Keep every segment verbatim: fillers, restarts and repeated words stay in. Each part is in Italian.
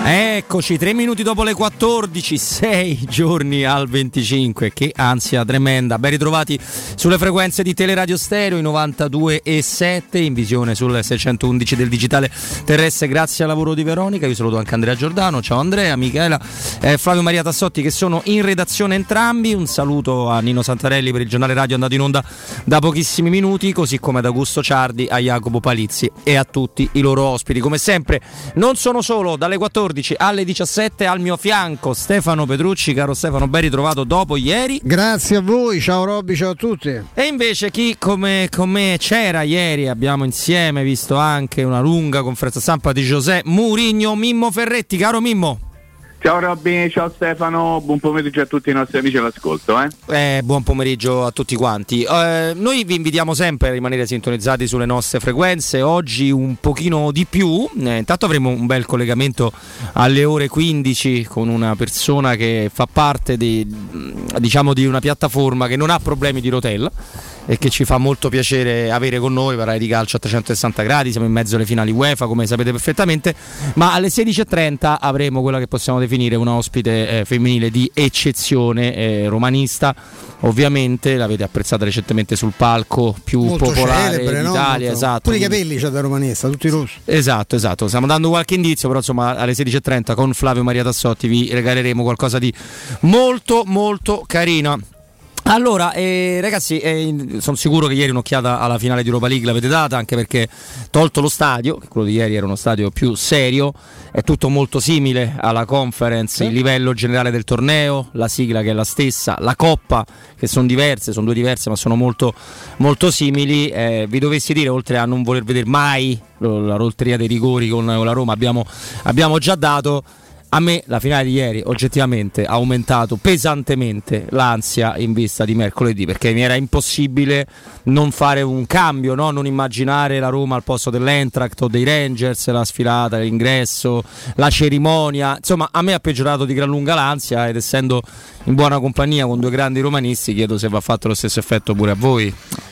Eccoci, tre minuti dopo le quattordici, sei giorni al venticinque, che ansia tremenda. Ben ritrovati sulle frequenze di Teleradio Stereo, i novantadue e sette, in visione sul seicentoundici del digitale terrestre, grazie al lavoro di Veronica. Io saluto anche Andrea Giordano, ciao Andrea, Michela, eh, Flavio Maria Tassotti, che sono in redazione entrambi. Un saluto a Nino Santarelli per il giornale radio andato in onda da pochissimi minuti, così come ad Augusto Ciardi, a Jacopo Palizzi e a tutti i loro ospiti. Come sempre non sono solo, dalle quattordici alle diciassette al mio fianco Stefano Petrucci. Caro Stefano, ben ritrovato dopo ieri. Grazie a voi, ciao Robby, ciao a tutti. E invece chi come, come c'era ieri, abbiamo insieme visto anche una lunga conferenza stampa di José Mourinho, Mimmo Ferretti. Caro Mimmo. Ciao Robby, ciao Stefano, buon pomeriggio a tutti i nostri amici all'ascolto. Eh? Eh, buon pomeriggio a tutti quanti. Eh, noi vi invitiamo sempre a rimanere sintonizzati sulle nostre frequenze, oggi un pochino di più. Eh, intanto avremo un bel collegamento alle ore quindici con una persona che fa parte di, diciamo, di una piattaforma che non ha problemi di rotella e che ci fa molto piacere avere con noi. Parlare di calcio a trecentosessanta gradi, siamo in mezzo alle finali UEFA, come sapete perfettamente, ma alle sedici e trenta avremo quella che possiamo definire una ospite eh, femminile di eccezione, eh, romanista, ovviamente l'avete apprezzata recentemente sul palco più molto popolare celebre, d'Italia, no? Esatto. Pure i capelli c'è da romanista, tutti rossi. Esatto, esatto, stiamo dando qualche indizio, però insomma alle sedici e trenta con Flavio Maria Tassotti vi regaleremo qualcosa di molto molto carino. Allora, eh, ragazzi, eh, sono sicuro che ieri un'occhiata alla finale di Europa League l'avete data, anche perché, tolto lo stadio, che quello di ieri era uno stadio più serio, è tutto molto simile alla Conference, il livello generale del torneo, la sigla che è la stessa, la Coppa, che sono diverse, sono due diverse ma sono molto, molto simili. Eh, vi dovessi dire, oltre a non voler vedere mai la rolteria dei rigori con la Roma, abbiamo, abbiamo già dato. A me la finale di ieri oggettivamente ha aumentato pesantemente l'ansia in vista di mercoledì, perché mi era impossibile non fare un cambio, no? Non immaginare la Roma al posto dell'Eintracht o dei Rangers, la sfilata, l'ingresso, la cerimonia. Insomma, a me ha peggiorato di gran lunga l'ansia, ed essendo in buona compagnia con due grandi romanisti chiedo se va fatto lo stesso effetto pure a voi.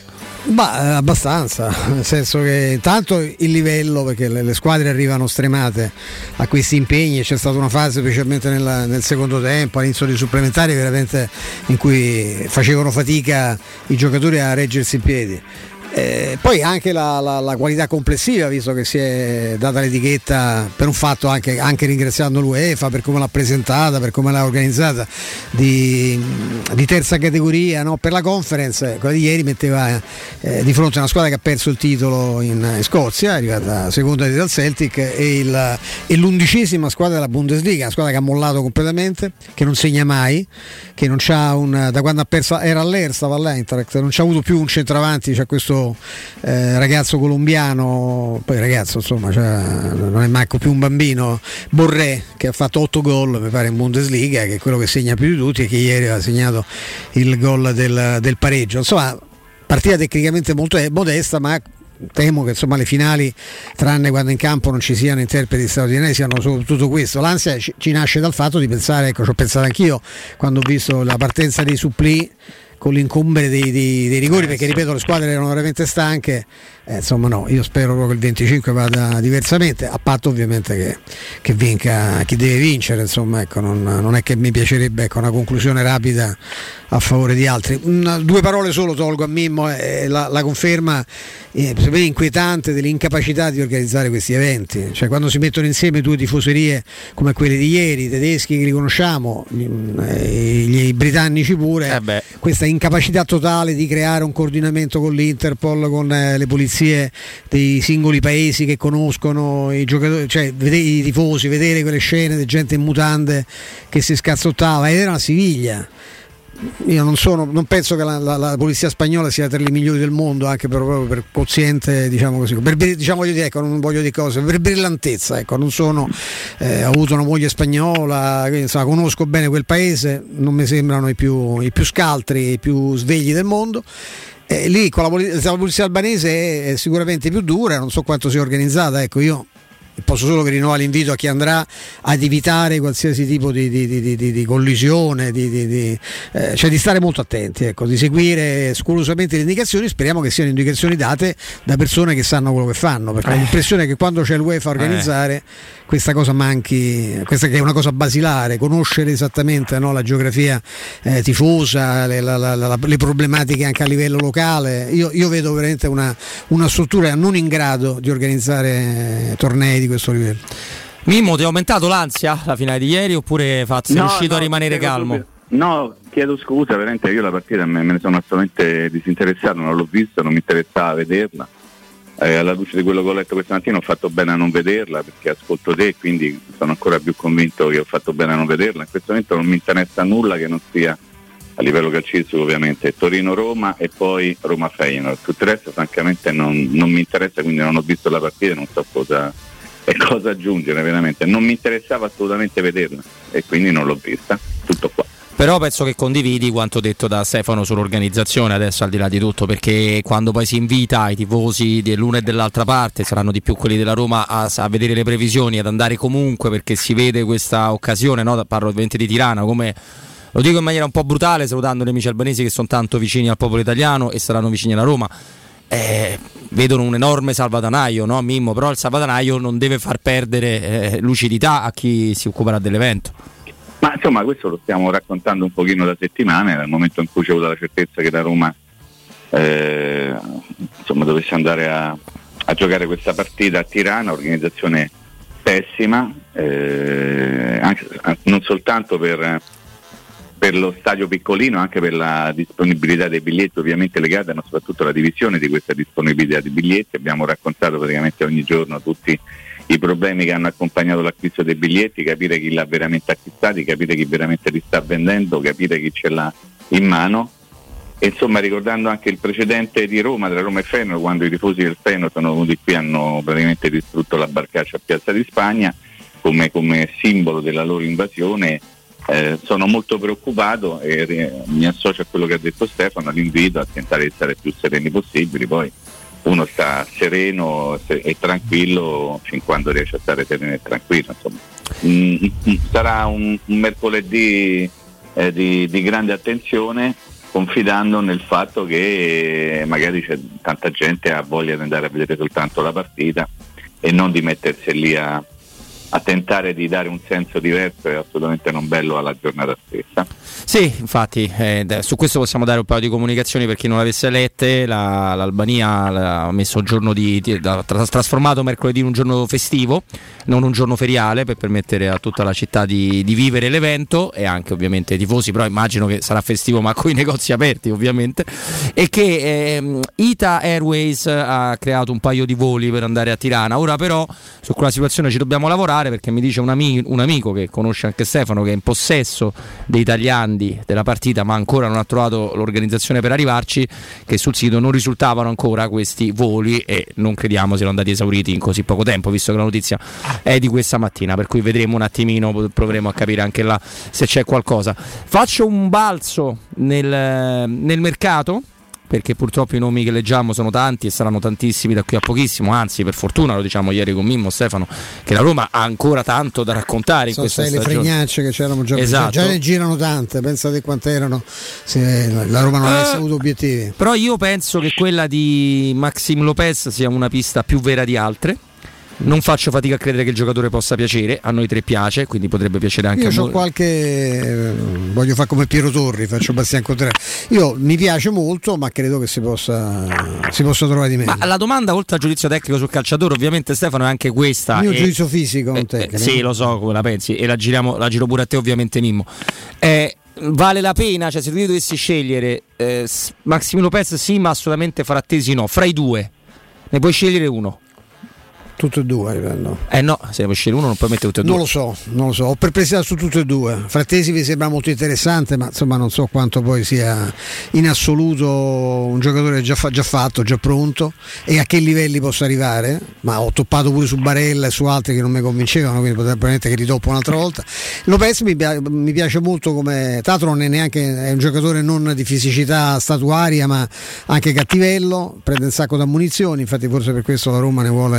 Bah, abbastanza, nel senso che intanto il livello, perché le, le squadre arrivano stremate a questi impegni, c'è stata una fase specialmente nella, nel secondo tempo, all'inizio dei supplementari, veramente in cui facevano fatica i giocatori a reggersi in piedi. Eh, poi anche la, la, la qualità complessiva, visto che si è data l'etichetta, per un fatto anche, anche ringraziando l'UEFA per come l'ha presentata, per come l'ha organizzata, di, di terza categoria, no? Per la Conference, quella di ieri metteva eh, di fronte a una squadra che ha perso il titolo in, in Scozia, è arrivata seconda dal Celtic, e, il, e l'undicesima squadra della Bundesliga, una squadra che ha mollato completamente, che non segna mai, che non c'ha un, da quando ha perso, era all'Er, stava all'Eintracht, non c'ha avuto più un centravanti, c'ha questo Eh, ragazzo colombiano, poi ragazzo insomma, cioè, non è manco più un bambino, Borré, che ha fatto otto gol mi pare in Bundesliga, che è quello che segna più di tutti e che ieri ha segnato il gol del, del pareggio. Insomma, partita tecnicamente molto modesta, ma temo che insomma le finali, tranne quando in campo non ci siano interpreti straordinari, siano soprattutto questo. L'ansia ci, ci nasce dal fatto di pensare, ecco, ci ho pensato anch'io quando ho visto la partenza dei supplì con l'incombere dei, dei, dei rigori, perché ripeto le squadre erano veramente stanche, eh, insomma no, io spero proprio che il venticinque vada diversamente, a patto ovviamente che, che vinca chi deve vincere, insomma, ecco, non, non è che mi piacerebbe, ecco, una conclusione rapida a favore di altri. Una, due parole solo tolgo a Mimmo, eh, la, la conferma eh, inquietante dell'incapacità di organizzare questi eventi, cioè quando si mettono insieme due tifoserie come quelle di ieri, i tedeschi che li conosciamo, gli, eh, gli britannici pure, eh beh. Questa incapacità totale di creare un coordinamento con l'Interpol, con eh, le polizie dei singoli paesi che conoscono i giocatori, cioè vedere i tifosi, vedere quelle scene di gente in mutande che si scazzottava, ed era una Siviglia. Io non sono, non penso che la, la, la polizia spagnola sia tra le migliori del mondo, anche per, proprio per quoziente, diciamo così, per, diciamo, voglio dire, ecco, non voglio dire cose, per brillantezza, ecco, non sono, eh, ho avuto una moglie spagnola, quindi, insomma, conosco bene quel paese, non mi sembrano i più, i più scaltri, i più svegli del mondo. Eh, lì con la polizia, la polizia albanese è, è sicuramente più dura, non so quanto sia organizzata, ecco, io posso solo che rinnovare l'invito a chi andrà ad evitare qualsiasi tipo di, di, di, di, di collisione, di, di, di, eh, cioè di stare molto attenti, ecco, di seguire scrupolosamente le indicazioni. Speriamo che siano indicazioni date da persone che sanno quello che fanno, perché ho l'impressione che quando c'è l'UEFA a organizzare questa cosa manchi, questa che è una cosa basilare, conoscere esattamente, no, la geografia eh, tifosa, le, la, la, la, le problematiche anche a livello locale. Io, io vedo veramente una, una struttura non in grado di organizzare tornei di questo livello. Mimmo, ti ha aumentato l'ansia la finale di ieri oppure Faz, sei no, riuscito no, a rimanere calmo? Subito. No, chiedo scusa, veramente io la partita me, me ne sono assolutamente disinteressato, non l'ho vista, non mi interessava vederla. Eh, alla luce di quello che ho letto questa mattina ho fatto bene a non vederla, perché ascolto te, quindi sono ancora più convinto che ho fatto bene a non vederla. In questo momento non mi interessa nulla che non sia a livello calcistico, ovviamente Torino-Roma e poi Roma-Feyenoord. Tutto il resto francamente non, non mi interessa, quindi non ho visto la partita e non so cosa, e cosa aggiungere, veramente non mi interessava assolutamente vederla e quindi non l'ho vista. Tutto qua. Però penso che condividi quanto detto da Stefano sull'organizzazione, adesso al di là di tutto, perché quando poi si invita i tifosi dell'una e dell'altra parte, saranno di più quelli della Roma, a, a vedere le previsioni, ad andare comunque perché si vede questa occasione, no? Parlo ovviamente di Tirana, come lo dico in maniera un po' brutale, salutando gli amici albanesi che sono tanto vicini al popolo italiano e saranno vicini alla Roma. Eh, vedono un enorme salvadanaio, no Mimmo? Però il salvadanaio non deve far perdere eh, lucidità a chi si occuperà dell'evento. Ma insomma questo lo stiamo raccontando un pochino da settimane, dal momento in cui c'è avuto la certezza che la Roma eh, insomma dovesse andare a, a giocare questa partita a Tirana, organizzazione pessima, eh, anche, non soltanto per, per lo stadio piccolino, anche per la disponibilità dei biglietti ovviamente legata, ma soprattutto alla divisione di questa disponibilità di biglietti. Abbiamo raccontato praticamente ogni giorno tutti i problemi che hanno accompagnato l'acquisto dei biglietti, capire chi l'ha veramente acquistati, capire chi veramente li sta vendendo, capire chi ce l'ha in mano. E insomma, ricordando anche il precedente di Roma, tra Roma e Feyenoord, quando i tifosi del Feyenoord sono venuti qui, hanno praticamente distrutto la barcaccia a Piazza di Spagna come, come simbolo della loro invasione. Eh, sono molto preoccupato e eh, mi associo a quello che ha detto Stefano, l'invito a tentare di stare più sereni possibili. Poi uno sta sereno e tranquillo fin quando riesce a stare sereno e tranquillo, insomma. Mm, sarà un, un mercoledì eh, di, di grande attenzione, confidando nel fatto che magari c'è tanta gente ha voglia di andare a vedere soltanto la partita e non di mettersi lì a, a tentare di dare un senso diverso e assolutamente non bello alla giornata stessa. Sì, infatti eh, su questo possiamo dare un paio di comunicazioni per chi non l'avesse lette. La, L'Albania ha messo il giorno di, di ha trasformato mercoledì in un giorno festivo, non un giorno feriale, per permettere a tutta la città di, di vivere l'evento e anche ovviamente ai tifosi, però immagino che sarà festivo ma con i negozi aperti ovviamente. E che eh, Ita Airways ha creato un paio di voli per andare a Tirana. Ora però su quella situazione ci dobbiamo lavorare, perché mi dice un, ami- un amico che conosce anche Stefano, che è in possesso dei tagliandi della partita ma ancora non ha trovato l'organizzazione per arrivarci, che sul sito non risultavano ancora questi voli e non crediamo siano andati esauriti in così poco tempo, visto che la notizia è di questa mattina, per cui vedremo un attimino, proveremo a capire anche là se c'è qualcosa. Faccio un balzo nel, nel mercato, perché purtroppo i nomi che leggiamo sono tanti e saranno tantissimi da qui a pochissimo, anzi per fortuna, lo diciamo ieri con Mimmo, Stefano, che la Roma ha ancora tanto da raccontare in sono questa stagione. Le fregnacce che c'erano già, esatto. già ne girano tante, pensate quante erano se la Roma non avesse uh, avuto obiettivi. Però io penso che quella di Maxim Lopez sia una pista più vera di altre. Non faccio fatica a credere che il giocatore possa piacere, a noi tre piace, quindi potrebbe piacere anche io a noi. Io ho qualche, voglio fare come Piero Torri, faccio Bastian Contrario. Io mi piace molto, ma credo che si possa si possa trovare di meglio. Ma la domanda, oltre al giudizio tecnico sul calciatore, ovviamente Stefano, è anche questa. Il mio e, giudizio fisico, non eh, tecnico. Sì, lo so come la pensi, e la giriamo, la giro pure a te ovviamente Mimmo. Eh, vale la pena, cioè se tu dovessi scegliere eh, Maxim Lopez sì, ma assolutamente Frattesi no, fra i due ne puoi scegliere uno? Tutte e due livello. Eh no, se ne puoi scegliere uno non puoi mettere tutte e due. Non lo so, non lo so, ho perplessità su tutte e due. Frattesi mi sembra molto interessante, ma insomma non so quanto poi sia in assoluto un giocatore già, fa- già fatto, già pronto, e a che livelli possa arrivare. Ma ho toppato pure su Barella e su altri che non mi convincevano, quindi probabilmente che ritoppo un'altra volta. Lopez mi, pi- mi piace molto come Tatro, non è neanche è un giocatore non di fisicità statuaria, ma anche cattivello, prende un sacco di ammunizioni, infatti forse per questo la Roma ne vuole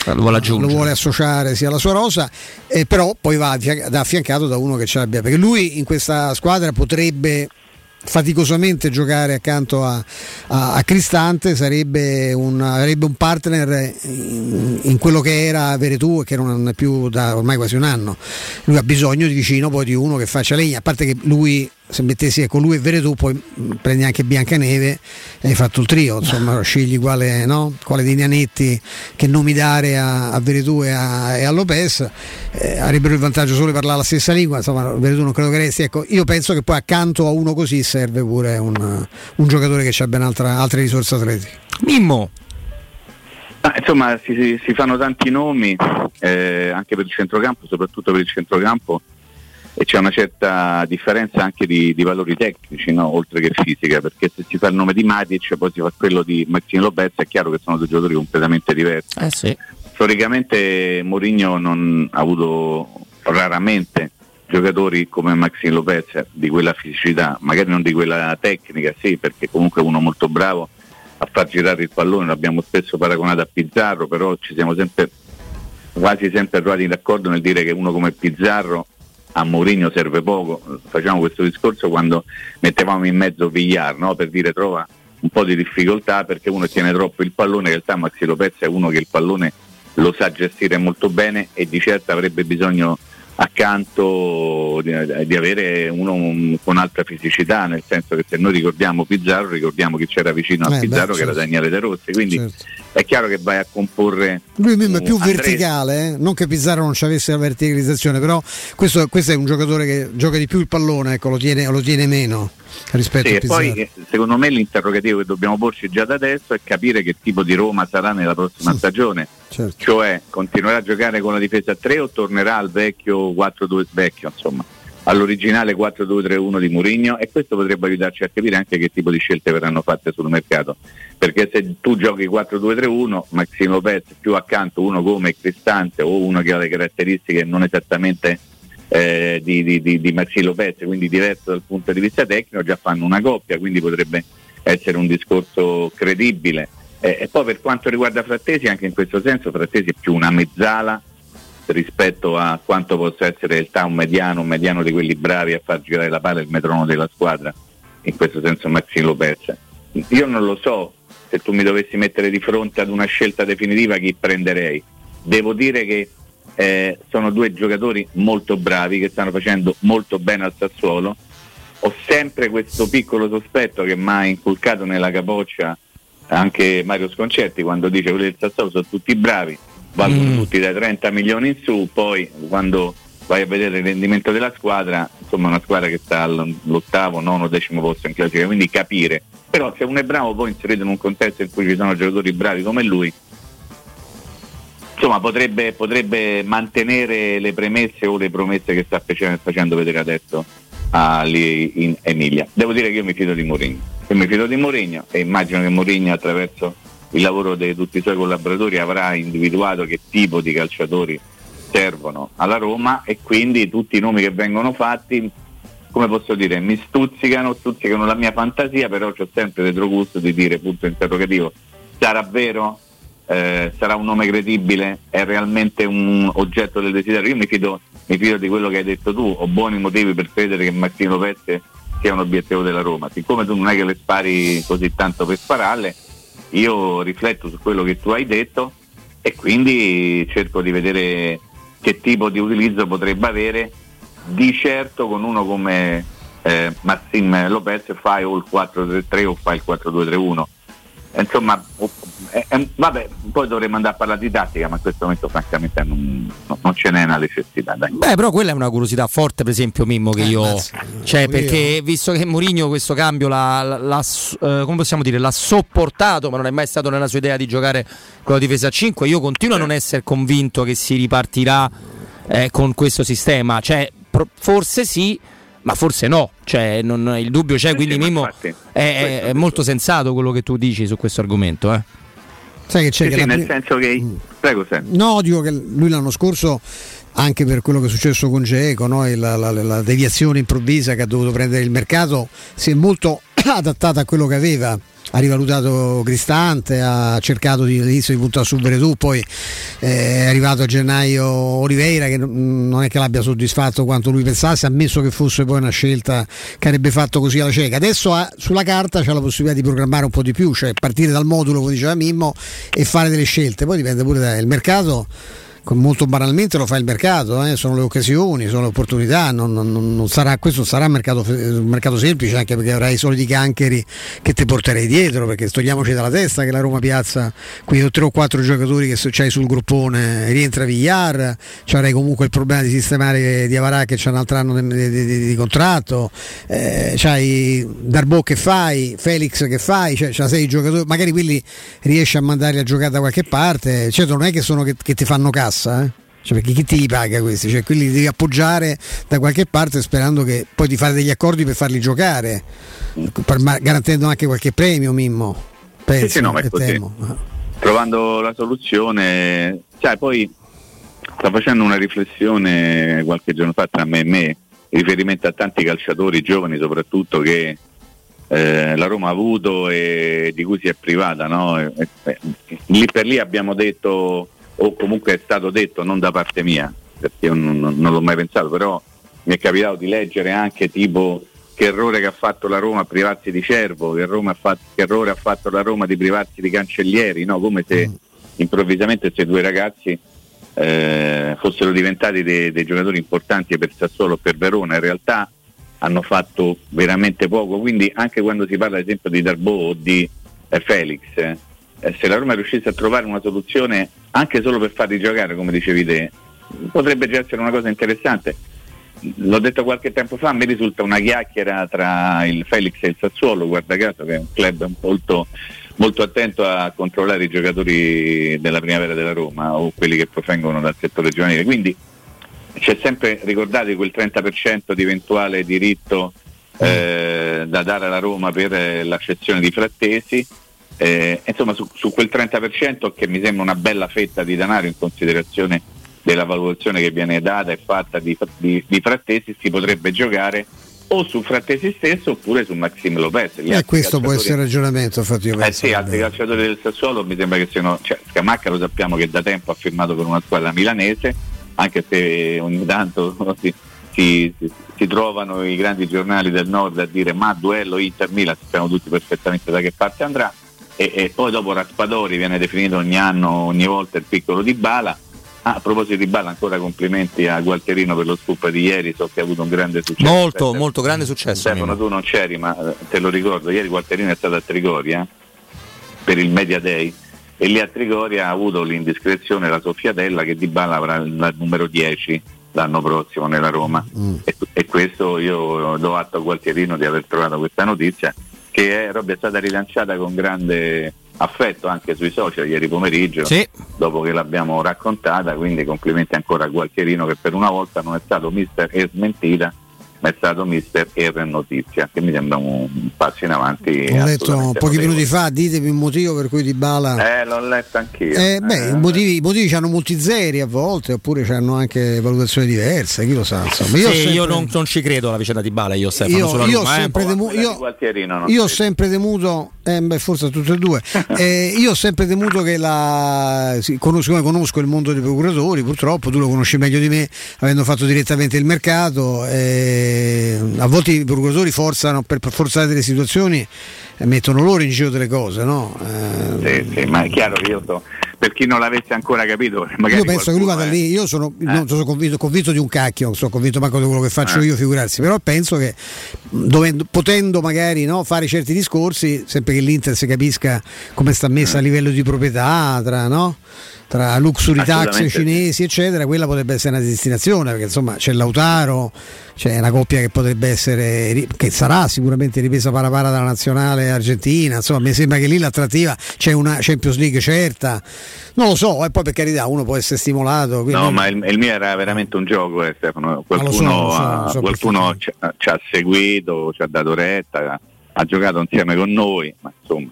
lo vuole aggiungere, lo vuole associare sia alla sua rosa, eh, però poi va affiancato da uno che ce l'abbia, perché lui in questa squadra potrebbe faticosamente giocare accanto a, a, a Cristante, sarebbe un, avrebbe un partner in, in quello che era Veretù, che non è più da ormai quasi un anno. Lui ha bisogno di vicino poi di uno che faccia legna, a parte che lui, se mettessi con lui e Veretù, poi prendi anche Biancaneve e hai fatto il trio, insomma scegli quale, no? quale dei nanetti che nomi dare a, a Veretù e a, e a Lopez, eh, avrebbero il vantaggio solo di parlare la stessa lingua, insomma Veretù non credo che resti, ecco, io penso che poi accanto a uno così serve pure un, un giocatore che ha ben altra, altre risorse atletiche. Mimmo. Ah, insomma si, si, si fanno tanti nomi, eh, anche per il centrocampo, soprattutto per il centrocampo, e c'è una certa differenza anche di, di valori tecnici, no? Oltre che fisica, perché se si fa il nome di Matic poi si fa quello di Maxime Lopez, è chiaro che sono due giocatori completamente diversi. Eh sì. Storicamente Mourinho non ha avuto raramente giocatori come Maxime Lopez di quella fisicità, magari non di quella tecnica, sì, perché comunque è uno molto bravo a far girare il pallone, l'abbiamo spesso paragonato a Pizzarro, però ci siamo sempre quasi sempre trovati d'accordo nel dire che uno come Pizzarro a Mourinho serve poco. Facciamo questo discorso quando mettevamo in mezzo Villar, no? Per dire trova un po' di difficoltà perché uno tiene troppo il pallone, in realtà Maxi Lopez è uno che il pallone lo sa gestire molto bene e di certo avrebbe bisogno accanto di, di avere uno con altra fisicità, nel senso che se noi ricordiamo Pizzarro ricordiamo che c'era vicino a eh, Pizzarro beh, certo. che era Daniele De Rossi, quindi certo. È chiaro che vai a comporre lui è più Andrea. Verticale, eh? Non che Pizzarro non ci avesse la verticalizzazione, però questo, questo è un giocatore che gioca di più il pallone, ecco, lo tiene, lo tiene meno rispetto sì, a Pizzarro. E poi secondo me l'interrogativo che dobbiamo porci già da adesso è capire che tipo di Roma sarà nella prossima sì. stagione, certo. Cioè continuerà a giocare con la difesa a tre o tornerà al vecchio quattro due vecchio, insomma all'originale quattro due tre uno di Mourinho, e questo potrebbe aiutarci a capire anche che tipo di scelte verranno fatte sul mercato, perché se tu giochi quattro due tre uno, Maxime Lopez più accanto uno come Cristante o uno che ha le caratteristiche non esattamente eh, di, di, di, di Maxime Lopez, quindi diverso dal punto di vista tecnico, già fanno una coppia, quindi potrebbe essere un discorso credibile. Eh, e poi per quanto riguarda Frattesi, anche in questo senso Frattesi è più una mezzala rispetto a quanto possa essere in realtà un mediano, un mediano di quelli bravi a far girare la palla, il metronomo della squadra, in questo senso Maxime Lopez. Io non lo so, se tu mi dovessi mettere di fronte ad una scelta definitiva chi prenderei. Devo dire che eh, sono due giocatori molto bravi che stanno facendo molto bene al Sassuolo. Ho sempre questo piccolo sospetto che mi ha inculcato nella capoccia anche Mario Sconcerti quando dice che quelli del Sassuolo sono tutti bravi, valgono mm. tutti dai trenta milioni in su, poi quando vai a vedere il rendimento della squadra, insomma una squadra che sta all'ottavo, nono, decimo posto in classifica, quindi capire. Però se uno è bravo poi inserito in un contesto in cui ci sono giocatori bravi come lui, insomma potrebbe, potrebbe mantenere le premesse o le promesse che sta facendo vedere adesso a, lì in Emilia. Devo dire che io mi fido di Mourinho, io mi fido di Mourinho e immagino che Mourinho attraverso il lavoro di tutti i suoi collaboratori avrà individuato che tipo di calciatori servono alla Roma, e quindi tutti i nomi che vengono fatti, come posso dire, mi stuzzicano, stuzzicano la mia fantasia, però c'ho sempre retrogusto di dire, punto interrogativo, sarà vero? Eh, sarà un nome credibile? È realmente un oggetto del desiderio? Io mi fido, mi fido di quello che hai detto tu, ho buoni motivi per credere che Maxime Lopez sia un obiettivo della Roma, siccome tu non è che le spari così tanto per spararle, io rifletto su quello che tu hai detto e quindi cerco di vedere che tipo di utilizzo potrebbe avere. Di certo con uno come eh, Maxime Lopez fai o il quattro tre tre o fai il quattro due tre uno, insomma eh, eh, vabbè, poi dovremmo andare a parlare di tattica, ma in questo momento francamente non, non ce n'è una necessità, dai. Beh, però quella è una curiosità forte, per esempio Mimmo, che eh, io mazza, cioè io. Perché visto che Mourinho questo cambio l'ha, l'ha, l'ha eh, come possiamo dire, l'ha sopportato, ma non è mai stato nella sua idea di giocare con la difesa a cinque, io continuo a non essere convinto che si ripartirà eh, con questo sistema, cioè pro- forse sì, ma forse no, cioè non, il dubbio c'è, quindi sì, Mimmo infatti, è, è molto sensato quello che tu dici su questo argomento, eh. Sai che c'è sì, che sì, la... nel senso che prego sempre. No, dico che lui l'anno scorso, anche per quello che è successo con Dzeko, no? la, la, la deviazione improvvisa che ha dovuto prendere il mercato, si è molto adattata a quello che aveva. Ha rivalutato Cristante, ha cercato di, all'inizio di puntare su Veretù, poi eh, è arrivato a gennaio Oliveira che non è che l'abbia soddisfatto quanto lui pensasse, ammesso che fosse poi una scelta che avrebbe fatto così alla cieca. Adesso ha, sulla carta c'è la possibilità di programmare un po' di più, cioè partire dal modulo, come diceva Mimmo, e fare delle scelte, poi dipende pure dal mercato. Molto banalmente lo fa il mercato, eh? Sono le occasioni, sono le opportunità, non, non, non sarà, questo non sarà un mercato, un mercato semplice, anche perché avrai i soliti cancheri che ti porterei dietro, perché togliamoci dalla testa che la Roma piazza quei tre o quattro giocatori che c'hai sul gruppone, rientra Villar, c'avrai comunque il problema di sistemare Diawara che c'ha un altro anno di, di, di, di contratto, eh, c'hai Darboe che fai, Felix che fai, cioè, c'ha sei giocatori, magari quelli riesci a mandarli a giocare da qualche parte, certo non è che sono che, che ti fanno cassa. Eh? Cioè, perché chi ti li paga questi? Cioè, quelli li devi appoggiare da qualche parte sperando che poi di fare degli accordi per farli giocare, per, ma, garantendo anche qualche premio, Mimmo. Penso, sì, sì, no, ma è così. Trovando la soluzione, cioè, poi sta facendo una riflessione qualche giorno fa tra me e me, in riferimento a tanti calciatori giovani soprattutto che eh, la Roma ha avuto e di cui si è privata, no? E, e, lì per lì abbiamo detto, o comunque è stato detto, non da parte mia, perché io non, non, non l'ho mai pensato, però mi è capitato di leggere anche tipo che errore che ha fatto la Roma a privarsi di Cervo, che, Roma ha fatto, che errore ha fatto la Roma di privarsi di Cancellieri, no? Come se improvvisamente questi due ragazzi eh, fossero diventati dei, dei giocatori importanti per Sassuolo o per Verona. In realtà hanno fatto veramente poco, quindi anche quando si parla ad esempio di Darboe o di eh, Felix, eh, Eh, se la Roma riuscisse a trovare una soluzione anche solo per farli giocare, come dicevi te, potrebbe già essere una cosa interessante. L'ho detto qualche tempo fa, mi risulta una chiacchiera tra il Felix e il Sassuolo, guarda caso, che è un club molto, molto attento a controllare i giocatori della primavera della Roma o quelli che provengono dal settore giovanile, quindi c'è sempre, ricordate, quel trenta per cento di eventuale diritto eh, da dare alla Roma per eh, la cessione di Frattesi. Eh, insomma su, su quel trenta per cento, che mi sembra una bella fetta di denaro in considerazione della valutazione che viene data e fatta di, di, di Frattesi, si potrebbe giocare o su Frattesi stesso oppure su Maxime Lopez. E eh, questo può essere il ragionamento, infatti io penso. Eh sì, altri calciatori del Sassuolo mi sembra che siano, cioè Scamacca lo sappiamo che da tempo ha firmato per una squadra milanese, anche se ogni tanto si, si, si, si trovano i grandi giornali del nord a dire ma duello Inter-Milan, sappiamo tutti perfettamente da che parte andrà. E, e poi dopo Raspadori viene definito ogni anno, ogni volta il piccolo Dybala. Ah, a proposito di Dybala, ancora complimenti a Gualterino per lo scoop di ieri, so che ha avuto un grande successo. Molto, Beh, molto grande successo. Stefano, tu non c'eri, ma te lo ricordo, ieri Gualterino è stato a Trigoria per il Media Day e lì a Trigoria ha avuto l'indiscrezione la soffiatella che Dybala avrà il numero dieci l'anno prossimo nella Roma. Mm. E, e questo io do atto a Gualterino di aver trovato questa notizia, che è, Robby, è stata rilanciata con grande affetto anche sui social ieri pomeriggio, sì, dopo che l'abbiamo raccontata, quindi complimenti ancora a Gualterino che per una volta non è stato mister e smentita, ma è stato mister e notizia, che mi sembra un passo in avanti. Ho letto pochi minuti fa, ditemi un motivo per cui Dybala eh l'ho letto anch'io eh, beh, eh, i motivi, i motivi hanno molti zeri a volte, oppure hanno anche valutazioni diverse, chi lo sa, insomma. Io, sì, sempre... io non, non ci credo alla vicenda di Dybala, io Stefano, io, sulla io Roma, ho sempre, eh? temu- io, io ho sempre temuto eh, beh, forse tutte e due eh, io ho sempre temuto che la sì, conosco, conosco il mondo dei procuratori, purtroppo tu lo conosci meglio di me avendo fatto direttamente il mercato, eh, a volte i procuratori forzano, per forzare delle situazioni e mettono loro in giro delle cose, no? Eh, sì, sì, ma è chiaro che io sto, per chi non l'avesse ancora capito, magari io penso che lui vada è... lì, io sono, eh. non sono convinto, convinto di un cacchio, non sono convinto manco di quello che faccio eh. io, figurarsi, però penso che dovendo, potendo magari no, fare certi discorsi, sempre che l'Inter si capisca come sta messa eh. a livello di proprietà, tra no? tra luxury tax cinesi eccetera, quella potrebbe essere una destinazione, perché insomma c'è Lautaro, c'è una coppia che potrebbe essere, che sarà sicuramente ripresa para para dalla nazionale argentina, insomma mi sembra che lì l'attrattiva, c'è una Champions League certa, non lo so, e poi per carità uno può essere stimolato, quindi... no, ma il, il mio era veramente un gioco, eh, Stefano, qualcuno, so, lo so, lo so, qualcuno ci, ci ha seguito, ci ha dato retta, ha giocato insieme con noi, ma insomma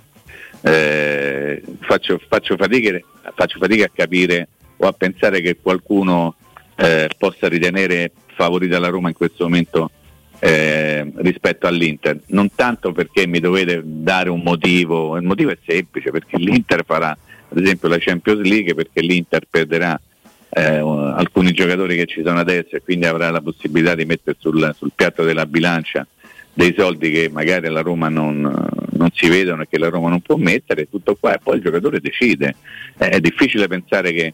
Eh, faccio, faccio, fatica, faccio fatica a capire o a pensare che qualcuno eh, possa ritenere favorita la Roma in questo momento eh, rispetto all'Inter, non tanto perché mi dovete dare un motivo, il motivo è semplice, perché l'Inter farà ad esempio la Champions League, perché l'Inter perderà eh, alcuni giocatori che ci sono adesso e quindi avrà la possibilità di mettere sul, sul piatto della bilancia dei soldi che magari la Roma non, non si vedono e che la Roma non può mettere, tutto qua, e poi il giocatore decide. Eh, è difficile pensare che,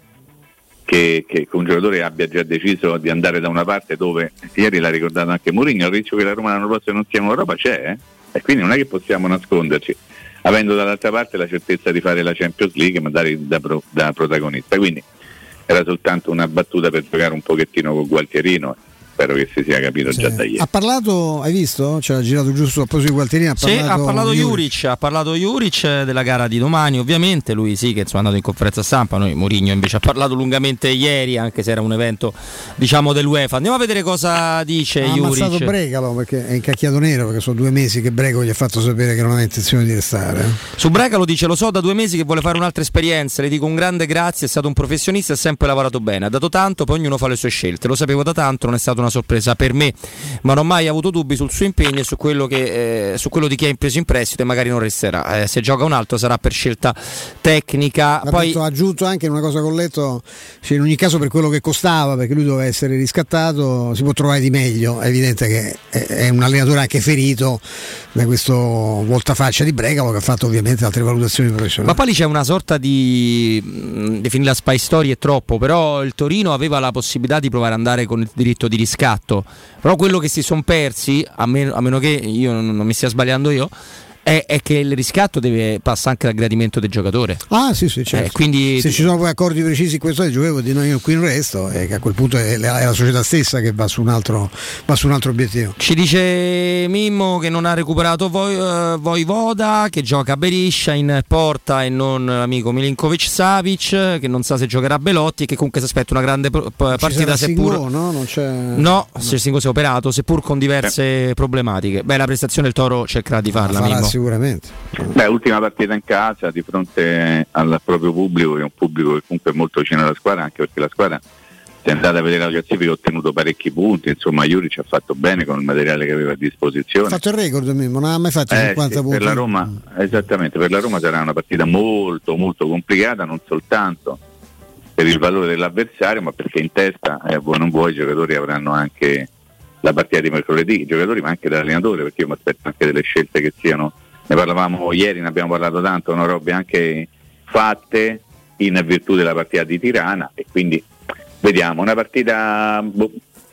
che, che un giocatore abbia già deciso di andare da una parte dove, ieri l'ha ricordato anche Mourinho, il rischio che la Roma l'anno prossimo non sia in Europa c'è, eh? E quindi non è che possiamo nasconderci, avendo dall'altra parte la certezza di fare la Champions League magari da, pro, da protagonista. Quindi era soltanto una battuta per giocare un pochettino con Gualtierino. Spero che si sia capito sì. già da ieri. Ha parlato, hai visto? Ci ha girato giusto a proposito di Gualtierini. Ha sì, parlato ha parlato Juric, ha parlato Juric della gara di domani, ovviamente. Lui sì, che insomma, è andato in conferenza stampa. Noi Mourinho invece ha parlato lungamente ieri, anche se era un evento, diciamo, dell'UEFA. Andiamo a vedere cosa dice ha Juric. Ha ammazzato Brecalo perché è incacchiato nero, perché sono due mesi che Brecalo gli ha fatto sapere che non aveva intenzione di restare. Su Brecalo dice: lo so da due mesi che vuole fare un'altra esperienza, le dico un grande grazie, è stato un professionista, ha sempre lavorato bene, ha dato tanto, poi ognuno fa le sue scelte. Lo sapevo da tanto, non è stata una sorpresa per me, ma non ho mai avuto dubbi sul suo impegno e su quello, che, eh, su quello di chi ha preso in prestito e magari non resterà. Eh, se gioca un altro sarà per scelta tecnica. Ha Poi detto, ha aggiunto anche una cosa che ho letto, cioè in ogni caso per quello che costava, perché lui doveva essere riscattato, si può trovare di meglio. È evidente che è, è un allenatore anche ferito da questo voltafaccia di Brecalo, che ha fatto ovviamente altre valutazioni professionali. Ma poi lì c'è una sorta di mh, definirla spy story è troppo, però il Torino aveva la possibilità di provare ad andare con il diritto di riscatto. Però quello che si sono persi, a meno, a meno che io non, non mi stia sbagliando io, è, è che il riscatto deve passa anche dal gradimento del giocatore. Ah sì sì certo. Eh, quindi se ci sono poi accordi precisi in questo gioco di noi qui in resto, e che a quel punto è la, è la società stessa che va su un altro va su un altro obiettivo. Ci dice Mimmo che non ha recuperato Voj, uh, Vojvoda, che gioca Beriscia in porta e non l'amico Milinkovic Savic, che non sa se giocherà Belotti e che comunque si aspetta una grande p- partita seppur Singo, no, non c'è no, no. se Singo si è operato, seppur con diverse eh. problematiche. Beh, la prestazione del Toro cercherà di farla, farà Mimmo. Sicuramente. Beh, ultima partita in casa di fronte al proprio pubblico, che è un pubblico che comunque è molto vicino alla squadra, anche perché la squadra, se è andata a vedere la classifica, ha ottenuto parecchi punti, insomma Juric ha fatto bene con il materiale che aveva a disposizione. Ha fatto il record Mimmo, non ha mai fatto eh, cinquanta sì, punti. Per la Roma, esattamente, per la Roma sarà una partita molto molto complicata, non soltanto per il valore dell'avversario, ma perché in testa, eh, vuoi non vuoi, i giocatori avranno anche la partita di mercoledì, i giocatori ma anche l'allenatore, perché io mi aspetto anche delle scelte che siano, ne parlavamo ieri, ne abbiamo parlato tanto, sono robe anche fatte in virtù della partita di Tirana, e quindi vediamo una partita bo-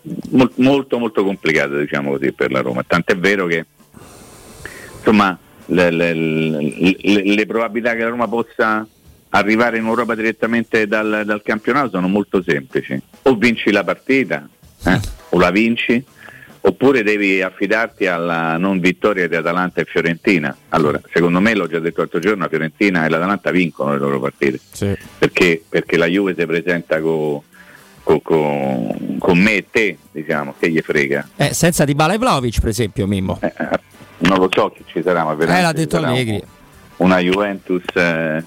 molto molto complicata, diciamo così, per la Roma, tant'è vero che insomma le, le, le, le probabilità che la Roma possa arrivare in Europa direttamente dal, dal campionato sono molto semplici: o vinci la partita eh, o la vinci, oppure devi affidarti alla non vittoria di Atalanta e Fiorentina. Allora, secondo me, l'ho già detto l'altro giorno, la Fiorentina e l'Atalanta vincono le loro partite, sì. perché, perché la Juve si presenta con co, co, con me e te, diciamo, che gli frega. Eh, senza Dybala e Vlahovic, per esempio, Mimmo. Eh, non lo so chi ci sarà, ma veramente eh, l'ha detto Allegri. Una Juventus eh,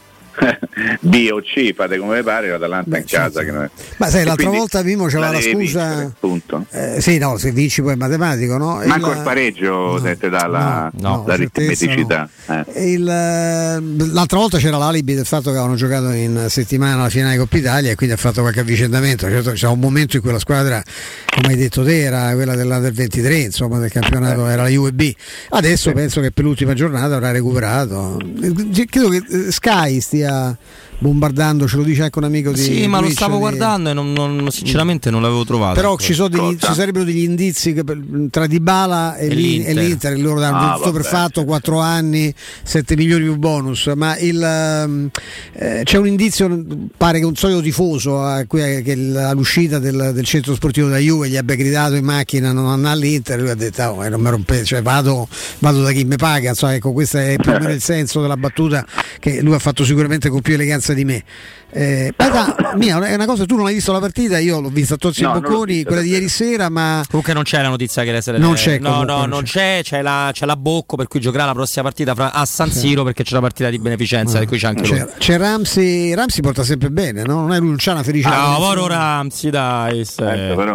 B o C, fate come vi pare, l'Atalanta Beh, in casa sì, che non è. Ma sai, l'altra volta Mimmo c'era la, la scusa vincere, eh, sì, no, se vinci poi è matematico, no? Manco il, il pareggio no, te dà la, no, la aritmeticità no. eh. il, l'altra volta c'era l'alibi del fatto che avevano giocato in settimana la finale di Coppa Italia e quindi ha fatto qualche avvicendamento. Certo, c'era un momento in cui la squadra, come hai detto te, era quella della, del ventitré, insomma, del campionato, eh. era la Juve B. Adesso eh. penso che per l'ultima giornata avrà recuperato. Credo che Sky stia bombardando, ce lo dice anche un amico di sì, ma Twitch, lo stavo di... guardando e non, non, sinceramente non l'avevo trovato. Però ci, sono degli, ci sarebbero degli indizi che per, tra Dybala e, e, l'Inter. e l'Inter loro danno ah, tutto per fatto, quattro anni, sette milioni più bonus, ma il, eh, c'è un indizio, pare che un solito tifoso a cui, che all'uscita del, del centro sportivo da Juve gli abbia gridato in macchina non andare all'Inter, lui ha detto oh, non mi rompete, cioè vado, vado da chi mi paga, insomma, ecco, questo è più o meno il senso della battuta che lui ha fatto sicuramente con più eleganza di me. Eh, Pata, mia, è una cosa, tu non hai visto la partita, io l'ho vista a Tozzi no, e Bocconi, quella di ieri sera, ma comunque non c'è la notizia che le non c'è, no, no, non c'è, c'è, c'è la, c'è la Bocco per cui giocherà la prossima partita fra, a San Siro sì. perché c'è la partita di beneficenza, per cui c'è anche c'è, lui. C'è Ramsey, Ramsey porta sempre bene, no? Non è lui, non c'ha una felicità. No, Voro Ramsey, dai. Eh, però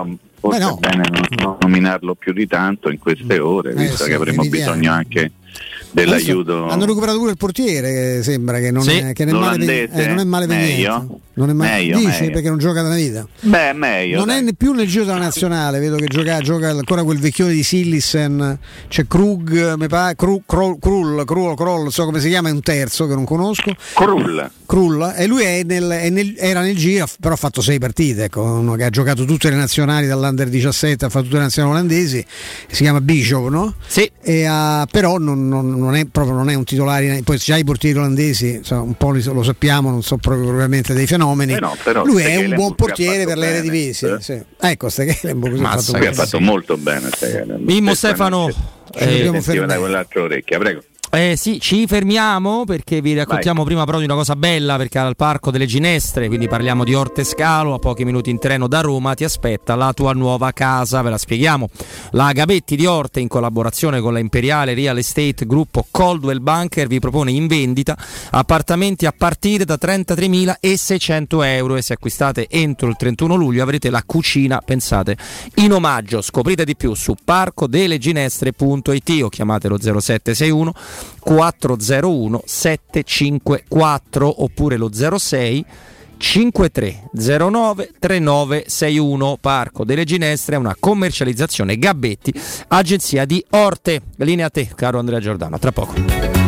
forse no. è bene non, non nominarlo più di tanto in queste ore, eh, visto sì, che avremo bisogno anche dell'aiuto. Hanno recuperato pure il portiere, sembra che non, sì. è, che non, è, male per, eh, non è male per niente. Non è male, meglio, dici meglio. Perché non gioca da una vita. Beh, meglio. Non dai. è più nel giro della nazionale, vedo che gioca, gioca ancora quel vecchione di Sillisen, c'è Krug, mi pare, Krug, Krull, Krull, Krull, Krull, non so come si chiama, è un terzo che non conosco. Krull. Krull, e lui è nel, è nel, era nel giro, però ha fatto sei partite, ecco, uno che ha giocato tutte le nazionali dall'Under diciassette, ha fatto tutte le nazionali olandesi, si chiama Bishop, no? Sì. E, uh, però non, non, non è proprio non è un titolare, poi già i portieri olandesi insomma, un po' lo sappiamo, non so proprio probabilmente dei fenomeni. Eh no, però lui è un buon portiere per bene, l'Eredivisie, eh? sì. Ecco, Stekelenburg Mazza, ha fatto, Lui ha fatto molto bene. Mimmo Stefano, eh, dobbiamo fermare. Da quell'altra orecchia, prego. Eh sì, ci fermiamo perché vi raccontiamo Vai. prima però di una cosa bella, perché al Parco delle Ginestre, quindi parliamo di Ortescalo, a pochi minuti in treno da Roma, ti aspetta la tua nuova casa, ve la spieghiamo. La Gabetti di Orte, in collaborazione con la Imperiale Real Estate Gruppo Coldwell Banker, vi propone in vendita appartamenti a partire da trentatremilaseicento euro, e se acquistate entro il trentuno luglio avrete la cucina, pensate, in omaggio. Scoprite di più su parcodeleginestre punto it o chiamate lo zero sette sei uno quattro zero uno sette cinque quattro oppure lo zero sei cinquantatré zero nove trentanove sessantuno. Parco delle Ginestre è una commercializzazione Gabetti, agenzia di Orte. Linea a te, caro Andrea Giordano, tra poco.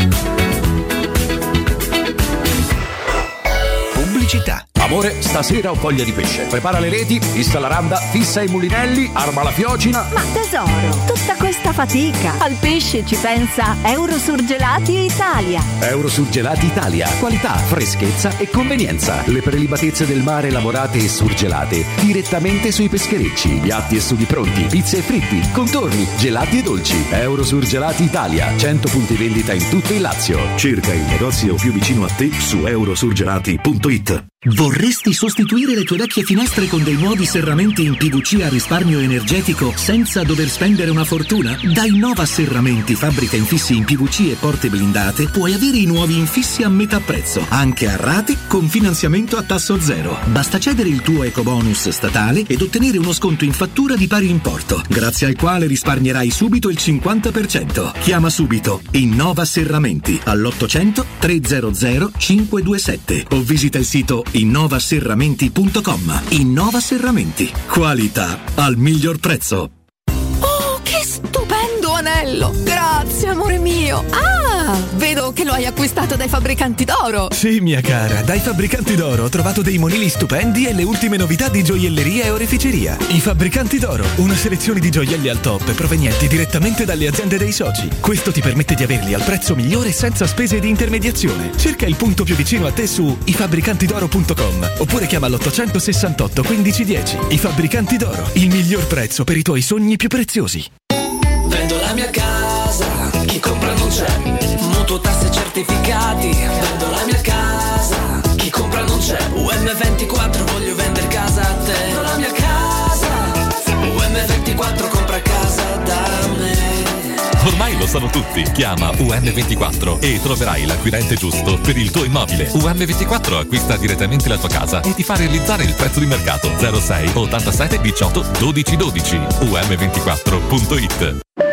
Pubblicità. Amore, stasera ho voglia di pesce. Prepara le reti, fissa la randa, fissa i mulinelli, arma la fiocina. Ma tesoro, tutta questa fatica. Al pesce ci pensa Eurosurgelati Italia. Eurosurgelati Italia. Qualità, freschezza e convenienza. Le prelibatezze del mare lavorate e surgelate direttamente sui pescherecci. Piatti e sughi pronti, pizze e fritti, contorni, gelati e dolci. Eurosurgelati Italia. cento punti vendita in tutto il Lazio. Cerca il negozio più vicino a te su eurosurgelati punto it. Vorresti sostituire le tue vecchie finestre con dei nuovi serramenti in P V C a risparmio energetico senza dover spendere una fortuna? Da Innova Serramenti, fabbrica infissi in P V C e porte blindate, puoi avere i nuovi infissi a metà prezzo, anche a rate con finanziamento a tasso zero. Basta cedere il tuo ecobonus statale ed ottenere uno sconto in fattura di pari importo, grazie al quale risparmierai subito il cinquanta per cento. Chiama subito Innova Serramenti all'ottocento trecento cinquecentoventisette o visita il sito innova serramenti punto com. Innova Serramenti, qualità al miglior prezzo. Oh, che stupendo anello! Grazie, amore mio! Ah, vedo che lo hai acquistato dai fabbricanti d'oro! Sì, mia cara, dai fabbricanti d'oro ho trovato dei monili stupendi e le ultime novità di gioielleria e oreficeria. I fabbricanti d'oro, una selezione di gioielli al top provenienti direttamente dalle aziende dei soci. Questo ti permette di averli al prezzo migliore senza spese di intermediazione. Cerca il punto più vicino a te su i fabbricanti d'oro punto com oppure chiama l'ottocentosessantotto quindici dieci. I Fabbricanti d'Oro, il miglior prezzo per i tuoi sogni più preziosi. Vendo la mia casa, chi compra non c'è. Mutuo, tasse, certificati. Vendo la mia casa, chi compra non c'è. U M ventiquattro, voglio vendere casa a te. Vendo la mia casa, U M ventiquattro, compra casa da me. Ormai lo sanno tutti. Chiama U M ventiquattro e troverai l'acquirente giusto per il tuo immobile. U M ventiquattro acquista direttamente la tua casa e ti fa realizzare il prezzo di mercato. zero sei ottantasette diciotto dodici dodici. U M ventiquattro punto it.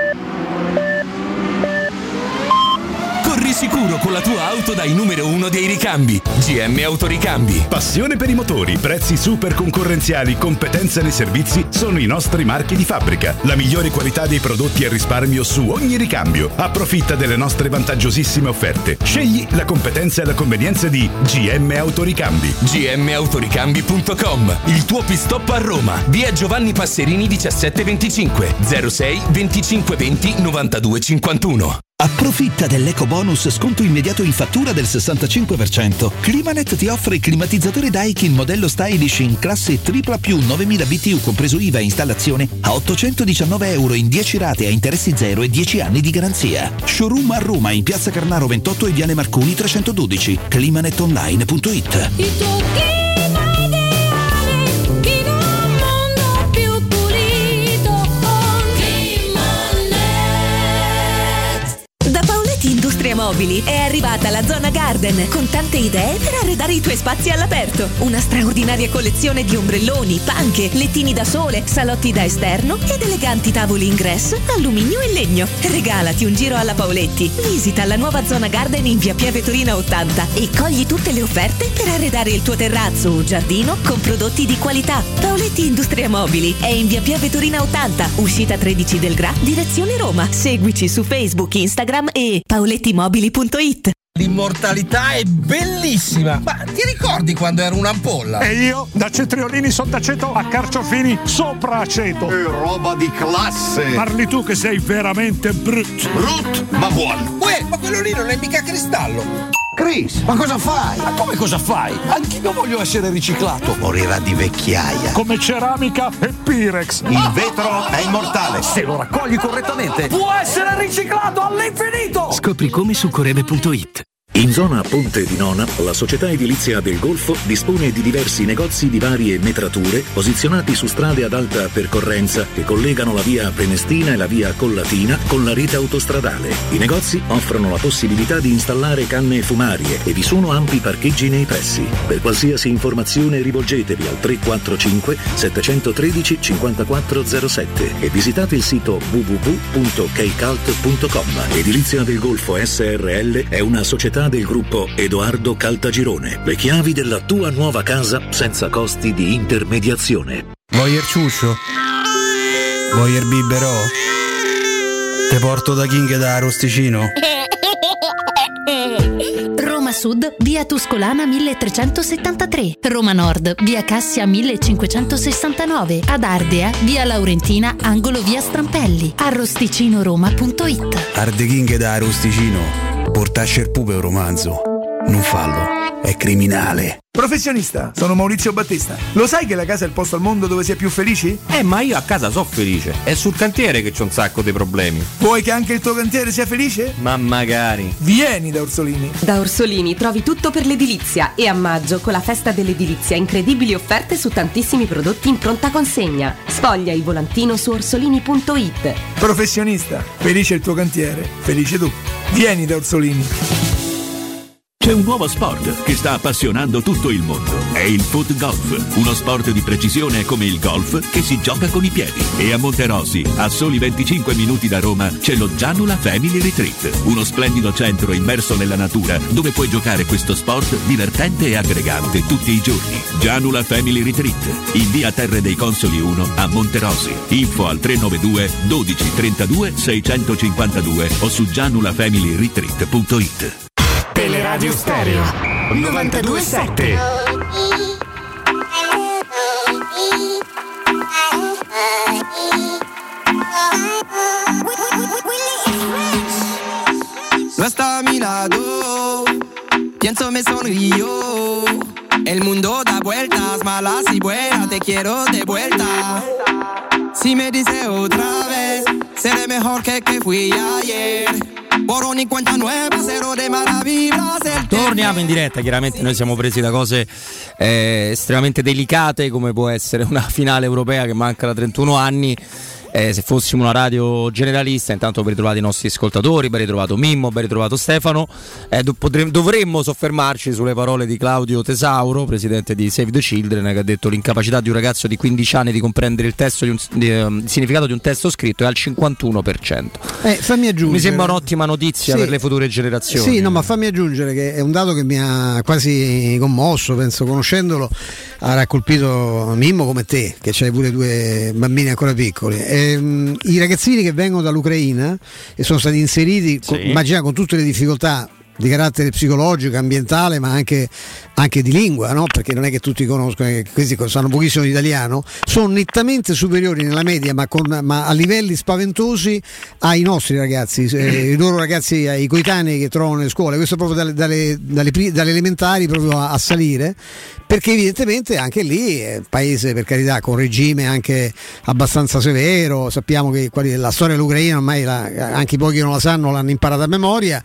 Corri sicuro con la tua auto dai numero uno dei ricambi. G M Autoricambi. Passione per i motori, prezzi super concorrenziali, competenza nei servizi sono i nostri marchi di fabbrica. La migliore qualità dei prodotti e risparmio su ogni ricambio. Approfitta delle nostre vantaggiosissime offerte. Scegli la competenza e la convenienza di G M Autoricambi. G M Autoricambi punto com. Il tuo pit-stop a Roma. Via Giovanni Passerini diciassette venticinque zero sei venticinque venti novantadue cinquantuno. Approfitta dell'eco-bonus sconto immediato in fattura del sessantacinque per cento. Climanet ti offre il climatizzatore Daikin modello Stylish in classe tripla più novemila B T U compreso I V A e installazione a ottocentodiciannove euro in dieci rate a interessi zero e dieci anni di garanzia. Showroom a Roma in Piazza Carnaro ventotto e Viale Marconi trecentododici. climanet online punto it. Il tuo clima ideale in un mondo più pulito con Climanet. Da Paoletti Industria Mobili è arrivata la Zona Garden con tante idee per arredare i tuoi spazi all'aperto. Una straordinaria collezione di ombrelloni, panche, lettini da sole, salotti da esterno ed eleganti tavoli ingresso, alluminio e legno. Regalati un giro alla Paoletti. Visita la nuova Zona Garden in via Pieve Torina ottanta e cogli tutte le offerte per arredare il tuo terrazzo o giardino con prodotti di qualità. Paoletti Industria Mobili è in via Pieve Torina ottanta, uscita tredici del Gra, direzione Roma. Seguici su Facebook, Instagram e paolettimobili punto it. L'immortalità è bellissima, ma ti ricordi quando ero un'ampolla? E io da Cetriolini sottoaceto a Carciofini sopra aceto. È roba di classe. Parli tu che sei veramente brut. Brut, ma buono. Uè, ma quello lì non è mica cristallo. Chris, ma cosa fai? Ma come cosa fai? Anch'io voglio essere riciclato. Morire di vecchiaia. Come ceramica e Pirex. Il vetro è immortale. Se lo raccogli correttamente, può essere riciclato all'infinito. Scopri come su corebe punto it. In zona Ponte di Nona, la società edilizia del Golfo dispone di diversi negozi di varie metrature posizionati su strade ad alta percorrenza che collegano la via Prenestina e la via Collatina con la rete autostradale. I negozi offrono la possibilità di installare canne fumarie e vi sono ampi parcheggi nei pressi. Per qualsiasi informazione rivolgetevi al tre quattro cinque sette uno tre cinque quattro zero sette e visitate il sito w w w punto keicalt punto com. Edilizia del Golfo S R L è una società del gruppo Edoardo Caltagirone. Le chiavi della tua nuova casa senza costi di intermediazione. Voyer ciuscio? Voyer biberò? Te porto da King da Arosticino? Roma Sud, via Tuscolana milletrecentosettantatré. Roma Nord, via Cassia millecinquecentosessantanove. Ad Ardea, via Laurentina, angolo via Strampelli. Arrosticinoroma punto it. Arde King da Arosticino. Portasce il pupe un romanzo. Non fallo, è criminale. Professionista, sono Maurizio Battista. Lo sai che la casa è il posto al mondo dove si è più felici? Eh, ma io a casa so felice. È sul cantiere che c'ho un sacco di problemi. Vuoi che anche il tuo cantiere sia felice? Ma magari. Vieni da Orsolini. Da Orsolini trovi tutto per l'edilizia e a maggio, con la festa dell'edilizia, incredibili offerte su tantissimi prodotti in pronta consegna. Sfoglia il volantino su orsolini punto it. Professionista, felice il tuo cantiere, felice tu. Vieni da Orsolini. C'è un nuovo sport che sta appassionando tutto il mondo. È il foot golf, uno sport di precisione come il golf che si gioca con i piedi. E a Monterosi, a soli venticinque minuti da Roma, c'è lo Gianula Family Retreat, uno splendido centro immerso nella natura dove puoi giocare questo sport divertente e aggregante tutti i giorni. Gianula Family Retreat, in via Terre dei Consoli uno a Monterosi. Info al tre nove due dodici trentadue seicentocinquantadue o su gianula family retreat punto it. Teleradio Stereo novantadue sette. No está a mi lado, pienso me sonrío. El mundo da vueltas, malas y buenas, te quiero de vuelta. Si me dice otra vez, seré mejor que que fui ayer. Borrón y cuenta nueva, cero de maravillas. Torniamo in diretta, chiaramente noi siamo presi da cose eh, estremamente delicate come può essere una finale europea che manca da trentuno anni. Eh, se fossimo una radio generalista, intanto ben ritrovati i nostri ascoltatori, ben ritrovato Mimmo, ben ritrovato Stefano. Eh, do- potremmo, dovremmo soffermarci sulle parole di Claudio Tesauro, presidente di Save the Children, che ha detto l'incapacità di un ragazzo di quindici anni di comprendere il testo di un, di, um, il significato di un testo scritto è al cinquantuno per cento. Eh, fammi aggiungere. Mi sembra un'ottima notizia sì, per le future generazioni. Sì, no, ma fammi aggiungere che è un dato che mi ha quasi commosso, penso, conoscendolo, ha colpito Mimmo come te, che c'hai pure due bambini ancora piccoli. E, i ragazzini che vengono dall'Ucraina e sono stati inseriti, sì. con, immagina, con tutte le difficoltà di carattere psicologico, ambientale, ma anche, anche di lingua, no? Perché non è che tutti conoscono, questi sanno pochissimo di italiano, sono nettamente superiori nella media, ma, con, ma a livelli spaventosi ai nostri ragazzi, eh, i loro ragazzi, ai coetanei che trovano nelle scuole. Questo proprio dalle, dalle, dalle, dalle elementari proprio a, a salire, perché evidentemente anche lì è un paese, per carità, con regime anche abbastanza severo, sappiamo che la storia dell'Ucraina ormai la, anche i pochi che non la sanno l'hanno imparata a memoria,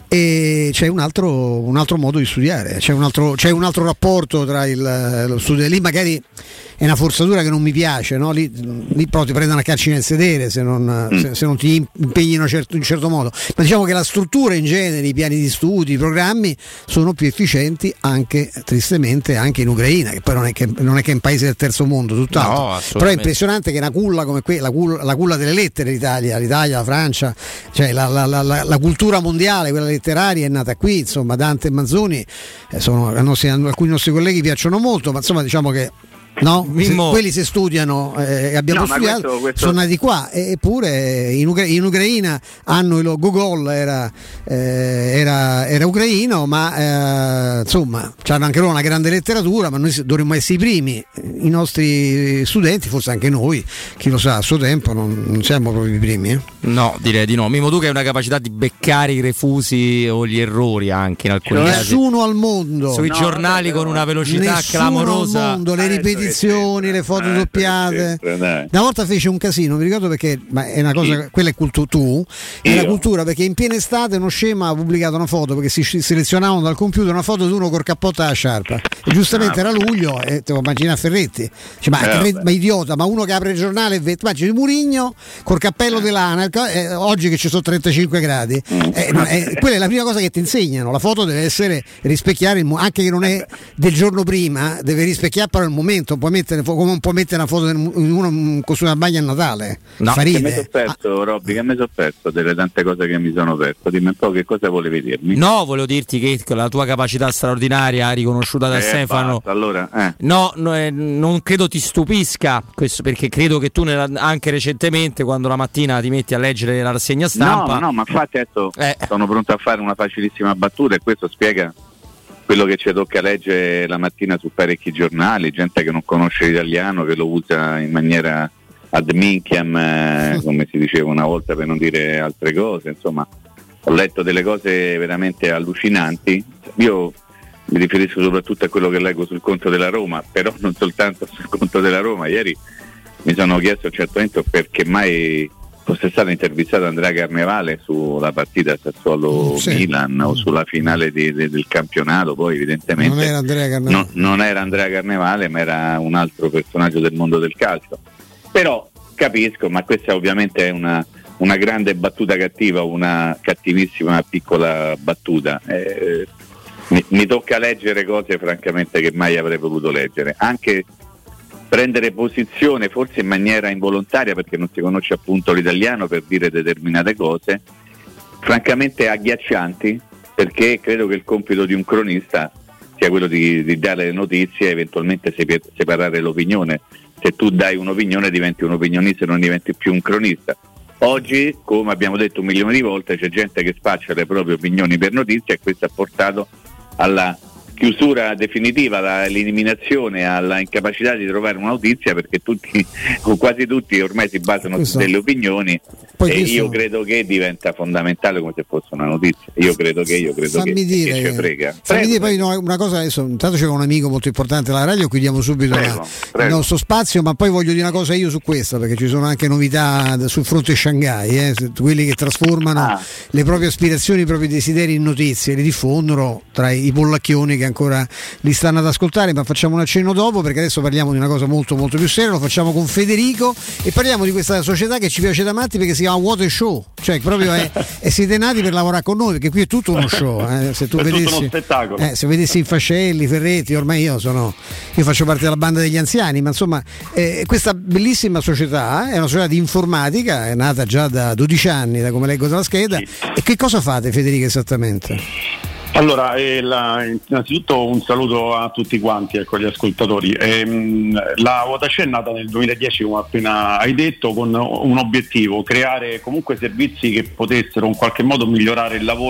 e c'è un altro, un altro modo di studiare, c'è un altro, c'è un altro rapporto tra il, lo studio, lì magari è una forzatura che non mi piace, no? Lì, lì però ti prendono a calci nel sedere se non, mm. se, se non ti impegni in un certo, in un certo modo, ma diciamo che la struttura in genere, i piani di studi, i programmi sono più efficienti anche, tristemente, anche in Ucraina, che poi non è che, non è, che è un paese del terzo mondo, tutt'altro, no, però è impressionante che una culla come quella, la culla, la culla delle lettere, l'Italia, l'Italia, la Francia, cioè la, la, la, la, la cultura mondiale, quella letteraria è nata qui, insomma. Dante e Manzoni eh, sono, a nostri, a alcuni nostri colleghi piacciono molto, ma insomma diciamo che no, se, quelli se studiano e eh, abbiamo no, studiato questo, questo... sono nati qua, eppure in, Ucra- in Ucraina hanno il Gogol era, eh, era, era ucraino, ma eh, insomma hanno anche loro una grande letteratura, ma noi dovremmo essere i primi, i nostri studenti, forse anche noi, chi lo sa, a suo tempo non, non siamo proprio i primi eh? No, direi di no. Mimo, tu che hai una capacità di beccare i refusi o gli errori anche in alcuni casi, nessuno al mondo sui no, giornali con una velocità nessuno clamorosa al mondo, le ripetizioni, le foto eh, doppiate. Una volta fece un casino, mi ricordo, perché ma è una cosa, sì. Quella è cultura, tu è la cultura, perché in piena estate uno scema ha pubblicato una foto, perché si selezionavano dal computer una foto di uno col cappotto alla sciarpa, e giustamente ah, era luglio e te lo immagini a Ferretti, cioè, ma, eh, ma idiota, ma uno che apre il giornale e vede, immagini Murigno col cappello di lana, eh, oggi che ci sono trentacinque gradi, eh, eh, quella è la prima cosa che ti insegnano, la foto deve essere rispecchiare il, anche che non è del giorno prima, deve rispecchiare però il momento, puoi mettere, come non puoi mettere una foto di uno con una bagna a Natale, no, che mi sono perso, ah. Robby, che mi sono perso delle tante cose che mi sono perso, dimmi un po' che cosa volevi dirmi. No, volevo dirti che la tua capacità straordinaria riconosciuta da eh, Stefano basta, allora, eh. no, no eh, non credo ti stupisca questo, perché credo che tu nella, anche recentemente, quando la mattina ti metti a leggere la rassegna stampa, no, no, ma infatti adesso eh. sono pronto a fare una facilissima battuta, e questo spiega quello che ci tocca leggere la mattina su parecchi giornali, gente che non conosce l'italiano, che lo usa in maniera ad minchiam, eh, come si diceva una volta, per non dire altre cose. Insomma, ho letto delle cose veramente allucinanti. Io mi riferisco soprattutto a quello che leggo sul conto della Roma, però non soltanto sul conto della Roma. Ieri mi sono chiesto a un certo momento perché mai fosse stato intervistato Andrea Carnevale sulla partita Sassuolo-Milan, sì, o sulla finale di, di, del campionato. Poi evidentemente non era Andrea Carnevale, no, non era Andrea Carnevale, ma era un altro personaggio del mondo del calcio. Però capisco, ma questa ovviamente è una, una grande battuta cattiva, una cattivissima piccola battuta. Eh, mi, mi tocca leggere cose francamente che mai avrei potuto leggere, anche prendere posizione forse in maniera involontaria, perché non si conosce appunto l'italiano, per dire determinate cose francamente agghiaccianti, perché credo che il compito di un cronista sia quello di, di dare le notizie e eventualmente separare l'opinione. Se tu dai un'opinione diventi un opinionista e non diventi più un cronista. Oggi, come abbiamo detto un milione di volte, c'è gente che spaccia le proprie opinioni per notizie, e questo ha portato alla chiusura definitiva, all'eliminazione, alla incapacità di trovare una notizia, perché tutti o quasi tutti ormai si basano questo, su delle opinioni. Poi e questo, io credo che diventa fondamentale come se fosse una notizia. Io credo che io credo fammi che, dire, che ci frega. Fammi dire poi no, una cosa adesso, intanto c'è un amico molto importante alla radio, chiudiamo subito prego, la, prego. il nostro spazio, ma poi voglio dire una cosa io su questa, perché ci sono anche novità sul fronte Shanghai, eh, quelli che trasformano ah. le proprie aspirazioni, i propri desideri in notizie, li diffondono tra i pollacchioni che ancora li stanno ad ascoltare. Ma facciamo un accenno dopo, perché adesso parliamo di una cosa molto molto più seria, lo facciamo con Federico e parliamo di questa società che ci piace da matti, perché si chiama Water Show, cioè proprio è, è siete nati per lavorare con noi, perché qui è tutto uno show, eh. Se tu è vedessi, tutto uno spettacolo, eh, se vedessi Infascelli, Ferretti, ormai io sono io faccio parte della banda degli anziani, ma insomma eh, questa bellissima società è una società di informatica, è nata già da dodici anni, da come leggo dalla scheda. Sì. E che cosa fate, Federico, esattamente? Allora, eh, la, innanzitutto un saluto a tutti quanti, ecco, gli ascoltatori. Ehm, la Votace è nata nel duemiladieci, come appena hai detto, con un obiettivo: creare comunque servizi che potessero in qualche modo migliorare il lavoro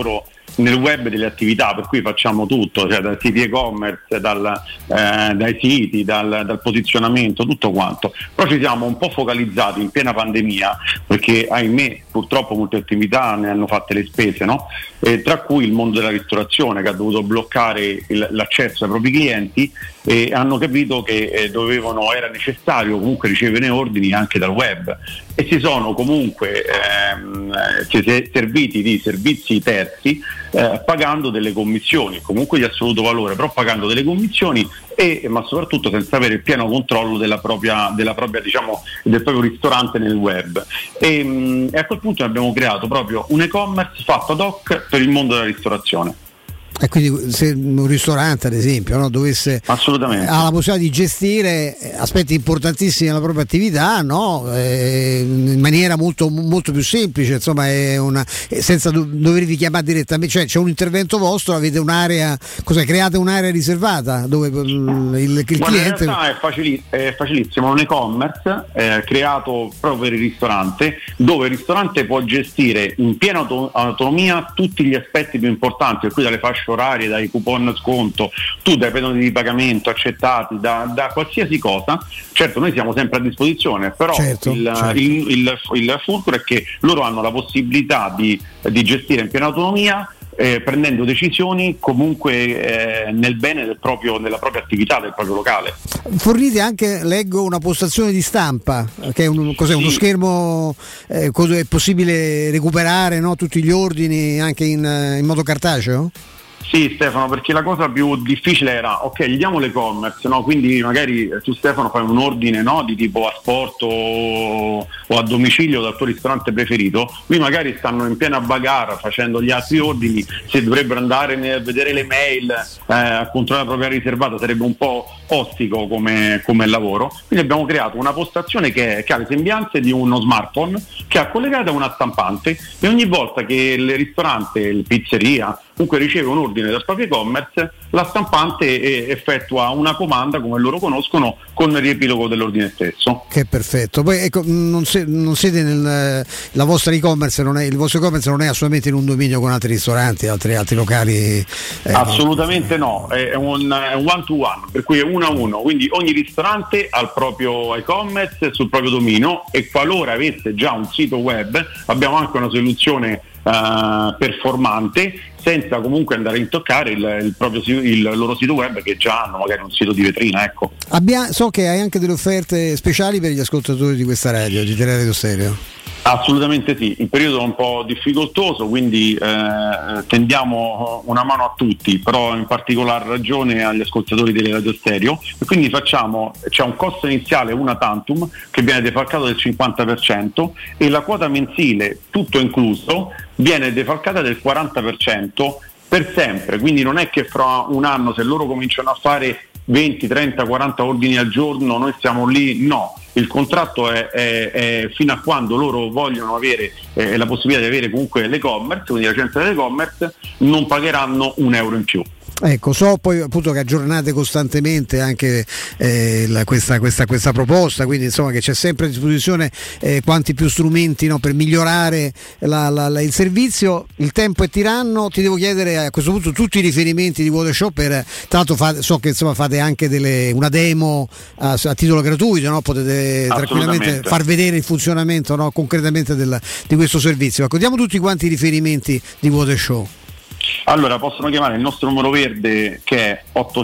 nel web delle attività, per cui facciamo tutto, cioè dal siti e-commerce, dal, eh, dai siti, dal, dal posizionamento, tutto quanto. Però ci siamo un po' focalizzati in piena pandemia, perché ahimè purtroppo molte attività ne hanno fatte le spese, no? Eh, tra cui il mondo della ristorazione, che ha dovuto bloccare il, l'accesso ai propri clienti, e hanno capito che eh, dovevano, era necessario comunque ricevere ordini anche dal web, e si sono comunque ehm, serviti di servizi terzi eh, pagando delle commissioni, comunque di assoluto valore, però pagando delle commissioni, e ma soprattutto senza avere il pieno controllo della propria, della propria diciamo, del proprio ristorante nel web. E, mh, e a quel punto abbiamo creato proprio un e-commerce fatto ad hoc per il mondo della ristorazione. E quindi se un ristorante ad esempio, no, dovesse assolutamente ha la possibilità di gestire aspetti importantissimi della propria attività, no, eh, in maniera molto molto più semplice, insomma, è una, senza do, dovervi chiamare direttamente, cioè c'è un intervento vostro, avete un'area, cos'è, create un'area riservata dove il, il, il cliente. In realtà è, facili, è facilissimo, un e-commerce eh, creato proprio per il ristorante, dove il ristorante può gestire in piena auto- autonomia tutti gli aspetti più importanti, per cui dalle fasce orarie, dai coupon sconto, tu dai pedoni di pagamento accettati, da, da qualsiasi cosa. Certo, noi siamo sempre a disposizione, però certo, il, certo. il, il, il fulcro è che loro hanno la possibilità di, di gestire in piena autonomia, eh, prendendo decisioni comunque eh, nel bene del proprio, della propria attività, del proprio locale. Fornite anche, leggo, una postazione di stampa, che è, un, cos'è, sì. uno schermo, eh, è possibile recuperare, no, tutti gli ordini anche in, in modo cartaceo? Sì, Stefano, perché la cosa più difficile era, ok, gli diamo l'e-commerce, no? Quindi magari tu, Stefano, fai un ordine, no? Di tipo asporto o, o a domicilio dal tuo ristorante preferito, qui magari stanno in piena bagarre facendo gli altri ordini, se dovrebbero andare a vedere le mail, eh, a controllare la propria riservata, sarebbe un po' ostico come, come lavoro. Quindi abbiamo creato una postazione che, che ha le sembianze di uno smartphone, che ha collegata una stampante, e ogni volta che il ristorante, il pizzeria, comunque riceve un ordine dal proprio e-commerce, la stampante effettua una comanda, come loro conoscono, con il riepilogo dell'ordine stesso. Che perfetto. Poi ecco, non, se, non siete nel la vostra e-commerce, non è, il vostro e-commerce non è assolutamente in un dominio con altri ristoranti, altri, altri locali? Eh, Assolutamente no, è un, è un one to one, per cui è uno a uno, quindi ogni ristorante ha il proprio e-commerce sul proprio dominio, e qualora avesse già un sito web abbiamo anche una soluzione Uh, performante, senza comunque andare a intoccare il, il proprio il loro sito web, che già hanno magari un sito di vetrina, ecco. Abbia, so che hai anche delle offerte speciali per gli ascoltatori di questa radio, di Teleradio Stereo. Assolutamente sì, il periodo è un po' difficoltoso, quindi eh, tendiamo una mano a tutti, però in particolar ragione agli ascoltatori delle Radio Stereo, e quindi facciamo, c'è un costo iniziale una tantum che viene defalcato del cinquanta per cento, e la quota mensile, tutto incluso, viene defalcata del quaranta per cento per sempre. Quindi non è che fra un anno, se loro cominciano a fare venti, trenta, quaranta ordini al giorno, noi stiamo lì, no. Il contratto è, è, è fino a quando loro vogliono avere eh, la possibilità di avere comunque l'e-commerce, quindi la licenza dell'e-commerce, non pagheranno un euro in più. Ecco, so poi appunto che aggiornate costantemente anche eh, la, questa, questa, questa proposta, quindi insomma che c'è sempre a disposizione eh, quanti più strumenti, no, per migliorare la, la, la, il servizio. Il tempo è tiranno, ti devo chiedere a questo punto tutti i riferimenti di Watershow, per, tra l'altro fate, so che insomma fate anche delle, una demo a, a titolo gratuito, no? Potete tranquillamente far vedere il funzionamento, no, concretamente del, di questo servizio. Ecco, diamo tutti quanti i riferimenti di Watershow. Allora, possono chiamare il nostro numero verde, che è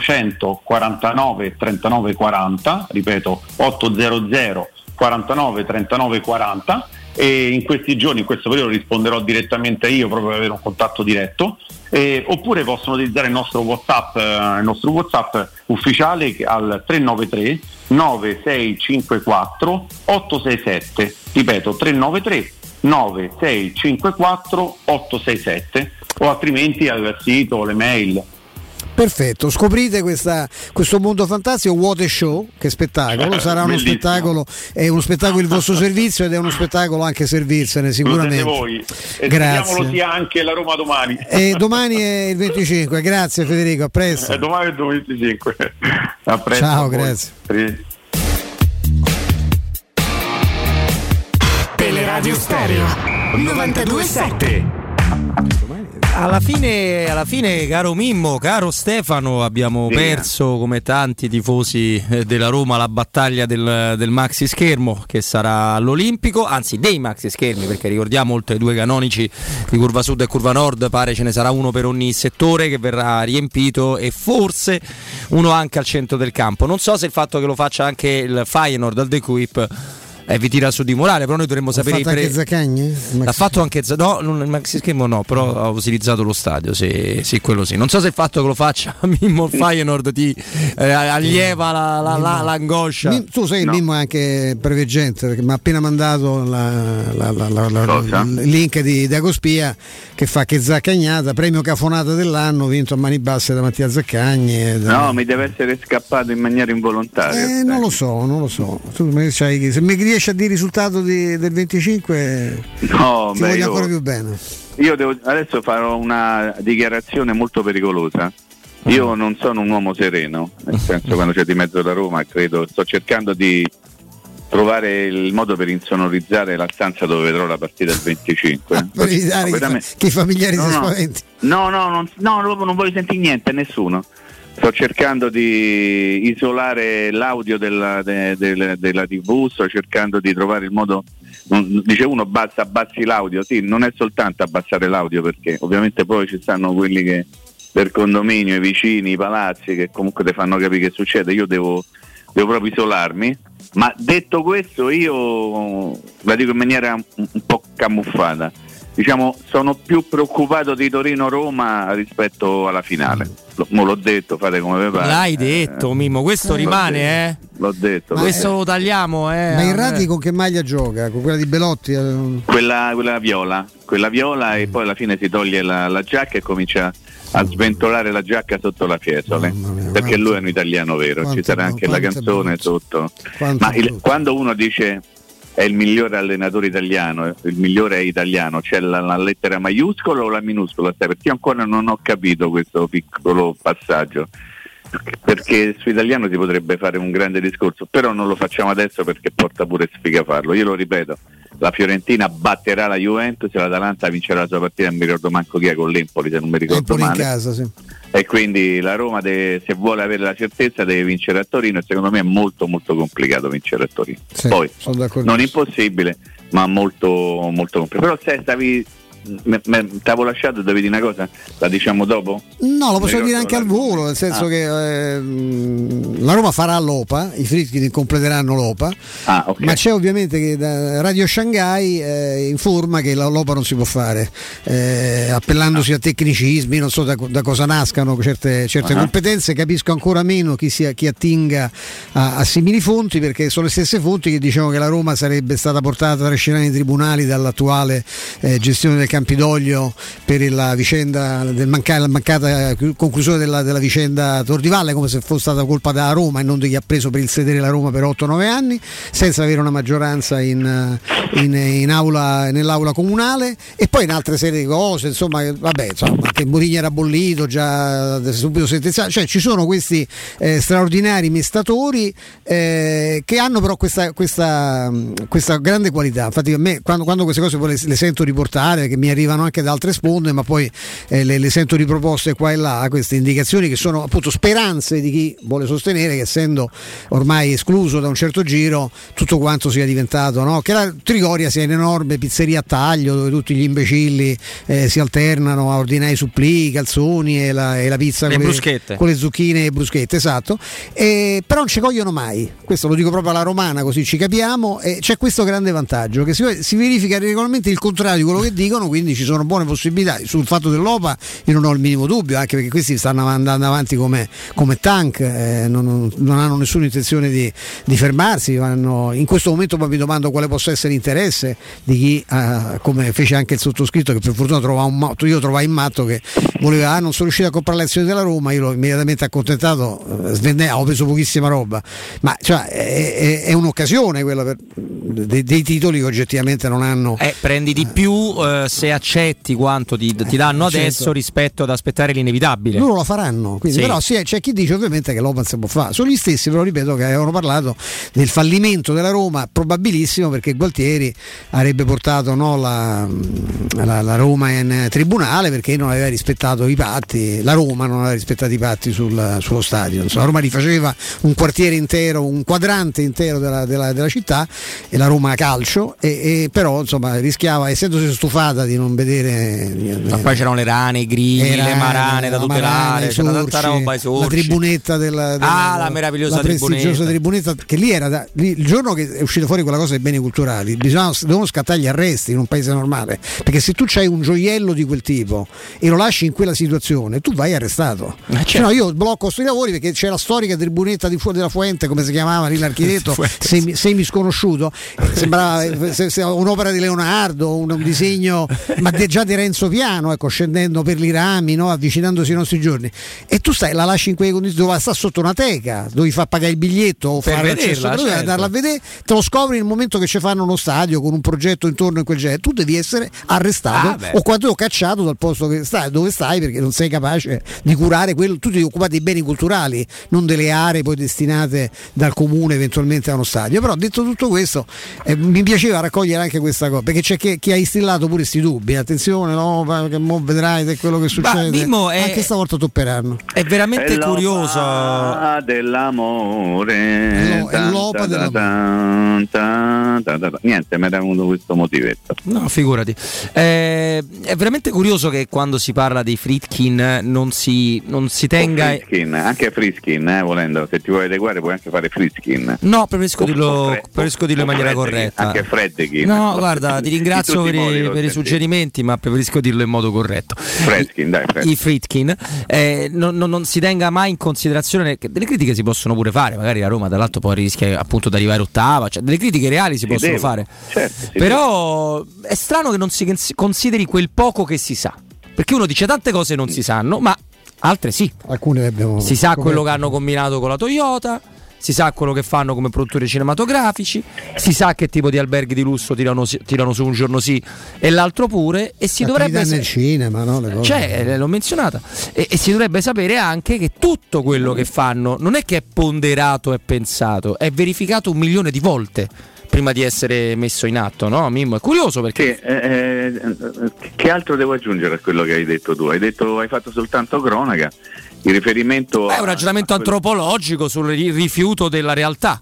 ottocentoquarantanove trentanove quaranta, ripeto ottocento quarantanove trentanove quaranta, e in questi giorni, in questo periodo, risponderò direttamente io, proprio per avere un contatto diretto. Eh, oppure possono utilizzare il nostro WhatsApp, eh, il nostro WhatsApp ufficiale al tre nove tre nove sei cinque quattro otto sei sette, ripeto tre nove tre nove sei cinque quattro otto sei sette, o altrimenti al sito o le mail. Perfetto, scoprite questa, questo mondo fantastico. Watershow, che spettacolo, sarà uno spettacolo, è uno spettacolo il vostro servizio, ed è uno spettacolo anche servirsene sicuramente. Lo voi. E grazie. Sia anche la Roma domani. E domani è il venticinque, grazie Federico, a presto. E domani è il venticinque. A presto. Ciao, grazie. Teleradio Stereo novantadue sette. Alla fine, alla fine, caro Mimmo, caro Stefano, abbiamo Sì. perso come tanti tifosi eh, della Roma la battaglia del, del maxi schermo che sarà all'Olimpico, anzi dei maxi schermi, perché ricordiamo oltre ai due canonici di Curva Sud e Curva Nord pare ce ne sarà uno per ogni settore che verrà riempito e forse uno anche al centro del campo. Non so se il fatto che lo faccia anche il Feyenoord al The Equip eh, vi tira su di morale, però noi dovremmo L'ha sapere fatto i pre- anche Zaccagni? L'ha fatto anche Z- no, non, il maxi schermo no, però ho utilizzato lo stadio, sì, sì, quello sì. Non so se il fatto che lo faccia Mimmo il Feyenoord ti eh, allieva la, la, la, l'angoscia. Mim- tu sai che No. Mimmo è anche preveggente perché mi ha appena mandato la, la, la, la, la, il link di Dagospia che fa che Zaccagnata, premio cafonata dell'anno, vinto a mani basse da Mattia Zaccagni. e da- No, mi deve essere scappato in maniera involontaria. Eh, non lo so, non lo so. Tu mi- c'hai- se mi riesci a dire il risultato di- del venticinque No, ti beh, voglio io- ancora più bene. Io devo, adesso farò una dichiarazione molto pericolosa. Io non sono un uomo sereno, nel senso quando c'è di mezzo la Roma, credo, sto cercando di trovare il modo per insonorizzare la stanza dove vedrò la partita del venticinque. Per evitare che, fa- che i familiari No, si no. spaventi. No, no, non, no, non non voglio sentire niente, nessuno. Sto cercando di isolare l'audio della, de- de- della tivù, sto cercando di trovare il modo. non- Dice uno basta, abbassi l'audio, sì, non è soltanto abbassare l'audio, perché ovviamente poi ci stanno quelli che del condominio, i vicini, i palazzi che comunque ti fanno capire che succede. Io devo, devo proprio isolarmi. Ma detto questo, io la dico in maniera un, un po' camuffata. Diciamo, sono più preoccupato di Torino-Roma rispetto alla finale. Lo, mo l'ho detto, fate come vi pare. L'hai detto, Mimmo, questo L'ho rimane, detto, eh. L'ho detto. Questo lo tagliamo, eh. Ma Irrati con che maglia gioca? Con quella di Belotti? Eh, Quella, quella viola, quella viola e poi alla fine si toglie la, la giacca e comincia a sventolare la giacca sotto la fiesole, perché lui è un italiano vero, quanto ci sarà è anche brutto, la quanto è canzone sotto. Quanto Ma è il- brutto. quando uno dice è il migliore allenatore italiano, eh, il migliore è italiano, c'è la, la lettera maiuscola o la minuscola? Sai, perché io ancora non ho capito questo piccolo passaggio, perché su italiano si potrebbe fare un grande discorso, però non lo facciamo adesso perché porta pure sfiga farlo. Io lo ripeto, la Fiorentina batterà la Juventus e l'Atalanta vincerà la sua partita, non mi ricordo manco chi è, con l'Empoli se non mi ricordo Empoli in male. casa, sì. E quindi la Roma deve, se vuole avere la certezza deve vincere a Torino, e secondo me è molto molto complicato vincere a Torino. Sì, Poi sono d'accordo. non impossibile, ma molto molto complicato. Però se stavi me, me, t'avevo lasciato, devi dire una cosa, la diciamo dopo? No, lo possiamo Mi dire anche al ricordo volo, nel senso Ah. che ehm, la Roma farà l'Opa, i Friedkin completeranno l'Opa, Ah, ok. ma c'è ovviamente che da Radio Shanghai eh, informa che la- l'Opa non si può fare, eh, appellandosi a tecnicismi, non so da, da cosa nascano certe, certe Ah. competenze, capisco ancora meno chi, sia, chi attinga a, a simili fonti, perché sono le stesse fonti che dicevano che la Roma sarebbe stata portata a trascinare nei tribunali dall'attuale eh, gestione del Campidoglio per la vicenda del manca- la mancata conclusione della, della vicenda Tordivalle, come se fosse stata colpa della Roma e non di chi ha preso per il sedere la Roma per otto nove anni senza avere una maggioranza in, in, in aula, nell'aula comunale, e poi in altre serie di cose, insomma, vabbè, insomma, che Mourinho era bollito già subito sentenziato, cioè ci sono questi eh, straordinari mestatori eh, che hanno però questa, questa, questa grande qualità. Infatti a me quando, quando queste cose poi le, le sento riportare, che mi arrivano anche da altre sponde, ma poi eh, le, le sento riproposte qua e là, queste indicazioni che sono appunto speranze di chi vuole sostenere che essendo ormai escluso da un certo giro tutto quanto sia diventato, no? Che la Trigoria sia un'enorme pizzeria a taglio dove tutti gli imbecilli eh, si alternano a ordinare i supplì, i calzoni e la, e la pizza Le con, bruschette. le, con le zucchine e bruschette, esatto, e, però non ci cogliono mai, questo lo dico proprio alla romana così ci capiamo, e c'è questo grande vantaggio che si, si verifica regolarmente il contrario di quello che dicono, quindi ci sono buone possibilità. Sul fatto dell'Opa io non ho il minimo dubbio, anche perché questi stanno andando avanti come, come tank, eh, non, non hanno nessuna intenzione di, di fermarsi, vanno, in questo momento poi mi domando quale possa essere l'interesse di chi, eh, come fece anche il sottoscritto, che per fortuna trovava un matto, io trovai in matto che voleva, ah, non sono riuscito a comprare le azioni della Roma, io l'ho immediatamente accontentato, eh, svendeva, ho preso pochissima roba, ma cioè, è, è, è un'occasione quella per, dei, dei titoli che oggettivamente non hanno. Eh, prendi di più eh, se accetti quanto ti, ti danno certo. adesso rispetto ad aspettare l'inevitabile. Loro lo faranno, quindi, Sì. però sì, c'è chi dice ovviamente che l'Open si può fare. Sono gli stessi, però ripeto, che avevano parlato del fallimento della Roma, probabilissimo, perché Gualtieri avrebbe portato no, la, la, la Roma in tribunale perché non aveva rispettato i patti, la Roma non aveva rispettato i patti sul, sullo stadio. Insomma, la Roma rifaceva un quartiere intero, un quadrante intero della, della, della città, e la Roma calcio, e, e però insomma rischiava, essendosi stufata di non vedere. Ma poi c'erano le rane, i grilli, le le rane, marane da la tutelare, marana, i c'era tanta sorci, roba, i sorci. la tribunetta della, della ah, la meravigliosa la prestigiosa tribunetta, che lì era da, lì, il giorno che è uscita fuori quella cosa dei beni culturali, bisogna, devono scattare gli arresti in un paese normale, perché se tu c'hai un gioiello di quel tipo e lo lasci in quella situazione, tu vai arrestato. Eh, certo. Cioè, no, io blocco sti lavori perché c'è la storica tribunetta di Fu- della Fuente, come si chiamava lì l'architetto, semi, semi sconosciuto, sembrava se, se, un'opera di Leonardo, un, un disegno ma de, già di Renzo Piano, ecco, scendendo per i rami, no, avvicinandosi ai nostri giorni, e tu stai, la lasci in quelle condizioni dove sta sotto una teca, dove far pagare il biglietto o Per fare vederla, l'accesso, certo. andarla a vedere, te lo scopri nel momento che ci fanno uno stadio con un progetto intorno in quel genere, tu devi essere arrestato Ah, beh. o quando cacciato dal posto che stai, dove stai, perché non sei capace di curare quello, tu ti devi occupare dei beni culturali, non delle aree poi destinate dal comune eventualmente a uno stadio. Però detto tutto questo, eh, mi piaceva raccogliere anche questa cosa, perché c'è chi, chi ha instillato pure questi dubbi, attenzione, no, che mo vedrai che è quello che succede. Mimmo, è- anche stavolta topperanno. È veramente È l'opa curioso. dell'amore. È lo- è Ta- l'opa ta- dell'amore. ta- ta- ta- ta- Niente, mi era venuto questo motivetto. No, figurati. Eh, è veramente curioso che quando si parla dei Friedkin non si, non si tenga. O Friskin, anche Friskin, eh, volendo, se ti vuoi adeguare puoi anche fare Friskin. No, preferisco O- dirlo, o Fre- preferisco dirlo in o maniera Fredkin, corretta. Anche Fredkin. No, guarda, ti ringrazio In per, tutti i modi i, l'ho per i sentito. suggerimenti, ma preferisco dirlo in modo corretto. Fredkin, dai, Fredkin. I Friedkin, eh, non, non- non si tenga mai in considerazione che delle critiche si possono pure fare, magari la Roma dall'altro poi rischia appunto di arrivare ottava, cioè delle critiche reali si, Si possono deve, fare. certo, si Però è strano che non si cons- consideri quel poco che si sa, perché uno dice tante cose non si sanno, ma altre sì. Alcune abbiamo Si sa quello scoperto. che hanno combinato con la Toyota, si sa quello che fanno come produttori cinematografici, si sa che tipo di alberghi di lusso tirano, tirano su un giorno sì e l'altro pure, e si Attività dovrebbe nel cinema, no, le cose. cioè, eh, l'ho menzionata, e, e si dovrebbe sapere anche che tutto quello che fanno non è che è ponderato e pensato, è verificato un milione di volte prima di essere messo in atto, no? Mimmo, è curioso perché Sì, eh, eh, che altro devo aggiungere a quello che hai detto tu? Hai detto, hai fatto soltanto cronaca, il riferimento è un ragionamento a- a quello- antropologico sul ri- rifiuto della realtà.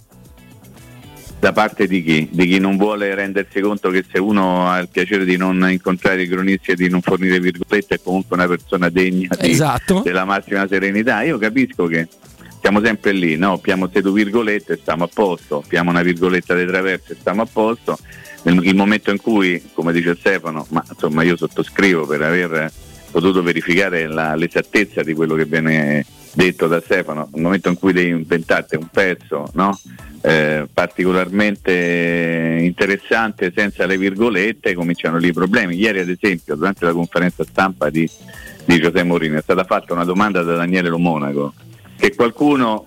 da parte di chi? Di chi non vuole rendersi conto che se uno ha il piacere di non incontrare i cronisti e di non fornire virgolette è comunque una persona degna di- Esatto. della massima serenità. Io capisco che siamo sempre lì, no? Piamo se due virgolette e stiamo a posto, piamo una virgoletta di traverso e stiamo a posto. Nel il momento in cui, come dice Stefano, ma insomma io sottoscrivo per aver potuto verificare la, l'esattezza di quello che viene detto da Stefano, nel momento in cui devi inventarti un pezzo, no? Eh, particolarmente interessante senza le virgolette, cominciano lì i problemi. Ieri ad esempio durante la conferenza stampa di, di José Mourinho è stata fatta una domanda da Daniele Lo Monaco che qualcuno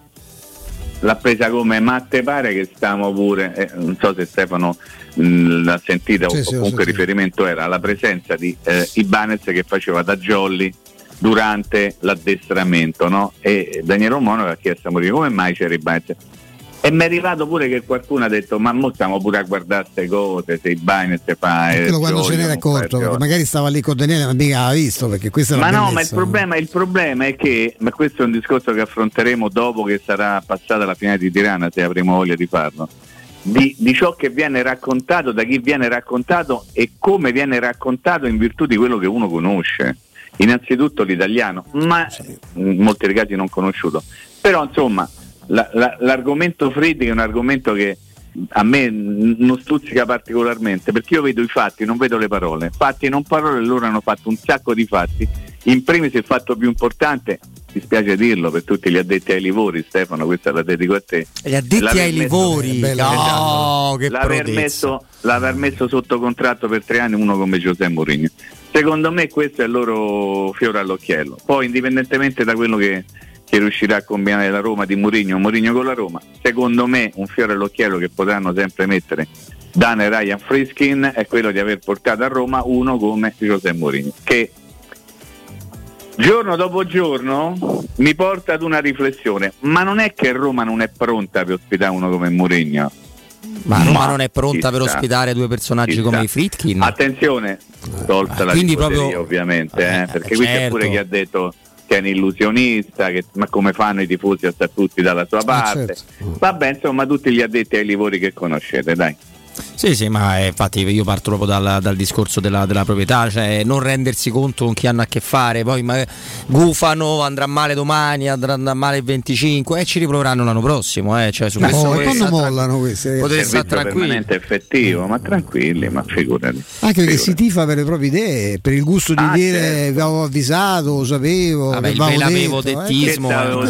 l'ha presa come ma te pare che stiamo pure, eh, non so se Stefano mh, l'ha sentita Sì, o, sì, o l'ho comunque il sentita. riferimento era alla presenza di eh, Ibanez che faceva da jolly durante l'addestramento, no? E Daniele Lo Monaco ha chiesto a Mourinho come mai c'era Ibanez. E mi è arrivato pure che qualcuno ha detto ma mo stiamo pure a guardare queste cose, se Ibanez fa eh, Quello quando se jolly n'era o non fa accorto, perché jolly. magari stava lì con Daniele ma mica l'aveva visto, perché questa è la Ma no, bellezza, ma il problema, il problema è che, ma questo è un discorso che affronteremo dopo che sarà passata la finale di Tirana, se avremo voglia di farlo, di, di ciò che viene raccontato, da chi viene raccontato e come viene raccontato in virtù di quello che uno conosce. Innanzitutto l'italiano, ma in molti casi non conosciuto. Però insomma, la, la, l'argomento Freddi è un argomento che a me non stuzzica particolarmente, perché io vedo i fatti, non vedo le parole. Fatti e non parole, loro hanno fatto un sacco di fatti. In primis il fatto più importante, mi spiace dirlo per tutti gli addetti ai livori, Stefano, questa la dedico a te. Gli addetti L'aver ai messo- livori, Bella, no, esatto. che l'aver prodezza. messo, l'aver messo sotto contratto per tre anni uno come José Mourinho. Secondo me questo è il loro fiore all'occhiello. Poi indipendentemente da quello che, che riuscirà a combinare la Roma di Mourinho, Mourinho con la Roma, secondo me un fiore all'occhiello che potranno sempre mettere Dan e Ryan Friedkin è quello di aver portato a Roma uno come José Mourinho, che giorno dopo giorno mi porta ad una riflessione: ma non è che Roma non è pronta per ospitare uno come Mourinho? Ma Roma ma non è pronta per ospitare due personaggi come i Friedkin? Attenzione, tolta ah, la quindi tifoseria proprio... ovviamente, eh, eh, perché certo. qui c'è pure chi ha detto che è un illusionista, che, ma come fanno i tifosi a stare tutti dalla sua parte? Ah, certo. Vabbè, insomma, tutti gli addetti ai lavori che conoscete, dai. Sì, sì, ma eh, infatti io parto proprio dal, dal discorso della, della proprietà, cioè non rendersi conto con chi hanno a che fare, poi ma, gufano, andrà male domani, andrà, andrà male il venticinque e ci riproveranno l'anno prossimo, eh, cioè su no, questo e quando mollano questi? Potete stare tranquilli, effettivo, ma tranquilli, ma figurati. Anche perché figurati. si tifa per le proprie idee, per il gusto di ah, dire certo. avevo avvisato, lo sapevo, vabbè, il avevo dettismo,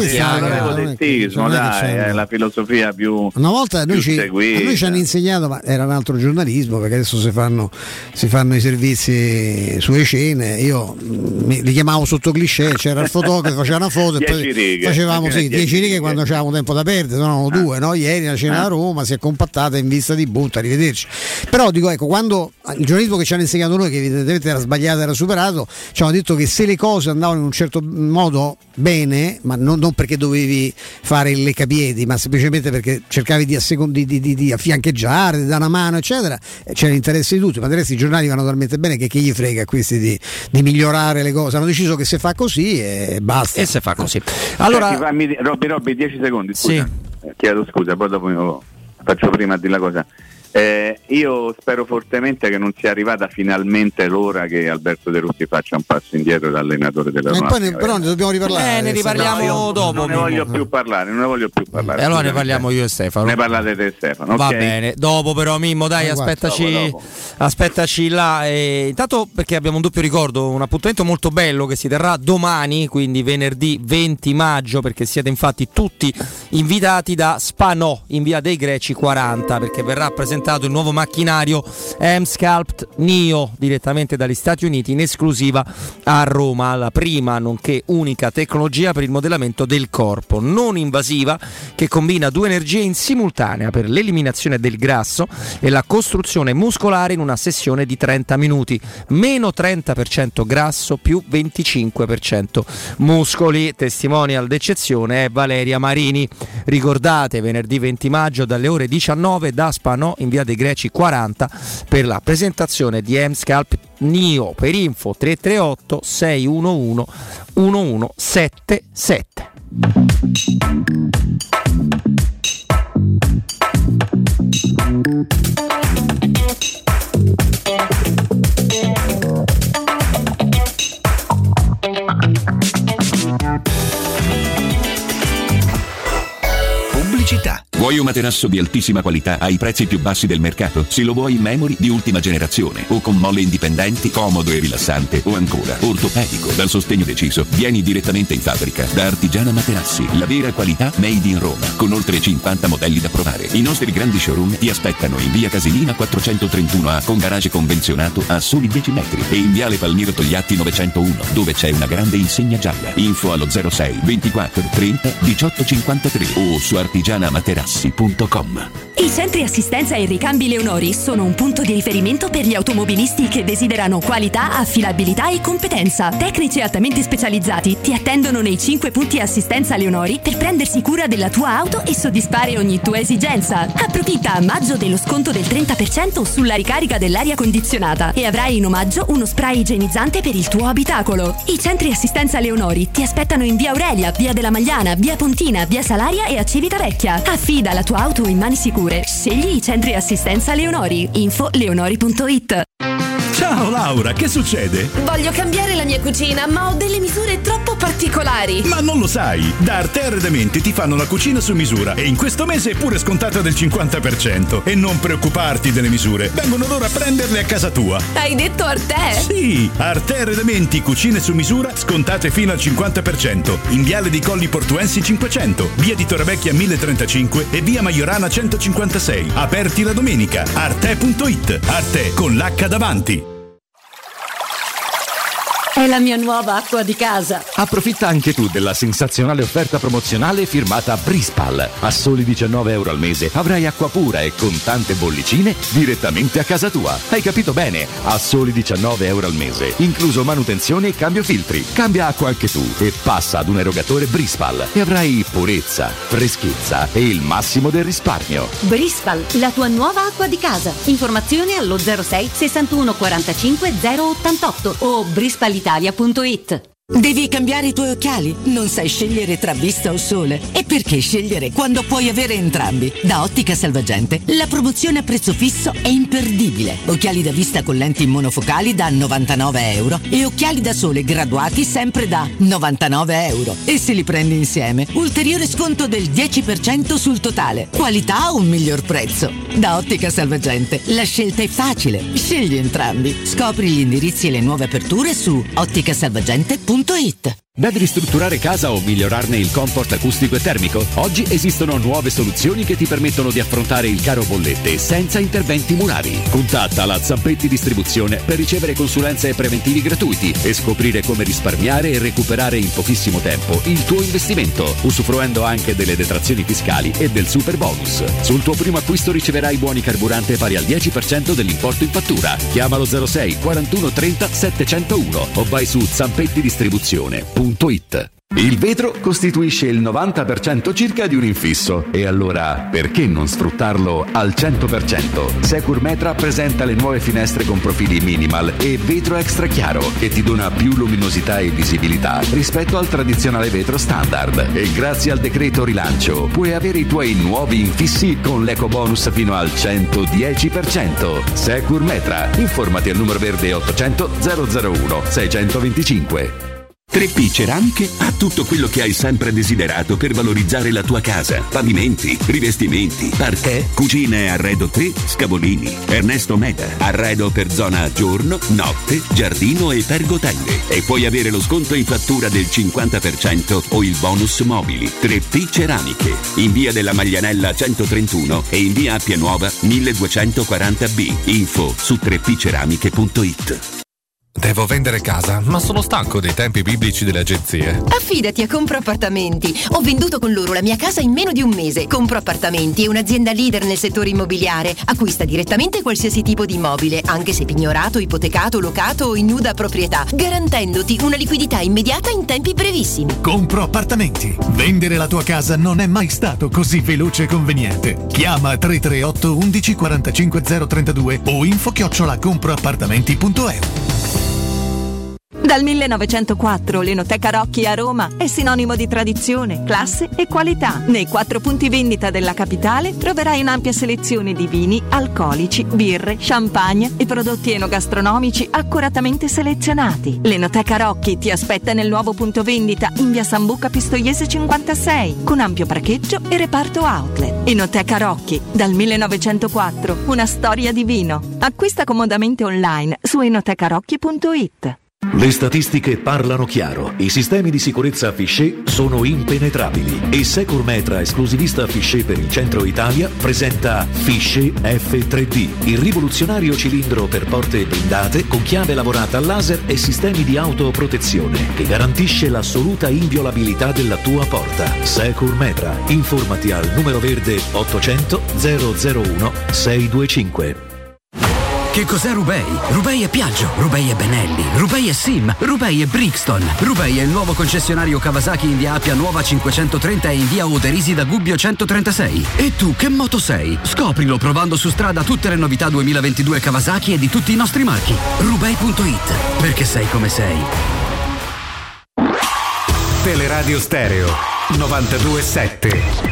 eh. dettismo, dai, è la filosofia più una volta noi più ci, a noi ci hanno insegnato, ma era un altro giornalismo, perché adesso si fanno, si fanno i servizi sulle cene, io mi, li chiamavo sotto cliché, c'era il fotografo, faceva una foto e poi righe, facevamo sì, dieci righe quando c'avevamo tempo da perdere, sono ah. due, no? Ieri la cena ah. a Roma si è compattata in vista di Butta, arrivederci. Però dico, ecco, quando il giornalismo che ci hanno insegnato noi, che evidentemente era sbagliato, era superato, ci hanno detto che se le cose andavano in un certo modo bene, ma non, non perché dovevi fare il leccapiedi, ma semplicemente perché cercavi di, assecond- di, di, di, di affiancheggiare, di dare una mano, eccetera, c'era l'interesse di tutti, ma adesso i giornali vanno talmente bene che chi gli frega a questi di, di migliorare le cose. Hanno deciso che se fa così e basta. E se fa così. Allora, Senti, fammi, Robby, Robby, dieci secondi, scusa. Sì. Eh, chiedo scusa, poi dopo io faccio prima a dire la cosa. Eh, io spero fortemente che non sia arrivata finalmente l'ora che Alberto De Rossi faccia un passo indietro da allenatore della Roma. Poi ne, però ne dobbiamo riparlare. Eh, ne riparliamo no, dopo. Non ne voglio più parlare, non ne voglio più parlare. E allora ne parliamo io e Stefano. Ne parlate te e Stefano. Va okay? bene, dopo però Mimmo, dai, eh, aspettaci, dopo, dopo. aspettaci là. E intanto perché abbiamo un doppio ricordo, un appuntamento molto bello che si terrà domani, quindi venerdì venti maggio, perché siete infatti tutti invitati da Spanò in via dei Greci quaranta, perché verrà presentato il nuovo macchinario M-Sculpt Neo direttamente dagli Stati Uniti in esclusiva a Roma, la prima nonché unica tecnologia per il modellamento del corpo non invasiva che combina due energie in simultanea per l'eliminazione del grasso e la costruzione muscolare in una sessione di trenta minuti, meno trenta per cento grasso più venticinque per cento muscoli. Testimonial d'eccezione è Valeria Marini. Ricordate, venerdì venti maggio dalle ore diciannove da Spanò in via dei Greci quaranta per la presentazione di M-Sculpt Neo. Per info tre tre otto sei uno uno uno uno sette sette. Pubblicità. Vuoi un materasso di altissima qualità ai prezzi più bassi del mercato? Se lo vuoi in memory di ultima generazione o con molle indipendenti, comodo e rilassante, o ancora ortopedico dal sostegno deciso, vieni direttamente in fabbrica da Artigiana Materassi, la vera qualità made in Roma, con oltre cinquanta modelli da provare. I nostri grandi showroom ti aspettano in via Casilina quattrocentotrentuno A con garage convenzionato a soli dieci metri e in viale Palmiro Togliatti novecentouno, dove c'è una grande insegna gialla. Info allo zero sei ventiquattro trenta diciotto cinquantatré o su artigianamaterassi punto com. I centri assistenza e ricambi Leonori sono un punto di riferimento per gli automobilisti che desiderano qualità, affidabilità e competenza. Tecnici altamente specializzati ti attendono nei cinque punti assistenza Leonori per prendersi cura della tua auto e soddisfare ogni tua esigenza. Approfitta a maggio dello sconto del trenta per cento sulla ricarica dell'aria condizionata e avrai in omaggio uno spray igienizzante per il tuo abitacolo. I centri assistenza Leonori ti aspettano in via Aurelia, via della Magliana, via Pontina, via Salaria e a Civitavecchia. Affida la tua auto in mani sicure. Scegli i centri assistenza Leonori. Info leonori punto it. Ciao Laura, che succede? Voglio cambiare la mia cucina, ma ho delle misure troppo particolari. Ma non lo sai, da Arte Arredamenti ti fanno la cucina su misura e in questo mese è pure scontata del cinquanta per cento. E non preoccuparti delle misure, vengono loro a prenderle a casa tua. Hai detto Arte? Sì, Arte Arredamenti, cucine su misura, scontate fino al cinquanta per cento. In viale di Colli Portuensi cinquecento, via di Torrevecchia mille trentacinque e via Maiorana centocinquantasei. Aperti la domenica. Arte punto it. Arte con l'H davanti. È la mia nuova acqua di casa. Approfitta anche tu della sensazionale offerta promozionale firmata Brispal. A soli diciannove euro al mese avrai acqua pura e con tante bollicine direttamente a casa tua. Hai capito bene? A soli diciannove euro al mese, incluso manutenzione e cambio filtri. Cambia acqua anche tu e passa ad un erogatore Brispal e avrai purezza, freschezza e il massimo del risparmio. Brispal, la tua nuova acqua di casa. Informazioni allo zero sei sessantuno quarantacinque zero ottantotto o brispalitalia punto it. Devi cambiare i tuoi occhiali? Non sai scegliere tra vista o sole? E perché scegliere quando puoi avere entrambi? Da Ottica Salvagente la promozione a prezzo fisso è imperdibile. Occhiali da vista con lenti monofocali da novantanove euro e occhiali da sole graduati sempre da novantanove euro. E se li prendi insieme, ulteriore sconto del dieci per cento sul totale. Qualità o un miglior prezzo? Da Ottica Salvagente la scelta è facile. Scegli entrambi. Scopri gli indirizzi e le nuove aperture su otticasalvagente punto it. Devi ristrutturare casa o migliorarne il comfort acustico e termico? Oggi esistono nuove soluzioni che ti permettono di affrontare il caro bollette senza interventi murari. Contatta la Zampetti Distribuzione per ricevere consulenze e preventivi gratuiti e scoprire come risparmiare e recuperare in pochissimo tempo il tuo investimento, usufruendo anche delle detrazioni fiscali e del super bonus. Sul tuo primo acquisto riceverai buoni carburante pari al dieci per cento dell'importo in fattura. Chiamalo zero sei quarantuno trenta settecentouno o vai su zampetti distribuzione punto it. Il vetro costituisce il novanta per cento circa di un infisso e allora perché non sfruttarlo al cento per cento? Securmetra presenta le nuove finestre con profili minimal e vetro extra chiaro che ti dona più luminosità e visibilità rispetto al tradizionale vetro standard e grazie al decreto rilancio puoi avere i tuoi nuovi infissi con l'ecobonus fino al centodieci per cento. Securmetra, informati al numero verde ottocento zero zero uno seicentoventicinque. tre P Ceramiche ha tutto quello che hai sempre desiderato per valorizzare la tua casa. Pavimenti, rivestimenti, parquet, cucina e arredo tre, Scavolini. Ernesto Meda, arredo per zona giorno, notte, giardino e pergotelle. E puoi avere lo sconto in fattura del cinquanta per cento o il bonus mobili. tre P Ceramiche, in via della Maglianella centotrentuno e in via Appia Nuova milleduecentoquaranta B. Info su tre p ceramiche punto it. Devo vendere casa, ma sono stanco dei tempi biblici delle agenzie. Affidati a Compro Appartamenti. Ho venduto con loro la mia casa in meno di un mese. Compro Appartamenti è un'azienda leader nel settore immobiliare. Acquista direttamente qualsiasi tipo di immobile, anche se pignorato, ipotecato, locato o in nuda proprietà, garantendoti una liquidità immediata in tempi brevissimi. Compro Appartamenti. Vendere la tua casa non è mai stato così veloce e conveniente. Chiama tre tre otto undici quarantacinque zero trentadue o info chiocciola comproappartamenti punto e u. Dal millenovecentoquattro l'Enoteca Rocchi a Roma è sinonimo di tradizione, classe e qualità. Nei quattro punti vendita della capitale troverai un'ampia selezione di vini, alcolici, birre, champagne e prodotti enogastronomici accuratamente selezionati. L'Enoteca Rocchi ti aspetta nel nuovo punto vendita in via Sambuca Pistoiese cinquantasei con ampio parcheggio e reparto outlet. Enoteca Rocchi, dal millenovecentoquattro, una storia di vino. Acquista comodamente online su enotecarocchi punto it. Le statistiche parlano chiaro. I sistemi di sicurezza Fichet sono impenetrabili e Securmetra, esclusivista Fichet per il centro Italia, presenta Fichet F tre D, il rivoluzionario cilindro per porte blindate con chiave lavorata a laser e sistemi di autoprotezione che garantisce l'assoluta inviolabilità della tua porta. Securmetra. Informati al numero verde ottocento zero zero uno seicentoventicinque. Che cos'è Rubei? Rubei è Piaggio, Rubei è Benelli, Rubei è Sim, Rubei è Brixton. Rubei è il nuovo concessionario Kawasaki in via Appia Nuova cinquecentotrenta e in via Oderisi da Gubbio centotrentasei. E tu che moto sei? Scoprilo provando su strada tutte le novità duemilaventidue Kawasaki e di tutti i nostri marchi. Rubei punto it, perché sei come sei. Teleradio Stereo novantadue sette.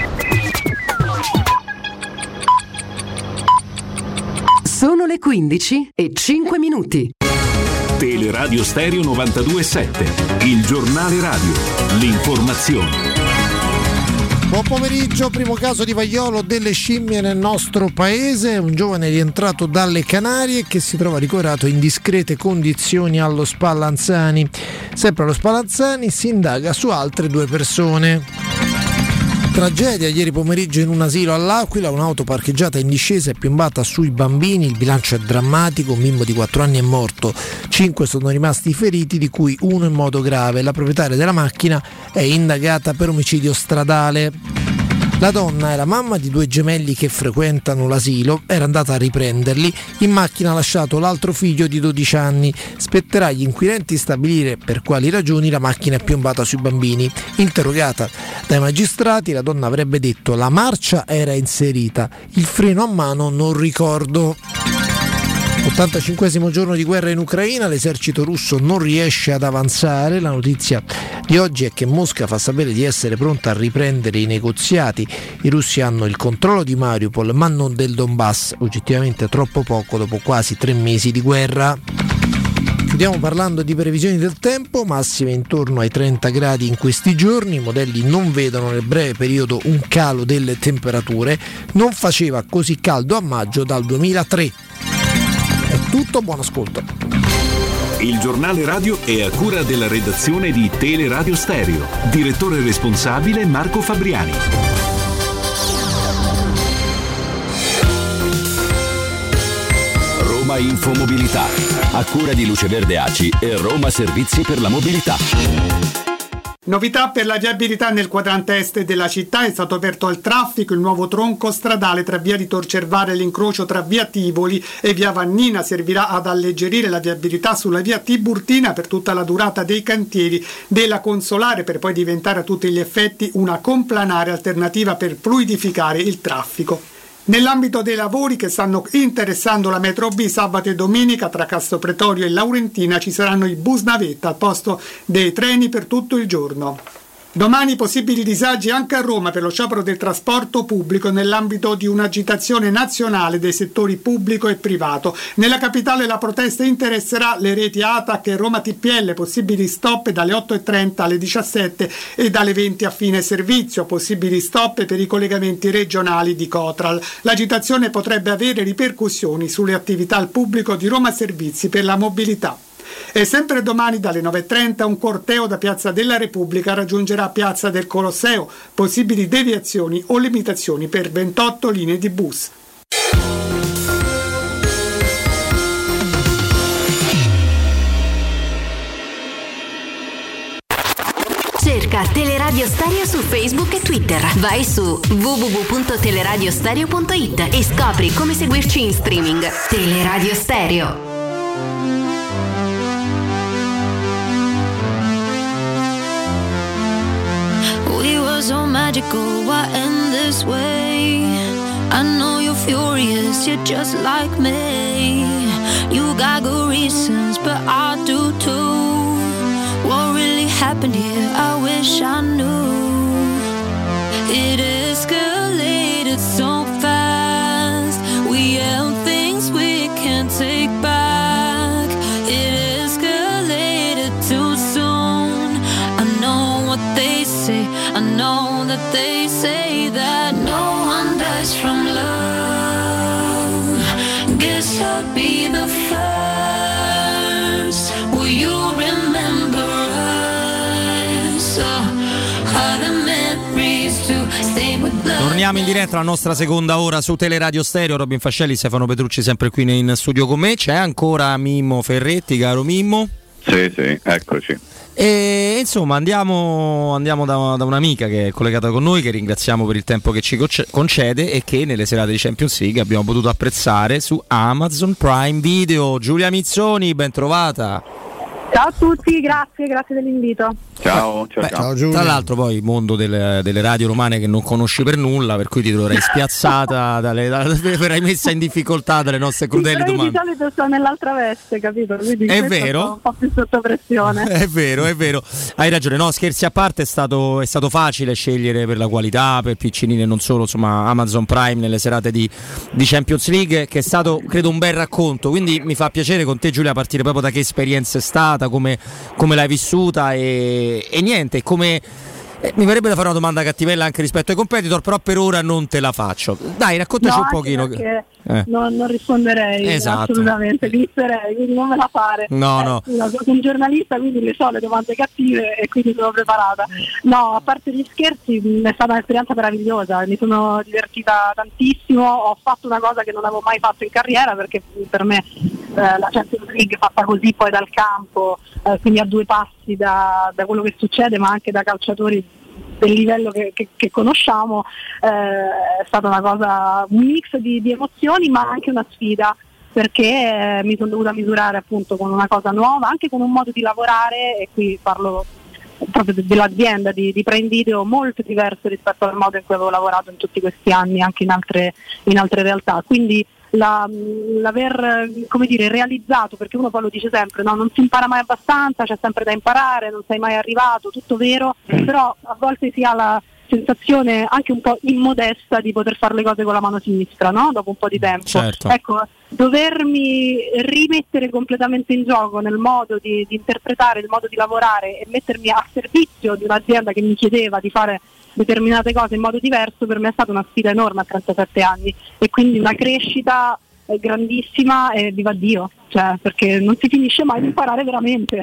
Sono le quindici e cinque minuti. Teleradio Stereo novantadue sette, il giornale radio, l'informazione. Buon pomeriggio, primo caso di vaiolo delle scimmie nel nostro paese, un giovane rientrato dalle Canarie che si trova ricoverato in discrete condizioni allo Spallanzani. Sempre allo Spallanzani si indaga su altre due persone. Tragedia ieri pomeriggio in un asilo all'Aquila, un'auto parcheggiata in discesa è piombata sui bambini, il bilancio è drammatico, un bimbo di quattro anni è morto, cinque sono rimasti feriti, di cui uno in modo grave. La proprietaria della macchina è indagata per omicidio stradale. La donna era mamma di due gemelli che frequentano l'asilo, era andata a riprenderli, in macchina ha lasciato l'altro figlio di dodici anni. Spetterà agli inquirenti stabilire per quali ragioni la macchina è piombata sui bambini. Interrogata dai magistrati, la donna avrebbe detto: la marcia era inserita, il freno a mano non ricordo. ottantacinquesimo giorno di guerra in Ucraina, l'esercito russo non riesce ad avanzare. La notizia di oggi è che Mosca fa sapere di essere pronta a riprendere i negoziati. I russi hanno il controllo di Mariupol ma non del Donbass, oggettivamente troppo poco dopo quasi tre mesi di guerra. Chiudiamo parlando di previsioni del tempo, massime intorno ai trenta gradi in questi giorni, i modelli non vedono nel breve periodo un calo delle temperature, non faceva così caldo a maggio dal duemilatré. È tutto, buon ascolto. Il giornale radio è a cura della redazione di Teleradio Stereo. Direttore responsabile Marco Fabriani. Roma Infomobilità, a cura di Luce Verde A C I e Roma Servizi per la Mobilità. Novità per la viabilità nel quadrante est della città: è stato aperto al traffico il nuovo tronco stradale tra via di Tor Cervare e l'incrocio tra via Tivoli e via Vannina. Servirà ad alleggerire la viabilità sulla via Tiburtina per tutta la durata dei cantieri della Consolare, per poi diventare a tutti gli effetti una complanare alternativa per fluidificare il traffico. Nell'ambito dei lavori che stanno interessando la metro B, sabato e domenica tra Castropretorio e Laurentina ci saranno i bus navetta al posto dei treni per tutto il giorno. Domani possibili disagi anche a Roma per lo sciopero del trasporto pubblico nell'ambito di un'agitazione nazionale dei settori pubblico e privato. Nella capitale la protesta interesserà le reti A T A C e Roma T P L, possibili stop dalle otto e trenta alle diciassette e dalle venti a fine servizio, possibili stop per i collegamenti regionali di Cotral. L'agitazione potrebbe avere ripercussioni sulle attività al pubblico di Roma Servizi per la mobilità. E sempre domani dalle nove e trenta un corteo da Piazza della Repubblica raggiungerà Piazza del Colosseo, possibili deviazioni o limitazioni per ventotto linee di bus. Cerca Teleradio Stereo su Facebook e Twitter. Vai su w w w punto teleradiostereo punto it e scopri come seguirci in streaming. Teleradio Stereo. We were so magical, why end this way? I know you're furious, you're just like me. You got good reasons, but I do too. What really happened here? I wish I knew. It escalated so fast. We held things we can't take back. It escalated too soon. I know what they say. I know that they say that no one dies from love. Guess I'll be the first. Will you remember us? Oh, how the memories to stay with love. Torniamo in diretta alla nostra seconda ora su Teleradio Stereo. Robin Fascelli, Stefano Petrucci sempre qui in studio con me. C'è ancora Mimmo Ferretti, caro Mimmo. Sì, sì, eccoci. E insomma andiamo, andiamo da, da un'amica che è collegata con noi, che ringraziamo per il tempo che ci concede e che nelle serate di Champions League abbiamo potuto apprezzare su Amazon Prime Video. Giulia Mizzoni, ben trovata. Ciao a tutti, grazie, grazie dell'invito. Ciao, ciao, Beh, ciao. Tra l'altro poi il mondo delle, delle radio romane che non conosci per nulla, per cui ti troverai spiazzata, dalle, da, verrai messa in difficoltà dalle nostre crudeli sì, domande. Di solito sto nell'altra veste, capito? Quindi è vero? Un po' più sotto pressione. È vero, è vero. Hai ragione, no, scherzi a parte, è stato, è stato facile scegliere per la qualità, per piccinini e non solo, insomma, Amazon Prime nelle serate di, di Champions League, che è stato, credo, un bel racconto. Quindi mi fa piacere con te, Giulia, partire proprio da che esperienza è stata, come, come l'hai vissuta e, e niente, come... Eh, mi verrebbe da fare una domanda cattivella anche rispetto ai competitor, però per ora non te la faccio. Dai, raccontaci no, un pochino. Perché Eh. non, non risponderei, Esatto. assolutamente, glisserei, quindi non me la fare. No, eh, no. Scusa, sono un giornalista, quindi le so le domande cattive e quindi sono preparata. No, a parte gli scherzi, mh, è stata un'esperienza meravigliosa, mi sono divertita tantissimo, ho fatto una cosa che non avevo mai fatto in carriera, perché per me eh, la Champions League fatta così poi dal campo, eh, quindi a due passi da, da quello che succede, ma anche da calciatori del livello che, che, che conosciamo, eh, è stata una cosa, un mix di, di emozioni, ma anche una sfida, perché eh, mi sono dovuta misurare appunto con una cosa nuova, anche con un modo di lavorare, e qui parlo proprio de- dell'azienda di, di Prime Video, molto diverso rispetto al modo in cui avevo lavorato in tutti questi anni anche in altre, in altre realtà, quindi La, l'aver, come dire, realizzato, perché uno poi lo dice sempre, no? Non si impara mai abbastanza, c'è sempre da imparare, non sei mai arrivato, tutto vero, però a volte si ha la sensazione anche un po' immodesta di poter fare le cose con la mano sinistra, no? Dopo un po' di tempo. Certo. Ecco, dovermi rimettere completamente in gioco nel modo di, di interpretare, il modo di lavorare e mettermi a servizio di un'azienda che mi chiedeva di fare determinate cose in modo diverso, per me è stata una sfida enorme a trentasette anni, e quindi una crescita eh, grandissima, e viva Dio, cioè, perché non si finisce mai di imparare veramente.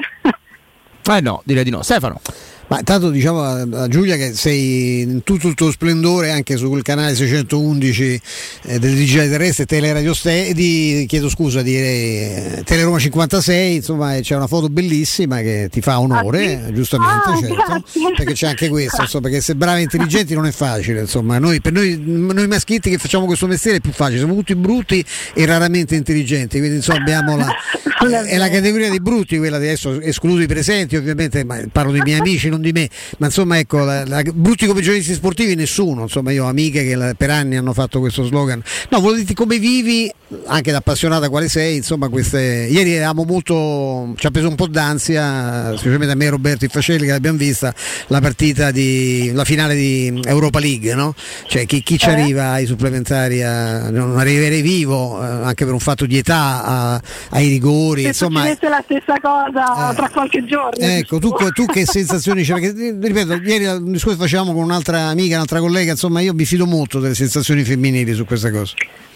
Eh no, direi di no. Stefano. Ma intanto diciamo a, a Giulia che sei in tutto il tuo splendore anche su quel canale seicentoundici eh, del digitale terrestre Teleradio Ste- di chiedo scusa di eh, Teleroma cinquantasei, insomma c'è una foto bellissima che ti fa onore, ah, giustamente, ah, certo, grazie. Perché c'è anche questo, insomma, perché essere bravi e intelligenti non è facile, insomma, noi, per noi, noi maschietti che facciamo questo mestiere è più facile, siamo tutti brutti e raramente intelligenti, quindi insomma abbiamo la è la categoria dei brutti, quella di adesso, escluso i presenti ovviamente, ma parlo dei miei amici, non di me, ma insomma ecco, la, la, brutti come giornalisti sportivi nessuno, insomma io ho amiche che la, per anni hanno fatto questo slogan. No, volevo dirti come vivi, anche da appassionata quale sei, insomma queste, ieri eravamo molto, ci ha preso un po' d'ansia, specialmente a me e Roberto Iffacelli che l'abbiamo vista, la partita di, la finale di Europa League, no? Cioè chi, chi ci eh? arriva ai supplementari a non arriverei vivo, eh, anche per un fatto di età, a, ai rigori. Se insomma, succedesse la stessa cosa eh, tra qualche giorno. Ecco, tu, tu che sensazioni c'è? Perché, ripeto, ieri un discorso facevamo con un'altra amica, un'altra collega, insomma io mi fido molto delle sensazioni femminili su questa cosa.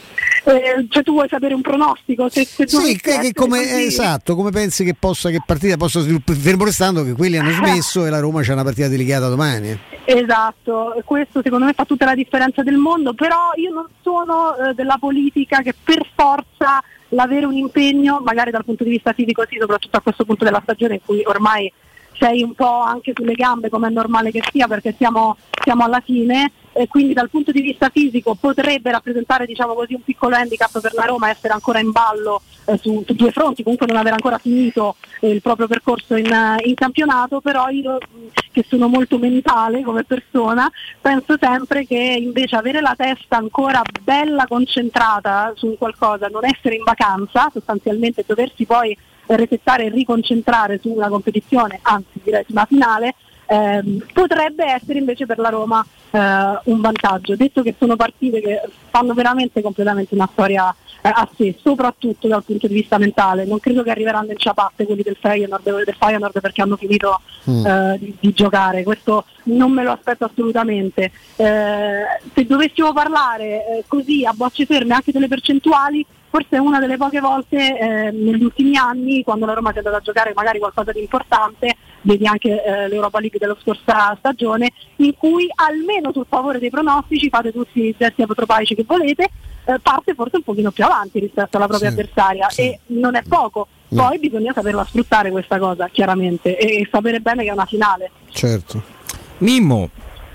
Eh, cioè tu vuoi sapere un pronostico? Se, se sì, che, che come, così... esatto, come pensi che possa, che partita possa sviluppare, fermo restando che quelli hanno smesso e la Roma c'è una partita delicata domani. Esatto, questo secondo me fa tutta la differenza del mondo, però io non sono eh, della politica che per forza l'avere un impegno, magari dal punto di vista fisico sì, soprattutto a questo punto della stagione in cui ormai sei un po' anche sulle gambe, come è normale che sia, perché siamo, siamo alla fine, e quindi dal punto di vista fisico potrebbe rappresentare, diciamo così, un piccolo handicap per la Roma, essere ancora in ballo eh, su, su due fronti, comunque non aver ancora finito eh, il proprio percorso in, in campionato, però io che sono molto mentale come persona penso sempre che invece avere la testa ancora bella concentrata su qualcosa, non essere in vacanza sostanzialmente, doversi poi resettare e riconcentrare su una competizione, anzi direi su una finale, ehm, potrebbe essere invece per la Roma eh, un vantaggio, detto che sono partite che fanno veramente completamente una storia eh, a sé, soprattutto dal punto di vista mentale. Non credo che arriveranno in ciabatte quelli del Feyenoord, del Feyenoord perché hanno finito mm. eh, di, di giocare, questo non me lo aspetto assolutamente. Eh, se dovessimo parlare eh, così a bocce ferme anche delle percentuali, forse è una delle poche volte eh, negli ultimi anni, quando la Roma si è andata a giocare magari qualcosa di importante, vedi anche eh, l'Europa League della scorsa stagione, in cui almeno sul favore dei pronostici fate tutti i gesti apotropaici che volete, eh, parte forse un pochino più avanti rispetto alla propria sì, avversaria sì. E non è poco, no. Poi bisogna saperla sfruttare questa cosa chiaramente e, e sapere bene che è una finale. Certo. Mimmo.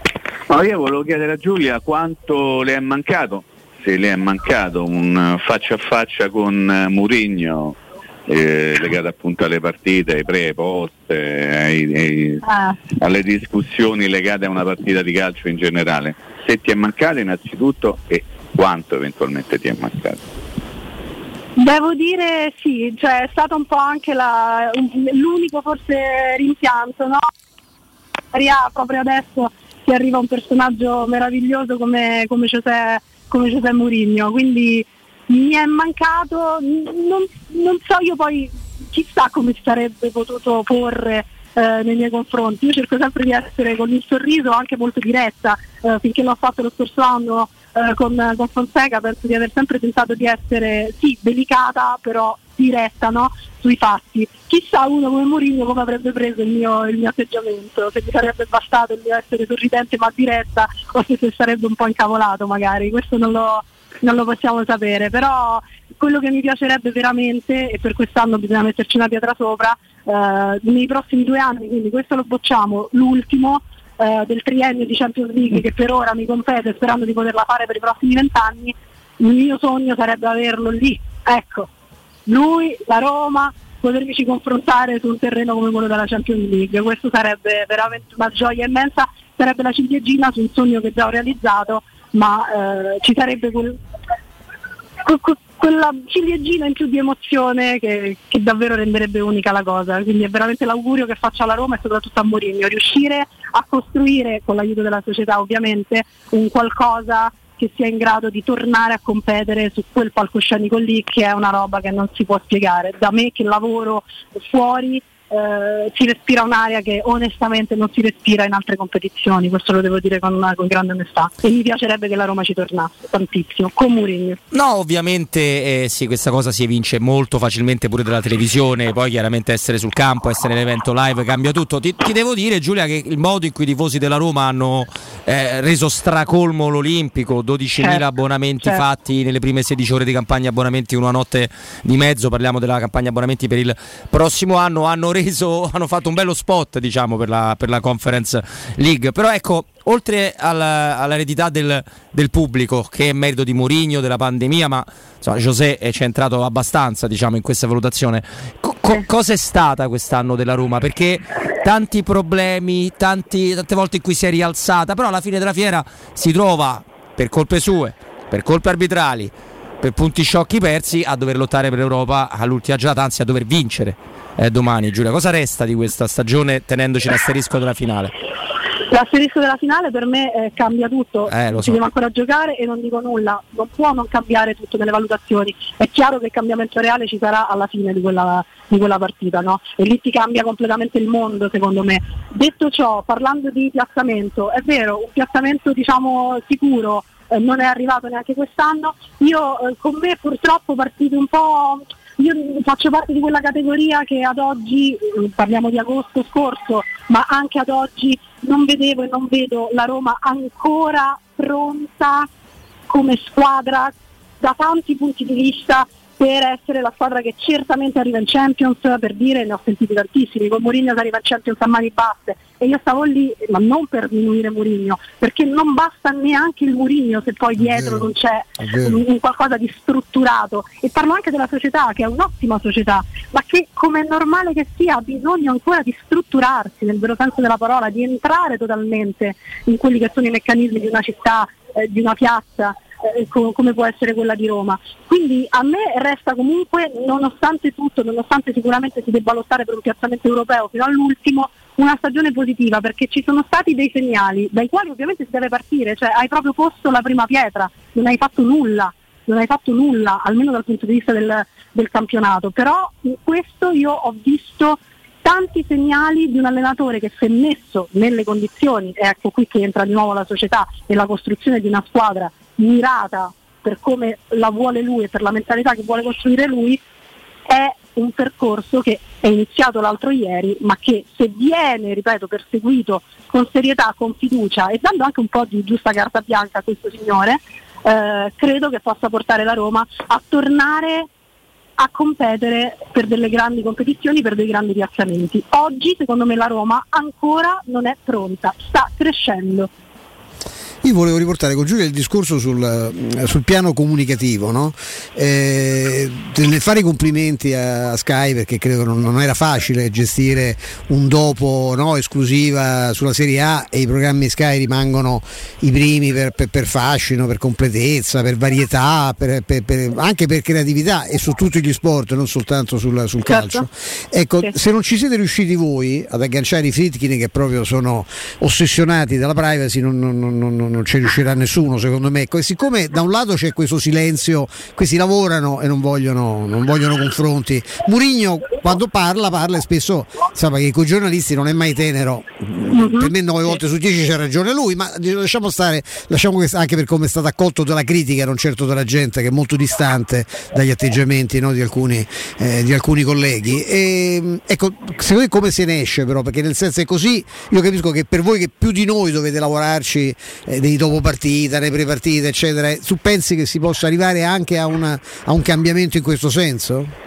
No, io volevo chiedere a Giulia quanto le è mancato, se le è mancato un faccia a faccia con Mourinho eh, legato appunto alle partite, ai pre, post, eh, ai, ai, ah. alle discussioni legate a una partita di calcio in generale. Se ti è mancato innanzitutto e quanto eventualmente ti è mancato? Devo dire sì, cioè è stato un po' anche la, l'unico forse rimpianto, no? Proprio adesso che arriva un personaggio meraviglioso come, come José come José Mourinho, quindi mi è mancato, non, non so io poi chissà come si sarebbe potuto porre eh, eh, nei miei confronti. Io cerco sempre di essere con il sorriso anche molto diretta, eh, finché l'ho fatto lo scorso anno eh, con, con Fonseca, penso di aver sempre tentato di essere sì delicata però diretta, no? Sui fatti. Chissà uno come Mourinho come avrebbe preso il mio, il mio atteggiamento, se mi sarebbe bastato il mio essere sorridente ma diretta o se si sarebbe un po' incavolato magari, questo non lo, non lo possiamo sapere, però quello che mi piacerebbe veramente, e per quest'anno bisogna metterci una pietra sopra, eh, nei prossimi due anni, quindi questo lo bocciamo, l'ultimo eh, del triennio di Champions League che per ora mi compete sperando di poterla fare per i prossimi vent'anni, il mio sogno sarebbe averlo lì, ecco, lui, la Roma, potermici confrontare su un terreno come quello della Champions League, questo sarebbe veramente una gioia immensa, sarebbe la ciliegina su un sogno che già ho realizzato, ma eh, ci sarebbe quel, quel, quella ciliegina in più di emozione che, che davvero renderebbe unica la cosa, quindi è veramente l'augurio che faccio alla Roma e soprattutto a Mourinho, riuscire a costruire, con l'aiuto della società ovviamente, un qualcosa che sia in grado di tornare a competere su quel palcoscenico lì, che è una roba che non si può spiegare. Da me che lavoro fuori eh, si respira un'aria che onestamente non si respira in altre competizioni, questo lo devo dire con, con grande onestà, e mi piacerebbe che la Roma ci tornasse tantissimo, con Mourinho. No, ovviamente eh, sì, questa cosa si evince molto facilmente pure dalla televisione, poi chiaramente essere sul campo, essere nell'evento live cambia tutto. Ti, ti devo dire, Giulia, che il modo in cui i tifosi della Roma hanno eh, reso stracolmo l'Olimpico, dodicimila certo, abbonamenti certo. fatti nelle prime sedici ore di campagna abbonamenti, una notte di mezzo, parliamo della campagna abbonamenti per il prossimo anno, hanno reso, hanno fatto un bello spot, diciamo, per la, per la Conference League. Però ecco, oltre alla, all'eredità del, del pubblico, che è merito di Mourinho, della pandemia, ma insomma José è centrato abbastanza, diciamo, in questa valutazione, co- co- cosa è stata quest'anno della Roma? Perché tanti problemi, tanti, tante volte in cui si è rialzata, però alla fine della fiera si trova, per colpe sue, per colpe arbitrali, per punti sciocchi persi, a dover lottare per l'Europa all'ultima giornata, anzi a dover vincere eh, domani. Giulia, cosa resta di questa stagione tenendoci l'asterisco della finale? L'asterisco della finale per me eh, cambia tutto, eh, lo so. Ci devo ancora giocare e non dico nulla, non può non cambiare tutto nelle valutazioni, è chiaro che il cambiamento reale ci sarà alla fine di quella, di quella partita, no? E lì ti cambia completamente il mondo, secondo me. Detto ciò, parlando di piazzamento, è vero, un piazzamento diciamo sicuro eh, non è arrivato neanche quest'anno, io eh, con me purtroppo partite un po'. Io faccio parte di quella categoria che ad oggi, parliamo di agosto scorso, ma anche ad oggi non vedevo e non vedo la Roma ancora pronta come squadra da tanti punti di vista per essere la squadra che certamente arriva in Champions, per dire, ne ho sentiti tantissimi, con Mourinho che arriva in Champions a mani basse, e io stavo lì, ma non per diminuire Mourinho, perché non basta neanche il Mourinho se poi dietro non c'è un, un qualcosa di strutturato, e parlo anche della società, che è un'ottima società, ma che, come è normale che sia, ha bisogno ancora di strutturarsi nel vero senso della parola, di entrare totalmente in quelli che sono i meccanismi di una città, eh, di una piazza, Eh, co- come può essere quella di Roma. Quindi a me resta comunque, nonostante tutto, nonostante sicuramente si debba lottare per un piazzamento europeo fino all'ultimo, una stagione positiva, perché ci sono stati dei segnali dai quali ovviamente si deve partire, cioè hai proprio posto la prima pietra, non hai fatto nulla, non hai fatto nulla, almeno dal punto di vista del, del campionato, però in questo io ho visto tanti segnali di un allenatore che, se messo nelle condizioni, e ecco qui che entra di nuovo la società e la costruzione di una squadra mirata per come la vuole lui e per la mentalità che vuole costruire lui, è un percorso che è iniziato l'altro ieri, ma che, se viene, ripeto, perseguito con serietà, con fiducia e dando anche un po' di giusta carta bianca a questo signore, eh, credo che possa portare la Roma a tornare a competere per delle grandi competizioni, per dei grandi piazzamenti. Oggi secondo me la Roma ancora non è pronta, sta crescendo. Io volevo riportare con Giulia il discorso sul, sul piano comunicativo, no? Eh, nel fare i complimenti a Sky, perché credo non, non era facile gestire un dopo, no, esclusiva sulla Serie A, e i programmi Sky rimangono i primi per, per, per fascino, per completezza, per varietà, per, per, per, anche per creatività, e su tutti gli sport, non soltanto sul, sul calcio. Ecco, sì. Se non ci siete riusciti voi ad agganciare i Friedkin, che proprio sono ossessionati dalla privacy, non, non, non, non non, non ci riuscirà nessuno secondo me. E siccome da un lato c'è questo silenzio, questi lavorano e non vogliono, non vogliono confronti. Mourinho quando parla parla e spesso sa che con i giornalisti non è mai tenero, mm-hmm. per me nove volte su dieci c'ha ragione lui, ma lasciamo stare, lasciamo che, anche per come è stato accolto dalla critica, non certo dalla gente che è molto distante dagli atteggiamenti, no, di alcuni eh, di alcuni colleghi. E, ecco, secondo me come se ne esce però, perché nel senso è così, io capisco che per voi che più di noi dovete lavorarci eh, nei dopo partita, nei pre-partite eccetera, tu pensi che si possa arrivare anche a, una, a un cambiamento in questo senso?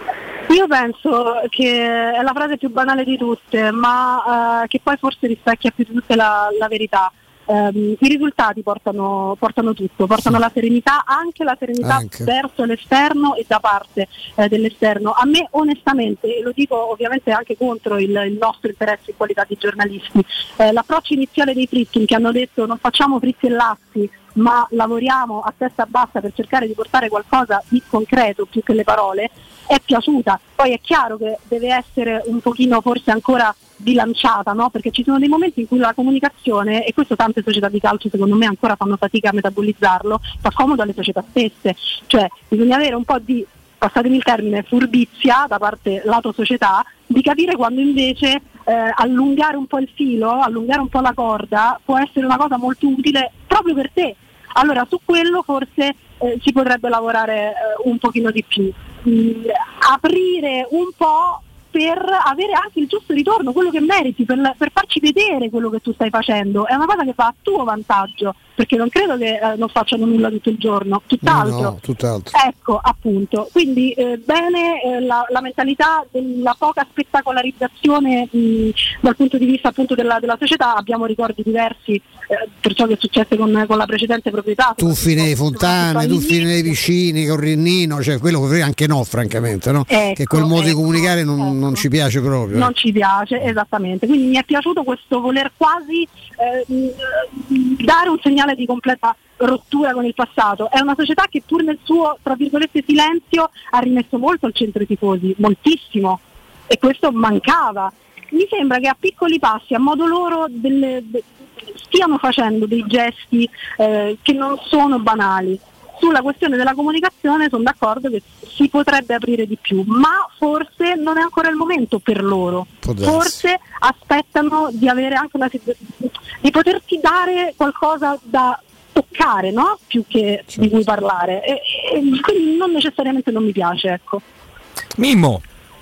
Io penso che è la frase più banale di tutte, ma eh, che poi forse rispecchia più di tutte la, la verità. Um, I risultati portano, portano tutto, portano la serenità, anche la serenità anche. verso l'esterno e da parte eh, dell'esterno. A me onestamente, e lo dico ovviamente anche contro il, il nostro interesse in qualità di giornalisti, eh, l'approccio iniziale dei Fritti che hanno detto non facciamo fritti e lassi, ma lavoriamo a testa bassa per cercare di portare qualcosa di concreto più che le parole, è piaciuta. Poi è chiaro che deve essere un pochino forse ancora bilanciata, no? Perché ci sono dei momenti in cui la comunicazione, e questo tante società di calcio secondo me ancora fanno fatica a metabolizzarlo, fa comodo alle società stesse, cioè bisogna avere un po' di, passatemi il termine, furbizia da parte lato società, di capire quando invece eh, allungare un po' il filo, allungare un po' la corda può essere una cosa molto utile proprio per te. Allora su quello forse eh, si potrebbe lavorare eh, un pochino di più, mm, aprire un po' per avere anche il giusto ritorno, quello che meriti, per, per farci vedere quello che tu stai facendo. È una cosa che va a tuo vantaggio, perché non credo che eh, non facciano nulla tutto il giorno, tutt'altro. No, no, tutt'altro. Ecco, appunto. Quindi eh, bene eh, la, la mentalità della poca spettacolarizzazione mh, dal punto di vista appunto della, della società. Abbiamo ricordi diversi eh, per ciò che è successo con, con la precedente proprietà. Tuffi nelle fontane, tuffi nei vicini, con Rinnino, cioè quello che anche no, francamente, no? Ecco, che quel modo ecco, di comunicare non, ecco. non ci piace proprio. Non ci piace, esattamente. Quindi mi è piaciuto questo voler quasi eh, dare un segnale di completa rottura con il passato. È una società che pur nel suo, tra virgolette, silenzio ha rimesso molto al centro i tifosi, moltissimo, e questo mancava. Mi sembra che a piccoli passi, a modo loro, delle, de, stiano facendo dei gesti eh, che non sono banali. Sulla questione della comunicazione sono d'accordo che si potrebbe aprire di più, ma forse non è ancora il momento per loro. Forse aspettano di avere anche una di poterti dare qualcosa da toccare, no? Più che certo. di cui parlare. E, e quindi non necessariamente non mi piace, ecco. Mimmo.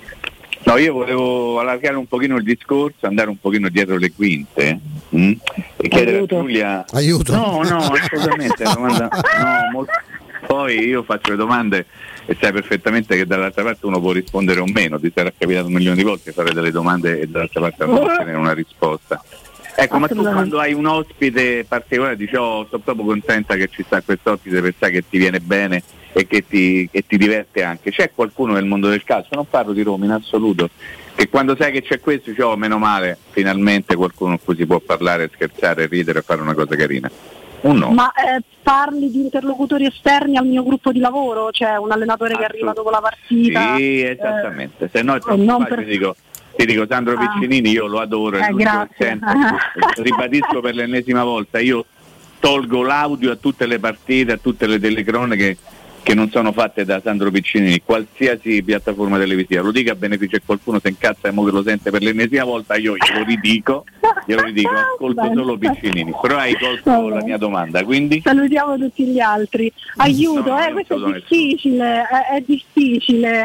No, io volevo allargare un pochino il discorso, andare un pochino dietro le quinte mh? e chiedere Aiuto. a Giulia. Aiuto. No, no, assolutamente. domanda... no, molto... Poi io faccio le domande e sai perfettamente che dall'altra parte uno può rispondere o meno, ti sarà capitato un milione di volte fare delle domande e dall'altra parte non ottenere una risposta. Ecco, ma tu quando hai un ospite particolare dici oh, sono proprio contenta che ci sta questo ospite per sai che ti viene bene e che ti, che ti diverte anche. C'è qualcuno nel mondo del calcio, non parlo di Roma in assoluto, che quando sai che c'è questo dici oh meno male, finalmente qualcuno con cui si può parlare, scherzare, ridere e fare una cosa carina? Un no. Ma eh, parli di interlocutori esterni al mio gruppo di lavoro? Cioè un allenatore che arriva dopo la partita? Sì, esattamente. Eh, Se no è troppo non facile, per... dico, ti dico Sandro ah. Piccinini, io lo adoro, eh, grazie. Ribadisco per l'ennesima volta, io tolgo l'audio a tutte le partite, a tutte le telecronache che non sono fatte da Sandro Piccinini, qualsiasi piattaforma televisiva. Lo dica a beneficio e qualcuno si incazza e mo che lo sente per l'ennesima volta, io glielo ridico, glielo ridico, ascolto Bene. solo Piccinini. Però hai colto la mia domanda, quindi salutiamo tutti gli altri. Aiuto, no, eh, questo è difficile, è, è difficile.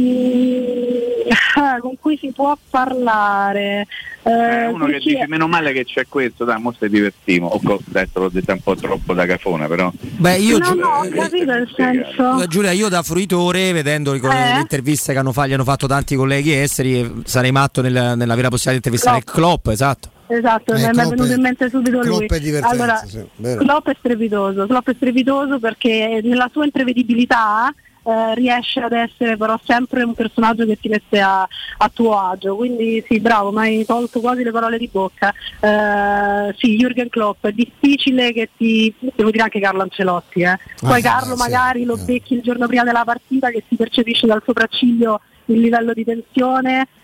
Mm, con cui si può parlare. Eh, eh, uno che dice meno male che c'è questo, dai, mo se divertimo. Ho detto, l'ho detto un po' troppo da cafona, però. Beh, io no, no, ho capito il senso. Giulia, io da fruitore, vedendo le, eh? le interviste che hanno fatto, gli hanno fatto tanti colleghi esteri, sarei matto nel, nella vera possibilità di intervistare Klopp, esatto. Esatto, eh, mi è venuto in mente subito Klopp lui. È divertente, allora, sì, Klopp è strepitoso, Klopp è strepitoso perché nella sua imprevedibilità eh, riesce ad essere però sempre un personaggio che ti mette a, a tuo agio, quindi sì, bravo, mi hai tolto quasi le parole di bocca. Eh, sì, Jürgen Klopp, è difficile che ti, devo dire anche Carlo Ancelotti, eh. Poi ah, Carlo sì, magari sì. lo becchi il giorno prima della partita che si percepisce dal sopracciglio il livello di tensione.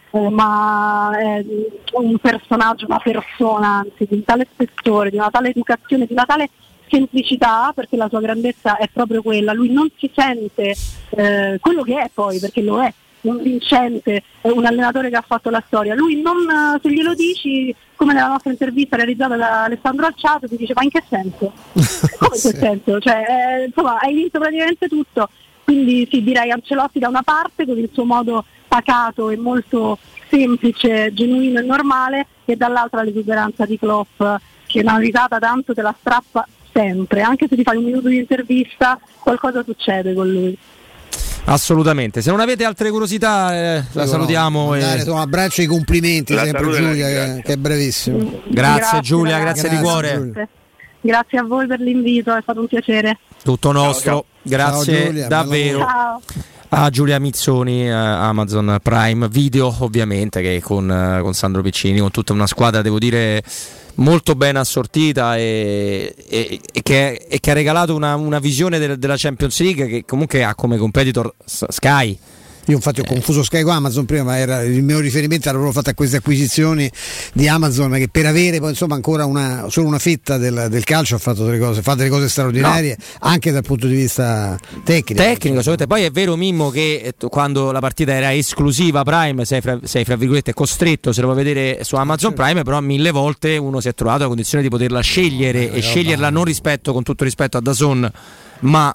eh, ma è un personaggio, una persona anzi di un tale spessore, di una tale educazione, di una tale semplicità, perché la sua grandezza è proprio quella. Lui non si sente eh, quello che è poi, perché lo è, un vincente, un allenatore che ha fatto la storia. Lui non, se glielo dici, come nella nostra intervista realizzata da Alessandro Alciato, ti dice: ma in che senso? Come in che senso? Cioè, eh, insomma, hai vinto praticamente tutto. Quindi sì, direi Ancelotti da una parte con il suo modo pacato e molto semplice, genuino e normale, e dall'altra l'esuberanza di Klopp, che una risata tanto te la strappa sempre, anche se ti fai un minuto di intervista qualcosa succede con lui. Assolutamente. Se non avete altre curiosità, eh, la salutiamo. Dare, e... un abbraccio e i complimenti La sempre Giulia, che, che è brevissimo. Grazie, Grazie Giulia, ragazzi. grazie, di cuore. Grazie. Grazie a voi per l'invito, è stato un piacere. Tutto nostro, ciao. grazie Ciao, Giulia, davvero. Ciao. A Giulia Mizzoni, eh, Amazon Prime Video, ovviamente, che con, eh, con Sandro Piccini, con tutta una squadra, devo dire, molto ben assortita e, e, e, che, e che ha regalato una, una visione del, della Champions League che comunque ha come competitor Sky. Io infatti ho confuso Sky con Amazon prima, ma era il mio riferimento era proprio fatto a queste acquisizioni di Amazon, che per avere poi insomma ancora una, solo una fetta del, del calcio ha fatto delle cose, fa delle cose straordinarie, no, anche dal punto di vista tecnico. Tecnico, cioè, poi è vero, Mimmo, che quando la partita era esclusiva Prime sei fra, sei fra virgolette costretto, se lo vuoi vedere su Amazon Prime, però mille volte uno si è trovato la condizione di poterla scegliere, eh, e sceglierla non rispetto, con tutto rispetto a DAZN, ma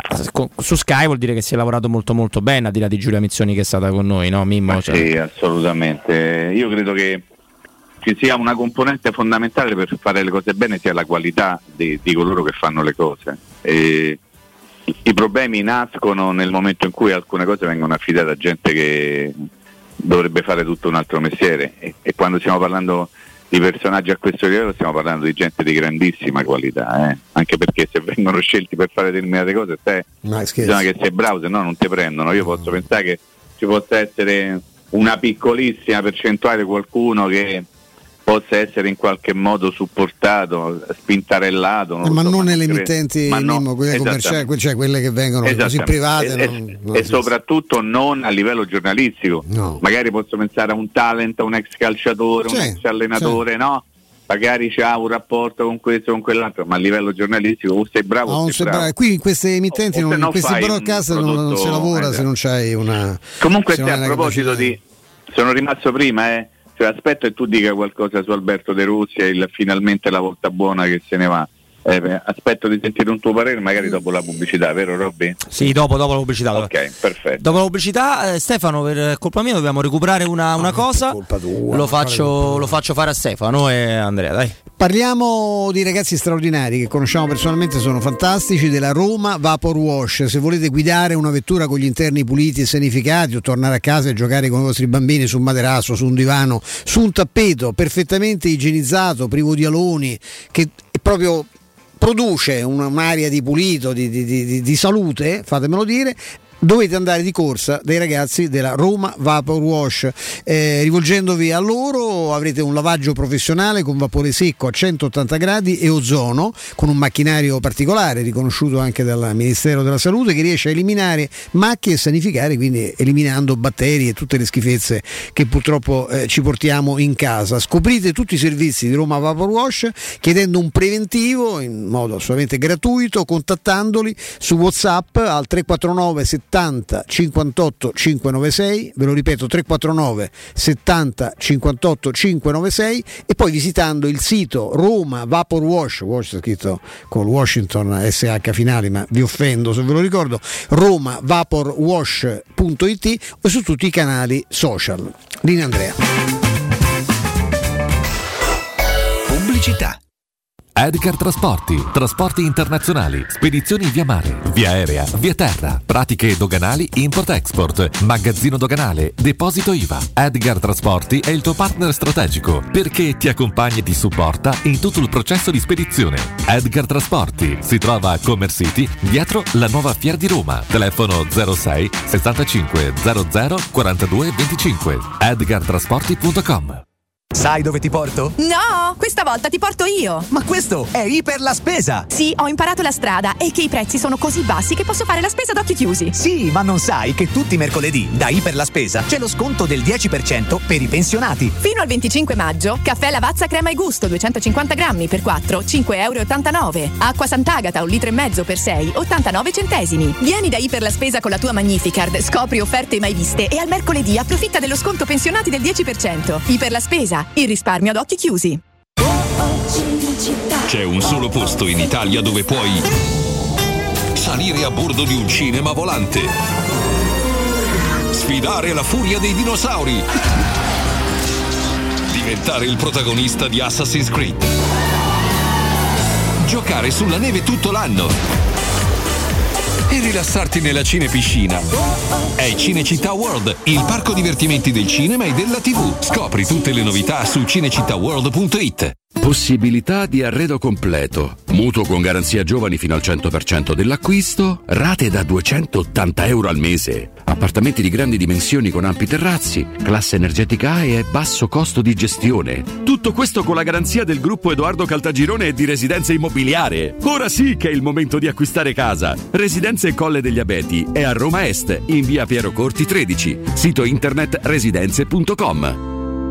su Sky vuol dire che si è lavorato molto molto bene, al di là di Giulia Mizzoni che è stata con noi, no Mimmo? Cioè... Sì, assolutamente. Io credo che ci sia una componente fondamentale per fare le cose bene, sia la qualità di, di coloro che fanno le cose. E i problemi nascono nel momento in cui alcune cose vengono affidate a gente che dovrebbe fare tutto un altro mestiere, e, e quando stiamo parlando di personaggi a questo livello stiamo parlando di gente di grandissima qualità, eh? Anche perché se vengono scelti per fare determinate cose te bisogna che sei bravo, se no non ti prendono. Io posso pensare che ci possa essere una piccolissima percentuale, qualcuno che possa essere in qualche modo supportato, spintarellato, non eh, ma so, non ma nelle non emittenti, ma no, Mimmo, quelle commerciali, cioè quelle che vengono così private, e, non, e, non e soprattutto non a livello giornalistico. No. Magari posso pensare a un talent, a un ex calciatore, C'è, un ex allenatore, c'è. no? Magari c'ha un rapporto con questo o con quell'altro, ma a livello giornalistico o sei bravo no, o sei sei bravo. bravo. Qui in queste emittenti, O- o non, se no in questi fai un broadcast non, non si prodotto, lavora eh, se non c'hai una. Comunque se se non a hai una proposito capacità. di sono rimasto prima, eh cioè aspetto che tu dica qualcosa su Alberto De Rossi e il finalmente la volta buona che se ne va. Eh, aspetto di sentire un tuo parere magari dopo la pubblicità, vero Robby? Sì, dopo, dopo la pubblicità. Ok, perfetto. Dopo la pubblicità, eh, Stefano, per colpa mia dobbiamo recuperare una, una cosa. Colpa tua, lo, faccio, lo faccio fare a Stefano e Andrea, dai. Parliamo di ragazzi straordinari che conosciamo personalmente, sono fantastici, della Roma Vapor Wash. Se volete guidare una vettura con gli interni puliti e sanificati, o tornare a casa e giocare con i vostri bambini su un materasso, su un divano, su un tappeto perfettamente igienizzato, privo di aloni, che è proprio produce un'area di pulito, di, di, di, di salute, fatemelo dire, dovete andare di corsa dai ragazzi della Roma Vapor Wash. Eh, rivolgendovi a loro avrete un lavaggio professionale con vapore secco a centottanta gradi e ozono, con un macchinario particolare riconosciuto anche dal Ministero della Salute, che riesce a eliminare macchie e sanificare, quindi eliminando batteri e tutte le schifezze che purtroppo eh, ci portiamo in casa. Scoprite tutti i servizi di Roma Vapor Wash chiedendo un preventivo in modo assolutamente gratuito, contattandoli su WhatsApp al tre quattro nove settanta cinquantotto cinquecentonovantasei, ve lo ripeto, tre quattro nove settanta cinquantotto cinquecentonovantasei, e poi visitando il sito Roma Vapor Wash, Wash scritto con Washington S H finale, ma vi offendo se ve lo ricordo, roma vapor wash punto it, o su tutti i canali social. Linea Andrea. Pubblicità. Edgar Trasporti, trasporti internazionali, spedizioni via mare, via aerea, via terra, pratiche doganali, import-export, magazzino doganale, deposito I V A. Edgar Trasporti è il tuo partner strategico perché ti accompagna e ti supporta in tutto il processo di spedizione. Edgar Trasporti si trova a Commerce City, dietro la nuova Fiera di Roma. Telefono zero sei sessantacinque zero zero quarantadue venticinque. edgar trasporti punto com. Sai dove ti porto? No, questa volta ti porto io. Ma questo è Iper la Spesa! Sì, ho imparato la strada e che i prezzi sono così bassi che posso fare la spesa ad occhi chiusi. Sì, ma non sai che tutti i mercoledì da Iper la Spesa c'è lo sconto del dieci per cento per i pensionati. Fino al venticinque maggio, caffè Lavazza crema e gusto duecentocinquanta grammi per quattro, cinque virgola ottantanove euro. Acqua Sant'Agata un litro e mezzo per sei, ottantanove centesimi. Vieni da Iper la Spesa con la tua Magnificard, scopri offerte mai viste e al mercoledì approfitta dello sconto pensionati del dieci per cento. Iper la Spesa, il risparmio ad occhi chiusi. C'è un solo posto in Italia dove puoi salire a bordo di un cinema volante, sfidare la furia dei dinosauri, diventare il protagonista di Assassin's Creed, giocare sulla neve tutto l'anno e rilassarti nella cinepiscina. È Cinecittà World, il parco divertimenti del cinema e della tivù. Scopri tutte le novità su cinecittà world punto it. Possibilità di arredo completo, mutuo con garanzia giovani fino al cento per cento dell'acquisto, rate da duecentottanta euro al mese, appartamenti di grandi dimensioni con ampi terrazzi, classe energetica A e basso costo di gestione. Tutto questo con la garanzia del gruppo Edoardo Caltagirone e di Residenza Immobiliare. Ora sì che è il momento di acquistare casa. Residenze Colle degli Abeti è a Roma Est, in via Piero Corti tredici, sito internet residenze punto com.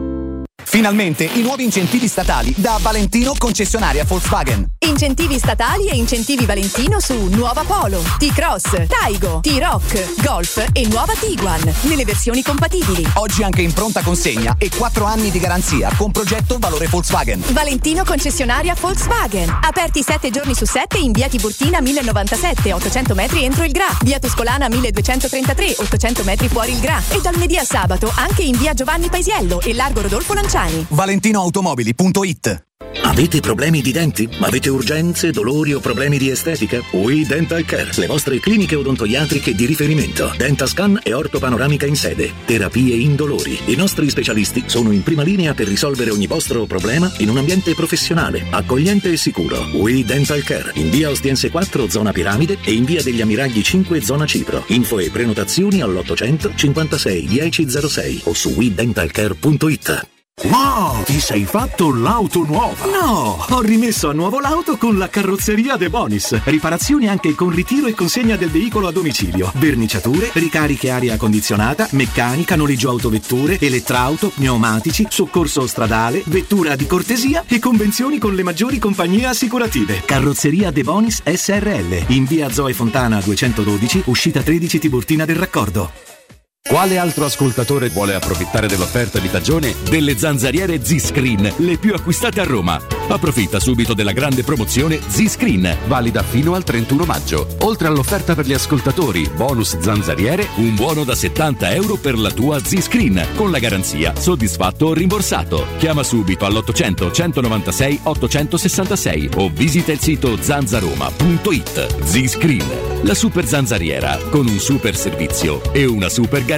Finalmente i nuovi incentivi statali da Valentino concessionaria Volkswagen. Incentivi statali e incentivi Valentino su nuova Polo, T-Cross, Taigo, T-Rock, Golf e nuova Tiguan nelle versioni compatibili. Oggi anche in pronta consegna e quattro anni di garanzia con progetto valore Volkswagen. Valentino concessionaria Volkswagen. Aperti sette giorni su sette in via Tiburtina mille novantasette, ottocento metri entro il Gra. Via Tuscolana milleduecentotrentatré, ottocento metri fuori il Gra. E dal lunedì al sabato anche in via Giovanni Paisiello e largo Rodolfo Lanciani. valentinoautomobili punto it. Avete problemi di denti? Avete urgenze, dolori o problemi di estetica? We Dental Care, le vostre cliniche odontoiatriche di riferimento. Dentascan e ortopanoramica in sede. Terapie indolori. I nostri specialisti sono in prima linea per risolvere ogni vostro problema in un ambiente professionale, accogliente e sicuro. We Dental Care, in via Ostiense quattro, zona Piramide, e in via degli Ammiragli cinque, zona Cipro. Info e prenotazioni all'ottocento cinquantasei dieci zero sei o su we dental care punto it. Wow, ti sei fatto l'auto nuova? No, ho rimesso a nuovo l'auto con la carrozzeria De Bonis. Riparazioni anche con ritiro e consegna del veicolo a domicilio. Verniciature, ricariche aria condizionata, meccanica, noleggio autovetture, elettrauto, pneumatici, soccorso stradale, vettura di cortesia e convenzioni con le maggiori compagnie assicurative. Carrozzeria De Bonis S R L, in via Zoe Fontana duecentododici, uscita tredici Tiburtina del Raccordo. Quale altro ascoltatore vuole approfittare dell'offerta di stagione delle zanzariere Z-Screen, le più acquistate a Roma? Approfitta subito della grande promozione Z-Screen, valida fino al trentuno maggio. Oltre all'offerta per gli ascoltatori, bonus zanzariere, un buono da settanta euro per la tua Z-Screen, con la garanzia soddisfatto o rimborsato. Chiama subito all'ottocento centonovantasei ottocentosessantasei o visita il sito zanzaroma punto it. Z-Screen, la super zanzariera, con un super servizio e una super garanzia.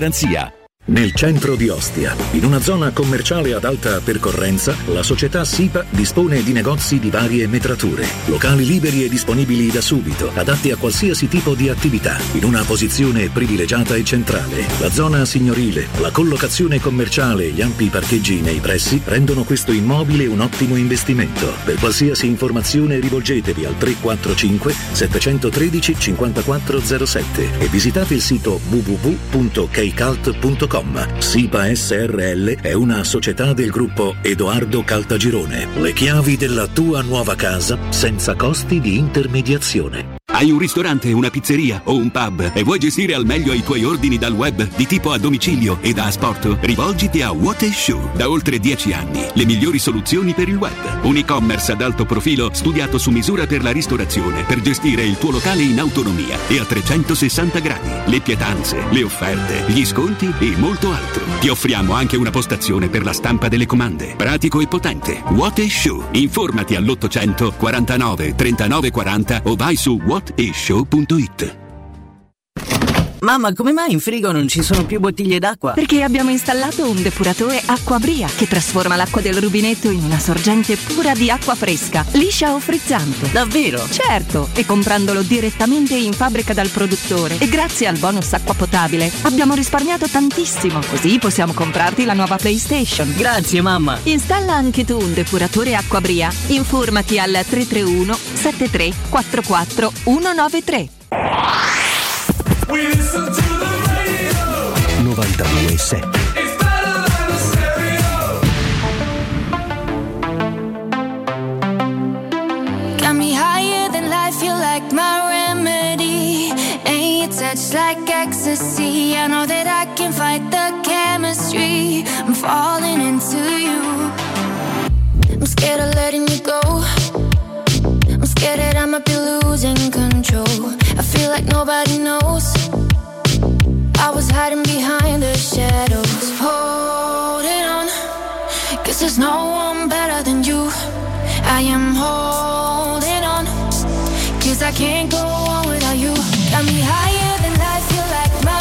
Nel centro di Ostia, in una zona commerciale ad alta percorrenza, la società SIPA dispone di negozi di varie metrature, locali liberi e disponibili da subito, adatti a qualsiasi tipo di attività, in una posizione privilegiata e centrale. La zona signorile, la collocazione commerciale e gli ampi parcheggi nei pressi rendono questo immobile un ottimo investimento. Per qualsiasi informazione rivolgetevi al tre quattro cinque sette uno tre cinque zero sette e visitate il sito w w w punto keicalt punto com. SIPA S R L è una società del gruppo Edoardo Caltagirone. Le chiavi della tua nuova casa senza costi di intermediazione. Hai un ristorante, una pizzeria o un pub e vuoi gestire al meglio i tuoi ordini dal web di tipo a domicilio e da asporto? Rivolgiti a What is Shoe. Da oltre dieci anni, le migliori soluzioni per il web. Un e-commerce ad alto profilo studiato su misura per la ristorazione, per gestire il tuo locale in autonomia e a trecentosessanta gradi. Le pietanze, le offerte, gli sconti e molto altro. Ti offriamo anche una postazione per la stampa delle comande. Pratico e potente. What is Shoe. Informati all'ottocento quarantanove trentanove quaranta o vai su what is show punto it. Mamma, come mai in frigo non ci sono più bottiglie d'acqua? Perché abbiamo installato un depuratore Acquabria che trasforma l'acqua del rubinetto in una sorgente pura di acqua fresca, liscia o frizzante. Davvero? Certo, e comprandolo direttamente in fabbrica dal produttore e grazie al bonus acqua potabile abbiamo risparmiato tantissimo, così possiamo comprarti la nuova PlayStation. Grazie mamma. Installa anche tu un depuratore Acquabria. Informati al tre tre uno sette tre quattro quattro uno nove tre. novantadue sette. Got me higher than life, you like my remedy. And your touch like ecstasy. I know that I can fight the chemistry. I'm falling into you. I'm scared of letting you go. I'm scared that I might be losing control. I feel like nobody knows. I was hiding behind the shadows, holding on, 'cause there's no one better than you. I am holding on, 'cause I can't go on without you. Got me higher than life, you like my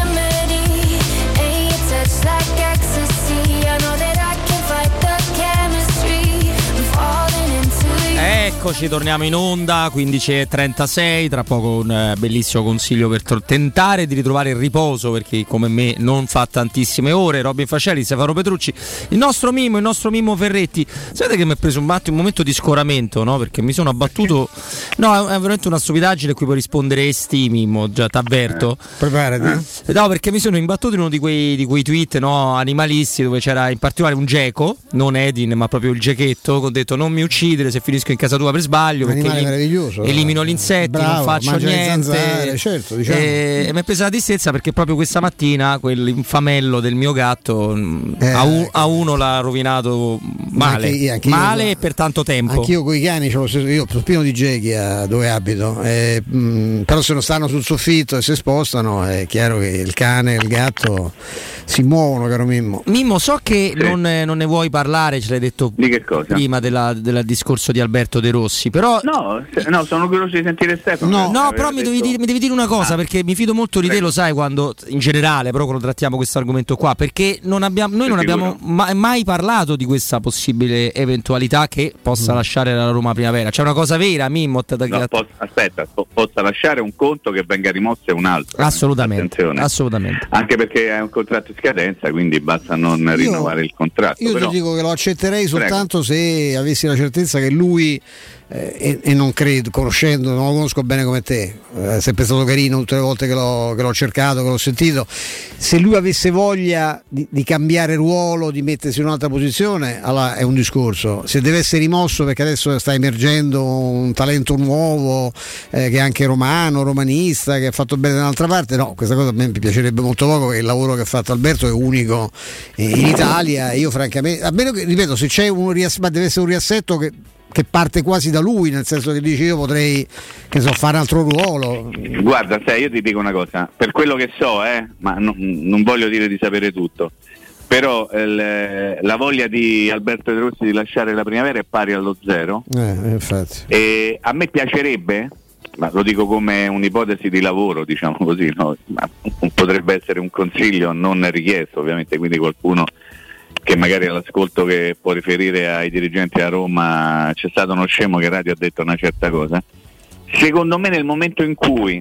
remedy. And your touch like ecstasy. I know that I can fight the chemistry. I'm falling into you. Eccoci, torniamo in onda, quindici e trentasei, tra poco un eh, bellissimo consiglio per tro- tentare di ritrovare il riposo, perché come me non fa tantissime ore. Robin Fascelli, Stefano Petrucci, il nostro Mimmo, il nostro Mimmo Ferretti. Sapete che mi è preso un, attimo, un momento di scoramento, no? Perché mi sono abbattuto, no, è veramente una stupidaggine a cui puoi rispondere esti, Mimmo, già t'avverto. Eh, preparati. Eh, no, perché mi sono imbattuto in uno di quei, di quei tweet, no, animalisti, dove c'era in particolare un geco, non Edin, ma proprio il gechetto, che ho detto non mi uccidere se finisco in casa tua per sbaglio, perché Animale meraviglioso, elimino gli insetti, bravo, non faccio mangia le niente. zanzare, certo, diciamo. E, e mi è presa la tristezza perché proprio questa mattina quell'infamello del mio gatto Eh, a, un, a uno l'ha rovinato male, anche io- anche male io- e per tanto tempo. Anch'io con i cani c'ho lo stesso, io sono pieno di gechi a dove abito, eh, mh, però se non stanno sul soffitto e si spostano è chiaro che il cane e il gatto si muovono, caro Mimmo. Mimmo, so che non, eh, non ne vuoi parlare, ce l'hai detto Di che cosa? prima della- del discorso di Alberto De Rossi, però No, se- no, sono curioso di sentire Stefano. No, no, Aveva però mi devi, detto- dire, mi devi dire una cosa, Ah. perché mi fido molto di te, lo sai, quando in generale, però quando trattiamo questo argomento qua, perché non abbiamo, noi non Sicuro. abbiamo ma- mai parlato di questa possibile eventualità che possa Mm. lasciare la Roma Primavera. C'è una cosa vera, Mimmo? Da- No, pos- aspetta, po- possa lasciare un conto che venga rimosso è un altro. Assolutamente, Attenzione. assolutamente. Anche perché è un contratto in scadenza, quindi basta non rinnovare il contratto. Io però- ti dico che lo accetterei Prego. soltanto se avessi la certezza che lui, eh, e, e non credo, conoscendo, non lo conosco bene come te, è sempre stato carino tutte le volte che l'ho, che l'ho cercato, che l'ho sentito, se lui avesse voglia di, di cambiare ruolo, di mettersi in un'altra posizione, allora è un discorso. Se deve essere rimosso perché adesso sta emergendo un talento nuovo, eh, che è anche romano, romanista, che ha fatto bene da un'altra parte, no, questa cosa a me mi piacerebbe molto poco, che il lavoro che ha fatto Alberto è unico in Italia. Io francamente, a meno che, ripeto, se c'è un riassetto, ma deve essere un riassetto che, che parte quasi da lui, nel senso che dice io potrei, che so, fare un altro ruolo. Guarda, sai, io ti dico una cosa, per quello che so, eh, ma no- non voglio dire di sapere tutto, però eh, la voglia di Alberto De Rossi di lasciare la Primavera è pari allo zero. Eh, infatti. E a me piacerebbe, ma lo dico come un'ipotesi di lavoro, diciamo così, no? Ma potrebbe essere un consiglio non richiesto, ovviamente, quindi qualcuno che magari all'ascolto che può riferire ai dirigenti a Roma, c'è stato uno scemo che radio ha detto una certa cosa. Secondo me nel momento in cui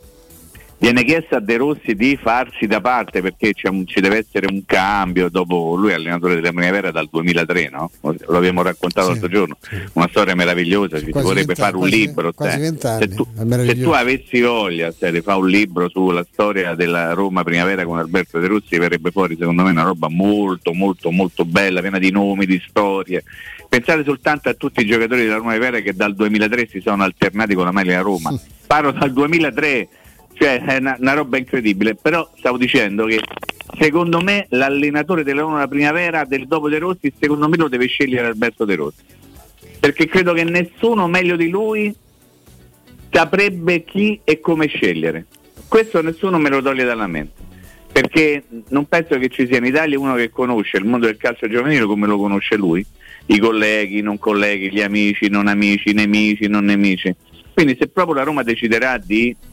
viene chiesto a De Rossi di farsi da parte perché c'è un, ci deve essere un cambio, dopo lui è allenatore della Primavera dal duemilatré, no? Lo abbiamo raccontato Sì, l'altro giorno, una storia meravigliosa, ci Quasi vorrebbe vent'anni, fare un quasi- libro, quasi te. vent'anni, se, tu, è se meraviglioso. tu avessi voglia te, di fare un libro sulla storia della Roma Primavera con Alberto De Rossi, verrebbe fuori secondo me una roba molto molto molto bella, piena di nomi, di storie. Pensate soltanto a tutti i giocatori della Roma Primavera che dal duemilatré si sono alternati con la maglia Roma, parlo dal duemilatré, cioè è una, una roba incredibile. Però stavo dicendo che secondo me l'allenatore della Roma Primavera del dopo De Rossi, secondo me lo deve scegliere Alberto De Rossi, perché credo che nessuno meglio di lui saprebbe chi e come scegliere. Questo nessuno me lo toglie dalla mente, perché non penso che ci sia in Italia uno che conosce il mondo del calcio giovanile come lo conosce lui, i colleghi, i non colleghi, gli amici, non amici, i nemici, non nemici. Quindi se proprio la Roma deciderà di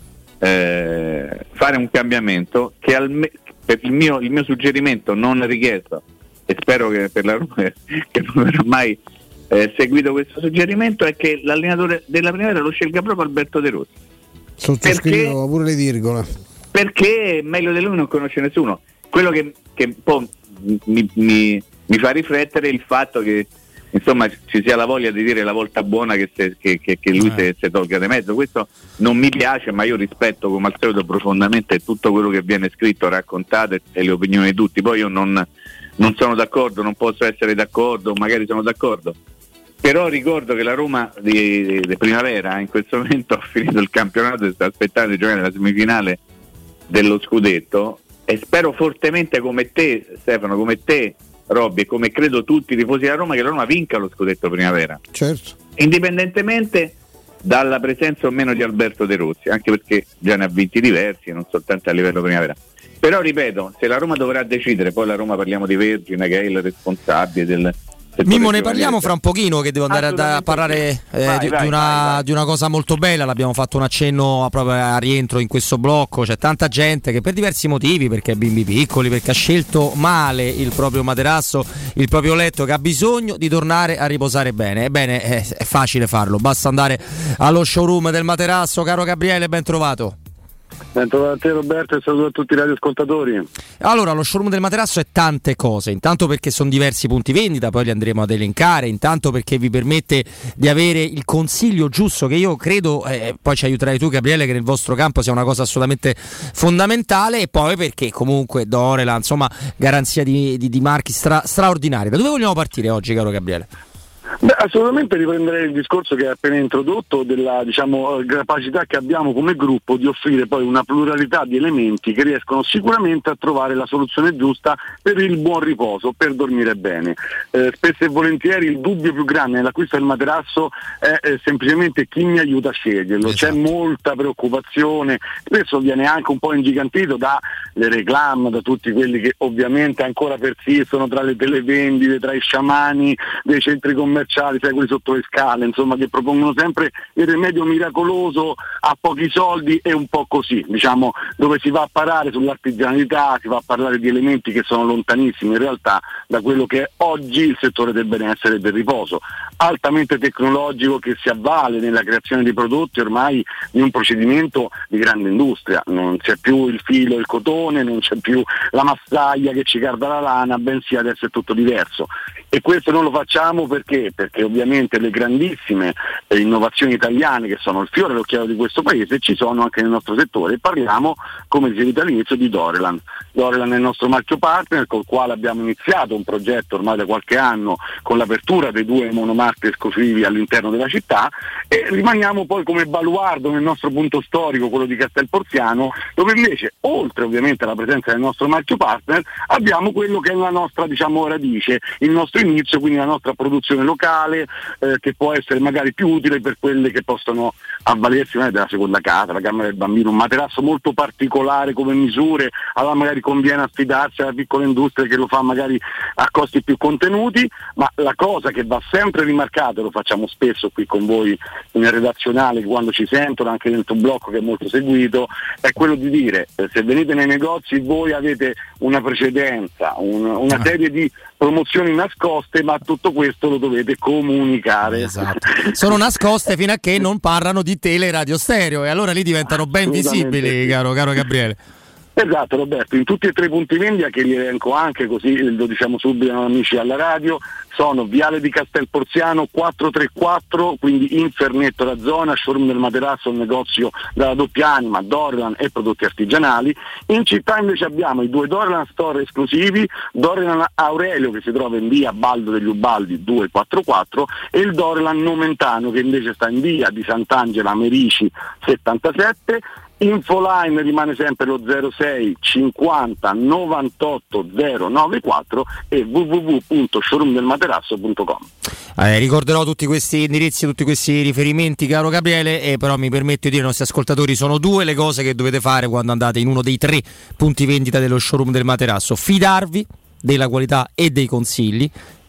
eh, fare un cambiamento che al, per il mio, il mio suggerimento non richiesto, e spero che per la Roma che non verrà mai eh, seguito questo suggerimento, è che l'allenatore della Primavera lo scelga proprio Alberto De Rossi. Sottoscrivo pure le virgole. Perché meglio di lui non conosce nessuno. Quello che, che un po' mi, mi, mi fa riflettere è il fatto che insomma ci sia la voglia di dire la volta buona che, se, che, che, che lui eh. si tolga di mezzo. Questo non mi piace, ma io rispetto come al solito profondamente tutto quello che viene scritto, raccontato e le opinioni di tutti. Poi io non, non sono d'accordo, non posso essere d'accordo, magari sono d'accordo, però ricordo che la Roma di, di, di Primavera in questo momento ha finito il campionato e sta aspettando di giocare la semifinale dello scudetto, e spero fortemente come te Stefano, come te Robby, e come credo tutti i tifosi della Roma, che la Roma vinca lo scudetto Primavera, certo, indipendentemente dalla presenza o meno di Alberto De Rossi, anche perché già ne ha vinti diversi, non soltanto a livello Primavera. Però ripeto, se la Roma dovrà decidere, poi la Roma parliamo di Vergine che è il responsabile del Mimmo, ne parliamo fra un pochino, che devo andare a, a parlare eh, vai, di, vai, di, una, vai, vai. di una cosa molto bella. L'abbiamo fatto un accenno a, proprio a rientro in questo blocco. C'è tanta gente che per diversi motivi, perché ha bimbi piccoli, perché ha scelto male il proprio materasso, il proprio letto, che ha bisogno di tornare a riposare bene. Ebbene, è, è facile farlo, basta andare allo showroom del materasso. Caro Gabriele, ben trovato. Ben trovato a te Roberto, e saluto a tutti i radioascoltatori. Allora, lo showroom del materasso è tante cose, intanto perché sono diversi punti vendita, poi li andremo ad elencare, intanto perché vi permette di avere il consiglio giusto, che io credo, eh, poi ci aiuterai tu Gabriele, che nel vostro campo sia una cosa assolutamente fondamentale, e poi perché comunque Dorela, insomma, garanzia di, di, di marchi stra, straordinari. Da dove vogliamo partire oggi, caro Gabriele? Beh, assolutamente riprenderei il discorso che hai appena introdotto della, diciamo, capacità che abbiamo come gruppo di offrire poi una pluralità di elementi che riescono sicuramente a trovare la soluzione giusta per il buon riposo, per dormire bene. Eh, spesso e volentieri il dubbio più grande nell'acquisto del materasso è, è semplicemente chi mi aiuta a sceglierlo. Esatto. C'è molta preoccupazione, spesso viene anche un po' ingigantito dalle reclame, da tutti quelli che ovviamente ancora persistono tra le televendite, tra i sciamani dei centri commerciali, sai, quelli sotto le scale, insomma, che propongono sempre il rimedio miracoloso a pochi soldi e un po' così, diciamo, dove si va a parare sull'artigianalità, si va a parlare di elementi che sono lontanissimi in realtà da quello che è oggi il settore del benessere e del riposo, altamente tecnologico, che si avvale nella creazione di prodotti ormai di un procedimento di grande industria. Non c'è più il filo, il cotone, non c'è più la massaia che ci carda la lana, bensì adesso è tutto diverso. E questo non lo facciamo perché? Perché ovviamente le grandissime eh, innovazioni italiane, che sono il fiore all'occhiello di questo paese, ci sono anche nel nostro settore. Parliamo, come dicevi all'inizio, di Dorelan. Dorelan è il nostro marchio partner, col quale abbiamo iniziato un progetto ormai da qualche anno con l'apertura dei due monomarchi esclusivi all'interno della città, e rimaniamo poi come baluardo nel nostro punto storico, quello di Castel Porziano, dove invece, oltre ovviamente alla presenza del nostro marchio partner, abbiamo quello che è la nostra, diciamo, radice, il nostro inizio, quindi la nostra produzione locale, eh, che può essere magari più utile per quelle che possono avvalersi eh, della seconda casa, la camera del bambino, un materasso molto particolare come misure, allora magari conviene affidarsi alla piccola industria che lo fa magari a costi più contenuti, ma la cosa che va sempre rimarcata, lo facciamo spesso qui con voi in redazionale quando ci sentono, anche dentro un blocco che è molto seguito, è quello di dire, eh, se venite nei negozi voi avete una precedenza, un, una serie di promozioni nascoste, ma tutto questo lo dovete comunicare. Esatto. Sono nascoste fino a che non parlano di tele radio stereo, e allora lì diventano ben visibili, caro, caro Gabriele. Esatto Roberto, in tutti e tre i punti vendita, che li elenco anche così lo diciamo subito ai amici alla radio, sono Viale di Castel Porziano quattrocentotrentaquattro, quindi in Fernetto la zona, showroom del materasso, un negozio dalla doppia anima, Dorelan e prodotti artigianali. In città invece abbiamo i due Dorelan store esclusivi, Dorelan Aurelio che si trova in via Baldo degli Ubaldi duecentoquarantaquattro e il Dorelan Nomentano che invece sta in via di Sant'Angela Merici settantasette. Infoline rimane sempre lo zero sei cinquanta novantotto zero novantaquattro e w w w punto showroom del materasso punto com. Eh, ricorderò tutti questi indirizzi, tutti questi riferimenti, caro Gabriele, e però mi permetto di dire ai nostri ascoltatori, sono due le cose che dovete fare quando andate in uno dei tre punti vendita dello showroom del materasso: fidarvi della qualità e dei consigli,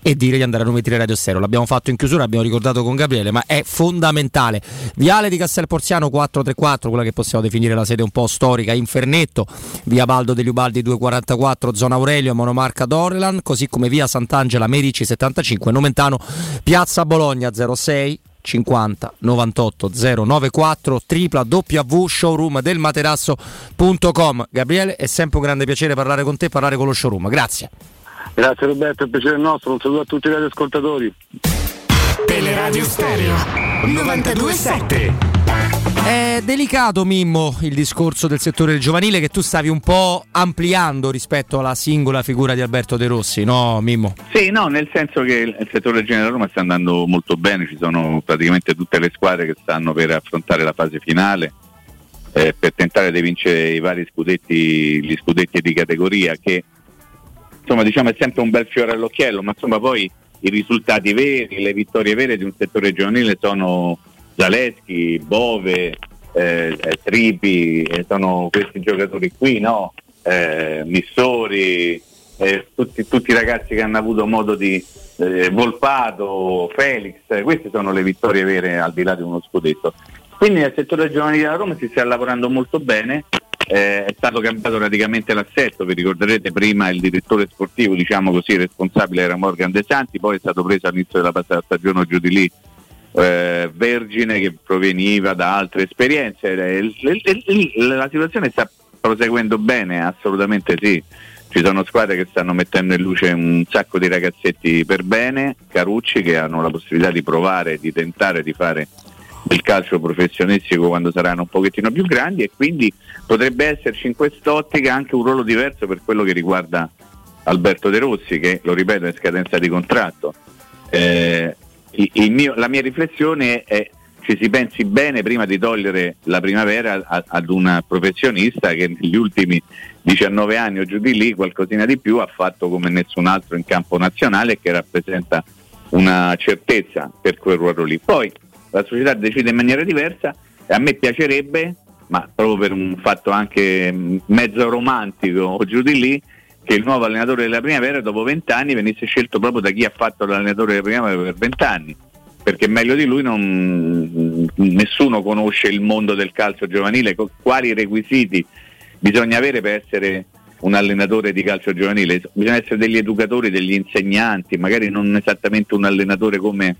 e dire di andare a Roma Radio Stereo. L'abbiamo fatto in chiusura, abbiamo ricordato con Gabriele, ma è fondamentale. Viale di Castel Porziano quattrocentotrentaquattro, quella che possiamo definire la sede un po' storica, Infernetto, via Baldo degli Ubaldi duecentoquarantaquattro, zona Aurelio, monomarca Dorlan, così come via Sant'Angela Medici settantacinque, Nomentano, piazza Bologna zero sei cinquanta novantotto zero novantaquattro, w w w showroom del materasso punto com. Gabriele, è sempre un grande piacere parlare con te, parlare con lo showroom. Grazie. Grazie Roberto, è un piacere nostro, un saluto a tutti i radioascoltatori. Teleradio Stereo novantadue sette. È delicato, Mimmo, il discorso del settore giovanile che tu stavi un po' ampliando rispetto alla singola figura di Alberto De Rossi, no Mimmo? Sì, no, nel senso che il settore generale Roma sta andando molto bene, ci sono praticamente tutte le squadre che stanno per affrontare la fase finale, eh, per tentare di vincere i vari scudetti, gli scudetti di categoria, che insomma diciamo è sempre un bel fiore all'occhiello, ma insomma poi i risultati veri, le vittorie vere di un settore giovanile sono Zaleschi, Bove, eh, Tripi, eh, sono questi giocatori qui, no? Eh, Missori, eh, tutti, tutti i ragazzi che hanno avuto modo di eh, Volpato, Felix, eh, queste sono le vittorie vere al di là di uno scudetto. Quindi nel settore giovanile della Roma si sta lavorando molto bene, eh, è stato cambiato radicalmente l'assetto, vi ricorderete prima il direttore sportivo, diciamo così, responsabile era Morgan De Santi, poi è stato preso all'inizio della passata stagione giù di lì Eh, Vergine, che proveniva da altre esperienze. Il, il, il, la situazione sta proseguendo bene, assolutamente sì, ci sono squadre che stanno mettendo in luce un sacco di ragazzetti per bene, Carucci, che hanno la possibilità di provare, di tentare di fare del calcio professionistico quando saranno un pochettino più grandi, e quindi potrebbe esserci in quest'ottica anche un ruolo diverso per quello che riguarda Alberto De Rossi, che, lo ripeto, è in scadenza di contratto. eh, Il, il mio, la mia riflessione è ci si pensi bene prima di togliere la primavera a, ad un professionista che negli ultimi diciannove anni o giù di lì qualcosina di più ha fatto come nessun altro in campo nazionale, che rappresenta una certezza per quel ruolo lì. Poi la società decide in maniera diversa e a me piacerebbe, ma proprio per un fatto anche mezzo romantico o giù di lì, che il nuovo allenatore della primavera dopo vent'anni venisse scelto proprio da chi ha fatto l'allenatore della primavera per vent'anni, perché meglio di lui non, nessuno conosce il mondo del calcio giovanile, quali requisiti bisogna avere per essere un allenatore di calcio giovanile. Bisogna essere degli educatori, degli insegnanti, magari non esattamente un allenatore come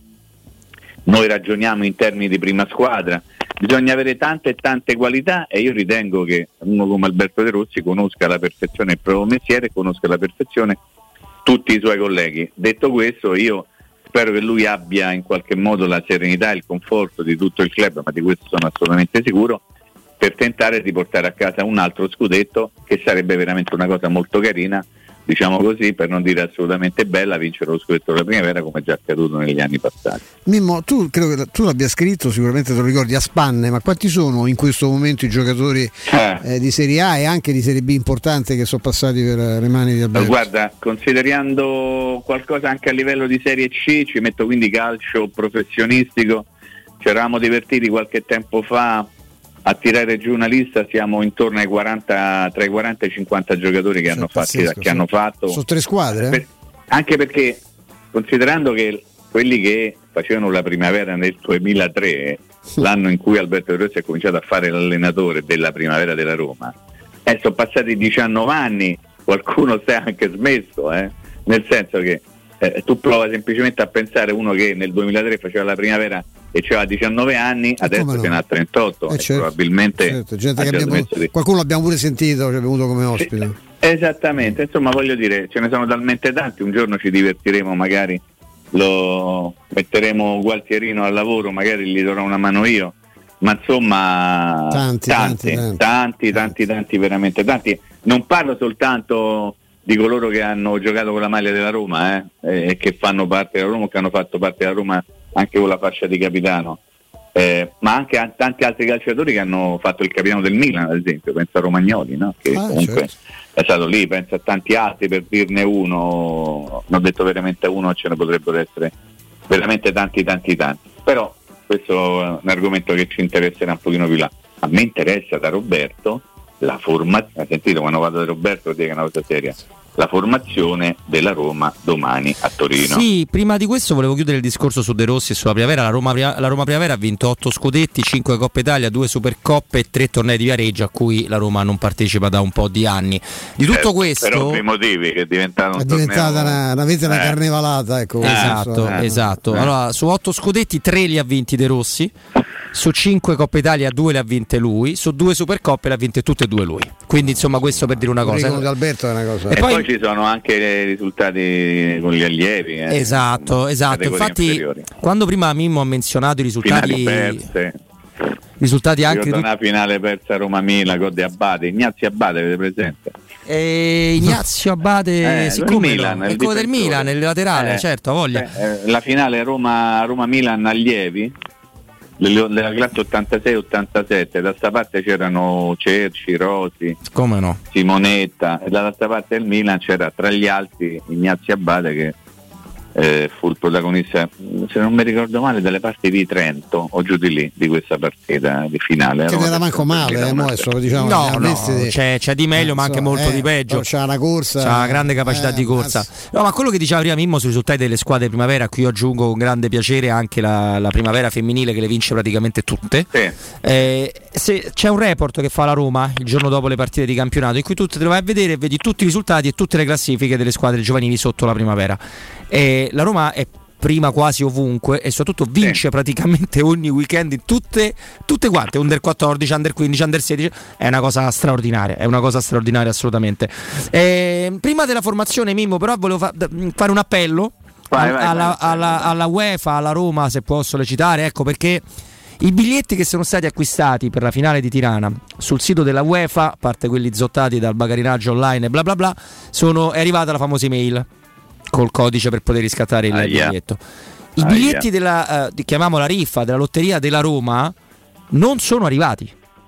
noi ragioniamo in termini di prima squadra. Bisogna avere tante e tante qualità, e io ritengo che uno come Alberto De Rossi conosca alla perfezione il proprio mestiere e conosca alla perfezione tutti i suoi colleghi. Detto questo, io spero che lui abbia in qualche modo la serenità e il conforto di tutto il club, ma di questo sono assolutamente sicuro, per tentare di portare a casa un altro scudetto, che sarebbe veramente una cosa molto carina, diciamo così, per non dire assolutamente bella, vincere lo scudetto della primavera, come è già accaduto negli anni passati. Mimmo, tu credo che tu l'abbia scritto, sicuramente te lo ricordi a spanne, ma quanti sono in questo momento i giocatori eh. Eh, di Serie A e anche di Serie B importanti che sono passati per le mani di Alberto? Guarda, considerando qualcosa anche a livello di Serie C, ci metto quindi calcio professionistico, ci eravamo divertiti qualche tempo fa a tirare giù una lista, siamo intorno ai quaranta, tra i quaranta e i cinquanta giocatori che, hanno, fatti, pazzesco, che hanno fatto. Sono tre squadre? Per, anche perché, considerando che quelli che facevano la primavera nel duemilatré, l'anno in cui Alberto De Rossi ha cominciato a fare l'allenatore della primavera della Roma, eh, sono passati diciannove anni, qualcuno si è anche smesso, eh? Nel senso che eh, tu prova semplicemente a pensare uno che nel duemilatré faceva la primavera e c'aveva diciannove anni, adesso no? ce n'ha trentotto, eh, e certo, probabilmente certo, gente che abbiamo, di... qualcuno l'abbiamo pure sentito, ci è venuto come ospite. Sì, esattamente, insomma voglio dire, ce ne sono talmente tanti, un giorno ci divertiremo, magari lo metteremo Gualtierino al lavoro, magari gli darò una mano io, ma insomma tanti, tanti, tanti, tanti, tanti, tanti, tanti, veramente tanti. Non parlo soltanto di coloro che hanno giocato con la maglia della Roma eh, e che fanno parte della Roma, che hanno fatto parte della Roma anche con la fascia di capitano, eh, ma anche a tanti altri calciatori che hanno fatto il capitano del Milan, ad esempio, penso a Romagnoli, no? Che ah, comunque certo. è stato lì, penso a tanti altri, per dirne uno, non ho detto veramente uno, ce ne potrebbero essere veramente tanti tanti tanti, però questo è un argomento che ci interesserà un pochino più là. A me interessa da Roberto la formazione, ha sentito quando vado da Roberto dire che è una cosa seria, la formazione della Roma domani a Torino. Sì, prima di questo volevo chiudere il discorso su De Rossi e sulla Primavera. La Roma, la Roma Primavera ha vinto otto scudetti, cinque Coppa Italia, due Supercoppe e tre tornei di Viareggio a cui la Roma non partecipa da un po' di anni. Di tutto eh, questo, per ovvi motivi, che è diventato un è diventata torneo... una, una, vita, una eh. carnevalata, ecco. Esatto, eh. esatto. Eh. Allora, su otto scudetti tre li ha vinti De Rossi. Su cinque Coppa Italia due le ha vinte lui, su due Supercoppe le ha vinte tutte e due lui. Quindi insomma questo per dire una cosa. Di Alberto è una cosa. E, e poi, poi ci sono anche i risultati con gli allievi. Eh. Esatto, esatto. Infatti inferiori. Quando prima Mimmo ha menzionato i risultati finali perse. Risultati anche di una finale persa Roma-Milan, gol di Abate, Ignazio Abate, avete presente? E Ignazio Abate, eh, siccome il Milan, è il quello del Milan, nel laterale, eh, certo, ha voglia. Eh, la finale Roma Roma-Milan allievi della classe ottantasei ottantasette, da sta parte c'erano Cerci, Rosi, come no? Simonetta, e dall'altra parte del Milan c'era tra gli altri Ignazio Abate che eh, fu il protagonista, se non mi ricordo male, delle parti di Trento o giù di lì di questa partita di finale. Che non era manco male, eh, mo adesso, diciamo, no, no, di... c'è, c'è di meglio, eh, ma anche so, molto eh, di peggio. C'ha una corsa, c'ha una grande capacità eh, di corsa. No, ma quello che diceva prima Mimmo sui risultati delle squadre primavera, a cui io aggiungo con grande piacere anche la, la primavera femminile che le vince praticamente tutte. Sì. Eh, se c'è un report che fa la Roma il giorno dopo le partite di campionato in cui tu te lo vai a vedere e vedi tutti i risultati e tutte le classifiche delle squadre giovanili sotto la primavera. E la Roma è prima quasi ovunque e soprattutto vince sì. praticamente ogni weekend in tutte, tutte quante, under quattordici, under quindici, under sedici. È una cosa straordinaria, è una cosa straordinaria assolutamente. E prima della formazione, Mimmo, però volevo fa- fare un appello vai, vai, alla, vai, alla, alla UEFA, alla Roma, se posso sollecitare, ecco, perché i biglietti che sono stati acquistati per la finale di Tirana sul sito della UEFA, a parte quelli zottati dal bagarinaggio online e bla bla bla, sono, è arrivata la famosa email col codice per poter riscattare il Aia. biglietto. I Aia. biglietti della, uh, chiamiamola riffa, della lotteria della Roma non sono arrivati.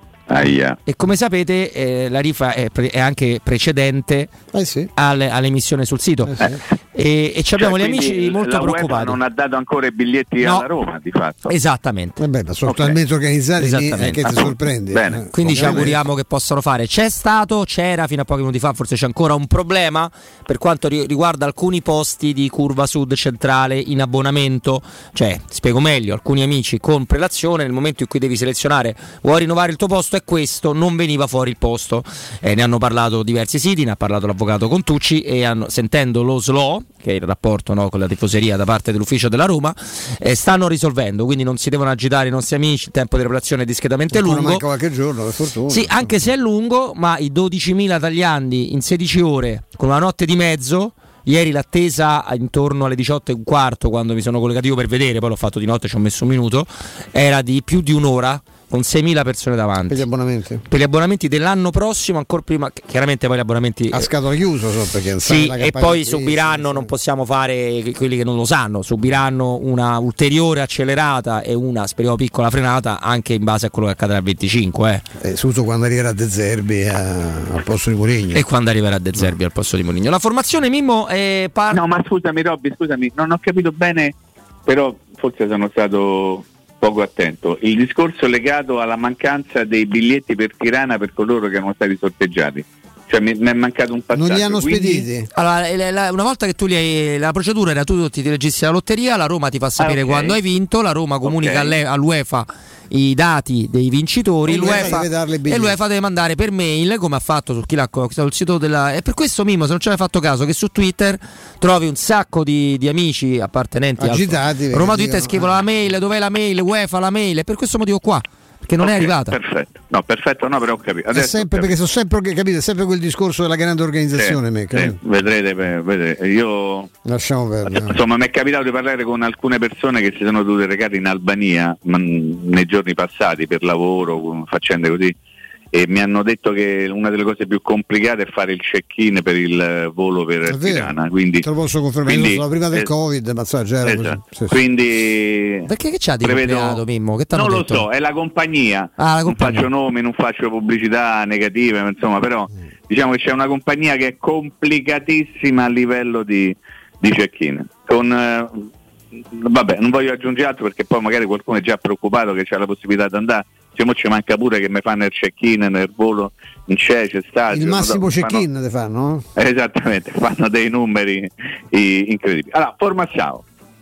Aia. E come sapete eh, la riffa è, pre- è anche precedente eh sì. alle, all'emissione sul sito eh sì. e, e ci abbiamo cioè, gli amici molto la preoccupati. Non ha dato ancora i biglietti no. alla Roma di fatto. Esattamente. Vabbè, ma sono okay. talmente organizzati Esattamente. che ti sorprendi. Bene. Quindi ci auguriamo che possano fare. C'è stato, c'era fino a pochi minuti fa, forse c'è ancora un problema per quanto ri- riguarda alcuni posti di curva sud centrale in abbonamento. Cioè, spiego meglio, alcuni amici con prelazione nel momento in cui devi selezionare vuoi rinnovare il tuo posto, è questo, non veniva fuori il posto. Eh, ne hanno parlato diversi siti, ne ha parlato l'avvocato Contucci e hanno, sentendo lo S L O, che è il rapporto, no, con la tifoseria da parte dell'ufficio della Roma, eh, stanno risolvendo, quindi non si devono agitare i nostri amici, il tempo di preparazione è discretamente ancora lungo. Manca qualche giorno, per fortuna. Sì, anche se è lungo, ma i dodicimila tagliandi in sedici ore con una notte di mezzo. Ieri l'attesa intorno alle diciotto e un quarto, quando mi sono collegato io per vedere, poi l'ho fatto di notte, ci ho messo un minuto, era di più di un'ora, con seimila persone davanti. Per gli abbonamenti? Per gli abbonamenti dell'anno prossimo, ancora prima, chiaramente poi gli abbonamenti... A scatola chiusa, so, perché sì, e poi subiranno, non possiamo fare, quelli che non lo sanno, subiranno una ulteriore accelerata e una, speriamo, piccola frenata anche in base a quello che accadrà al venticinque. Eh. Eh, soprattutto quando arriverà De Zerbi a, al posto di Mourinho. E quando arriverà De Zerbi no. al posto di Mourinho. La formazione, Mimmo, è par- No, ma scusami Robby, scusami, non ho capito bene, però forse sono stato... poco attento. Il discorso legato alla mancanza dei biglietti per Tirana per coloro che erano stati sorteggiati, cioè mi, mi è mancato un passaggio. Non li hanno quindi... spediti? Allora, una volta che tu li hai, la procedura era tu ti registri la lotteria, la Roma ti fa sapere ah, okay. quando hai vinto, la Roma comunica okay. all'UEFA i dati dei vincitori e l'UEFA, e l'UEFA deve mandare per mail, come ha fatto su chi l'ha sul sito della. E per questo Mimmo, se non ci hai fatto caso, che su Twitter trovi un sacco di, di amici appartenenti agitati al Roma Twitter, scrivono la mail, dov'è la mail, UEFA la mail, e per questo motivo qua, perché non okay, è arrivata. Perfetto, no, perfetto, no, però ho capito. È sempre, perché sono sempre, capite, è sempre quel discorso della grande organizzazione. Sì, me, sì, vedrete, vedrete, io lasciamo perdere. Insomma, mi è capitato di parlare con alcune persone che si sono dovute recare in Albania ma, nei giorni passati per lavoro, faccende così, e mi hanno detto che una delle cose più complicate è fare il check-in per il volo per Tirana. Quindi te lo posso confermare, quindi, io sono prima del es- Covid, ma so, già era esatto. così. Sì, quindi perché che c'ha di prevedo... Mimmo? Che non detto? lo so, è la compagnia. Ah, la compagnia. Non faccio nomi, non faccio pubblicità negative, insomma, però mm. diciamo che c'è una compagnia che è complicatissima a livello di, di check-in. Con eh, vabbè, non voglio aggiungere altro perché poi magari qualcuno è già preoccupato che c'è la possibilità di andare. se mo ci manca pure che mi fanno il check-in nel volo in C E C stadio, il massimo check-in fanno, te fanno? Esattamente, fanno dei numeri i, incredibili. Allora, Formassao.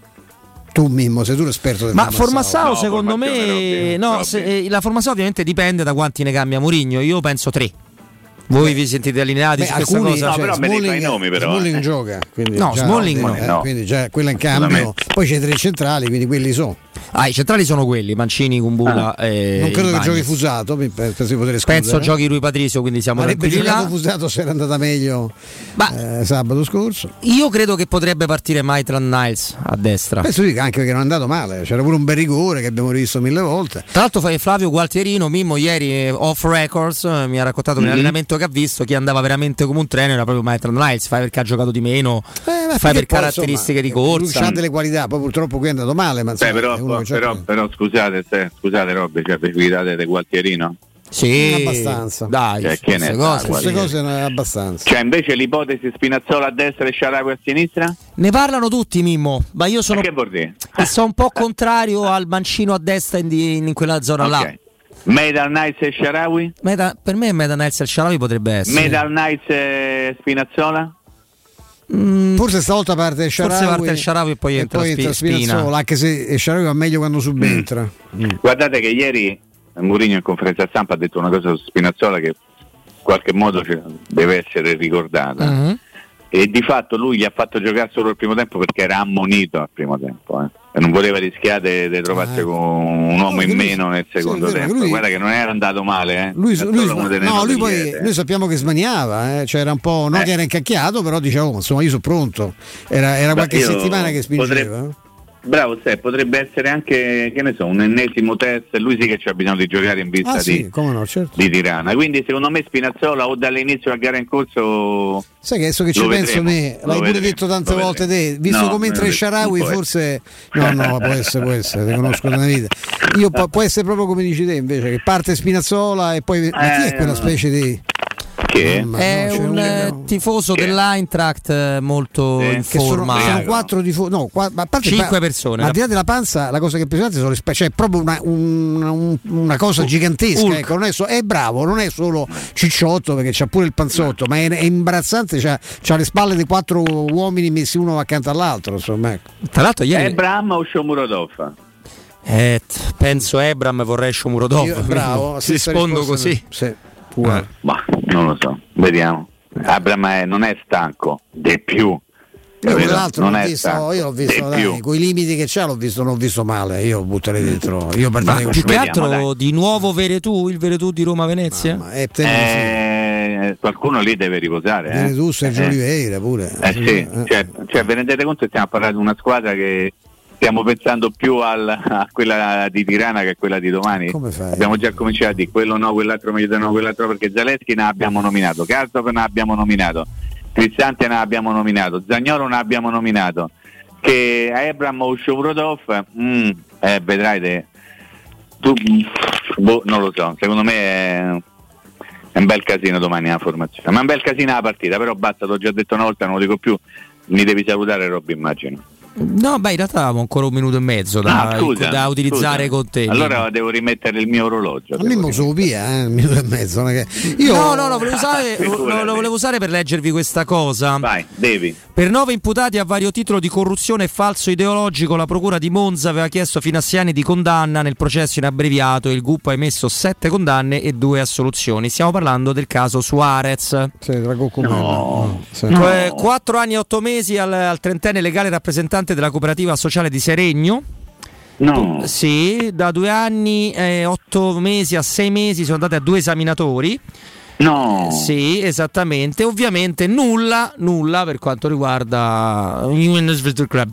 Tu Mimmo, sei tu l'esperto del Ma Formassao, Formassao No, secondo me Robby, no, Robby. se, eh, la Formassao ovviamente dipende da quanti ne cambia Mourinho. Io penso tre. Voi vi sentite allineati Beh, su questa alcuni, cosa? No, cioè, però me ne Smalling, fai i nomi, però, Smalling eh. gioca, quindi No, già, Smalling eh, no. quindi già quella in cambio. Assolutamente. Poi c'è i tre centrali, quindi quelli sono. Ah, i centrali sono quelli, Mancini, Kumbulla Ah. e Non credo che Ibañez. giochi Fusato, mi- penso di poter escludere. Penso giochi Rui Patricio, quindi siamo Avrebbe tranquilli giocato là. Fusato se era andata meglio eh, sabato scorso. Io credo che potrebbe partire Maitland Niles a destra. Penso di- anche perché non è andato male, c'era pure un bel rigore che abbiamo rivisto mille volte. Tra l'altro fai Flavio Gualtierino, Mimmo ieri eh, off records eh, mi ha raccontato Mhm. nell'allenamento che ha visto chi andava veramente come un treno era proprio Maitland Niles, fai perché ha giocato di meno, Eh, fai per poi, caratteristiche insomma, di Lui corsa. ha delle qualità, poi purtroppo qui è andato male, ma Beh, insomma, però, è uno che c'ha- però, però scusate, se, scusate Robby, cioè vi fidate di Gualtierino? Sì, abbastanza. Dai, Cioè, che ne queste sa, cose, queste sì. cose non è abbastanza. Cioè invece l'ipotesi Spinazzola a destra e Sharawi a sinistra? Ne parlano tutti, Mimmo, ma io sono, Che vuol dire? sono un po' contrario al Mancino a destra in, in quella zona là. Ok. Metal Knights e Sharawi? Meta- per me Meta Niles e Sharawi potrebbe essere. Metal Knights e Spinazzola? Mm, Forse stavolta parte Sharawi, Forse parte il Sharawi e poi entra Spi- Spina. Spinazzola, anche se Sharawi va meglio quando subentra. Mm. Guardate che ieri Mourinho in conferenza stampa ha detto una cosa su Spinazzola che in qualche modo cioè, deve essere ricordata. Mhm. E di fatto lui gli ha fatto giocare solo il primo tempo perché era ammonito al primo tempo eh. E non voleva rischiare di trovarsi Ah. con un uomo No, in che lui- meno nel sì, è secondo vero, tempo. lui- Guarda che non era andato male, eh. Lui, È lui, solo uno delle no, note lui poi liete. noi sappiamo che smaniava, eh. Cioè era un po', non Eh. che era incacchiato, però diceva, oh, insomma, io sono pronto. Era, era Ma qualche io settimana che spingeva. potrebbe- Bravo, Ste, potrebbe essere anche, che ne so, un ennesimo test. Lui sì che c'ha bisogno di giocare in vista Ah, di, sì, come no, certo. di Tirana. Quindi secondo me Spinazzola o dall'inizio a gara in corso. Sai che adesso che ci lo penso vedremo, me, lo l'hai pure vedremo, detto tante lo volte vedremo. te, visto No, come entra non il Sharawi, può forse no, no, può essere, può essere, te conosco da una vita. Io po- può essere proprio come dici te invece, che parte Spinazzola e poi ma chi è Eh, quella no. specie di Che? Mamma, È no, c'è un eh, tifoso dell'Eintracht eh, molto Sì. in che sono, forma. sono quattro tifosi, no, qua- ma a parte Cinque pa- persone. ma al di là della panza, la cosa che è impressionante sono le spe- cioè è proprio una, un- un- una cosa gigantesca. Hulk. Ecco, non è, so- è bravo, non è solo cicciotto perché c'ha pure il panzotto, ma è, è imbarazzante. C'ha, c'ha le spalle di quattro uomini messi uno accanto all'altro. Insomma, ecco. Tra l'altro ieri Ebram o Shomurodov? eh, t- penso Ebram vorrei Shomurodov. Io- bravo, Si stessa rispondo risposta così. Sì, uguale. Ma non lo so, vediamo. Abram è- non è stanco, di più. Io Capito? quell'altro non l'ho è visto, stanco, io l'ho visto, di più. dai, con i limiti che c'ha l'ho visto, l'ho visto male, io butterei dentro, io partirei con Più che Vediamo, altro dai. di nuovo Veretù, il Veretù di Roma Venezia. Ma è tempo sì. Eh, qualcuno lì deve riposare. Eh? Viene tu, Sergio Eh. Oliveira pure. Eh sì, cioè, cioè, vi rendete conto che stiamo parlando di una squadra che stiamo pensando più al- a quella di Tirana che a quella di domani. Come fai? Abbiamo già cominciato a dire quello no, quell'altro meglio di no, quell'altro perché Zaleschi ne abbiamo nominato, Karsdorp ne abbiamo nominato, Cristante ne abbiamo nominato, Zaniolo ne abbiamo nominato, che a Ebram o Shomurodov mm, eh, vedrai te. Tu, boh, non lo so, secondo me è, è un bel casino domani la formazione, ma è un bel casino la partita, però basta, l'ho già detto una volta, non lo dico più, mi devi salutare Robby immagino. No, beh, in realtà avevamo ancora un minuto e mezzo da, Ah, scusa, da utilizzare scusa. con te. Allora devo rimettere il mio orologio. A me mi so via, eh, un minuto e mezzo. Non è che... Io... No, no, no, volevo usare, lo, Figurati. lo volevo usare per leggervi questa cosa. Vai, devi. Per nove imputati a vario titolo di corruzione e falso ideologico, la procura di Monza aveva chiesto fino a sei anni di condanna nel processo in abbreviato e il G U P ha emesso sette condanne e due assoluzioni. Stiamo parlando del caso Suarez. Sì, tra Coccomella. No. Sì. Eh, Quattro anni e otto mesi al, al trentenne legale rappresentante della cooperativa sociale di Seregno. No. Sì, da due anni e otto mesi a sei mesi sono andati a due esaminatori. No. Sì, esattamente. Ovviamente nulla, nulla per quanto riguarda il Club.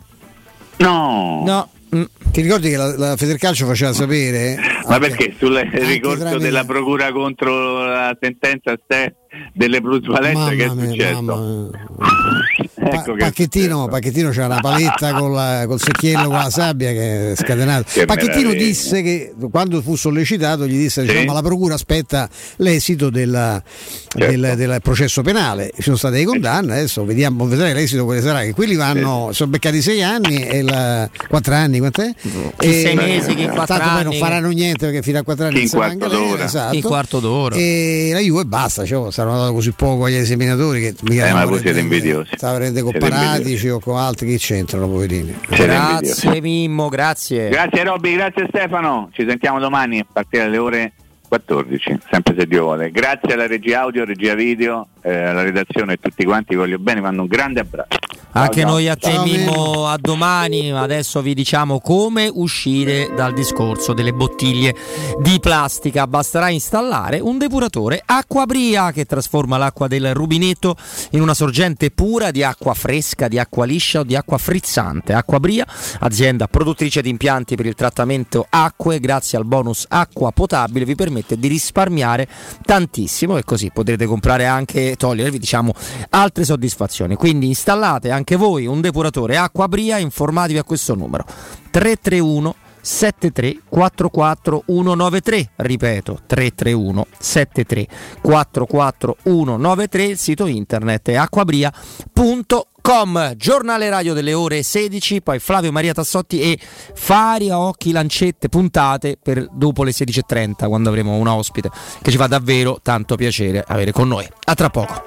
No. No. Mm. Ti ricordi che la, la Federcalcio faceva sapere? Ma anche- perché sul ricorso tramite- della procura contro la sentenza ste delle plusvalenze Mamma che è mia, successo? mamma mia. ecco pa- Pacchettino, Pacchettino c'ha una paletta con la, col secchiello con la sabbia che è scatenato. Che Pacchettino meraviglia. disse che quando fu sollecitato gli disse Sì. diciamo, ma la procura aspetta l'esito della, Certo. del, del processo penale, ci sono state le condanne, adesso vediamo vedrai l'esito quale sarà, che quelli vanno sono beccati sei anni e la, quattro anni quant'è? Chi sei mesi, chi quattro tanto poi non anni. faranno niente perché fino a quattro anni Chi in si va in quarto galera, d'ora. esatto. Il quarto d'ora. E la Juve basta, cioè, saranno dato così poco agli esaminatori che mica Eh, ma stanno voi siete prendendo- invidiosi. stanno prendendo con Siete Paratici invidiosi. o con altri che c'entrano, poverini. Siete Grazie invidiosi. Mimmo, grazie. Grazie Robby, grazie Stefano. Ci sentiamo domani a partire dalle ore quattordici, sempre se Dio vuole. Grazie alla regia audio, regia video, eh, alla redazione e tutti quanti, voglio bene, mando un grande abbraccio. Anche Ciao, noi ciao. a te Ciao, Mimmo, a domani. Adesso vi diciamo come uscire dal discorso delle bottiglie di plastica. Basterà installare un depuratore Acquabria che trasforma l'acqua del rubinetto in una sorgente pura di acqua fresca, di acqua liscia o di acqua frizzante. Acquabria, azienda produttrice di impianti per il trattamento acque, grazie al bonus acqua potabile vi permette di risparmiare tantissimo e così potrete comprare anche, togliervi diciamo altre soddisfazioni. Quindi installate anche voi un depuratore Acquabria, informatevi a questo numero tre tre uno sette tre quattro quattro uno nove tre, ripeto tre tre uno sette tre quattro quattro uno nove tre, il sito internet è acquabria punto com. Giornale radio delle ore sedici, poi Flavio Maria Tassotti e Fari a occhi lancette puntate per dopo le sedici e trenta, quando avremo una ospite che ci fa davvero tanto piacere avere con noi. A tra poco.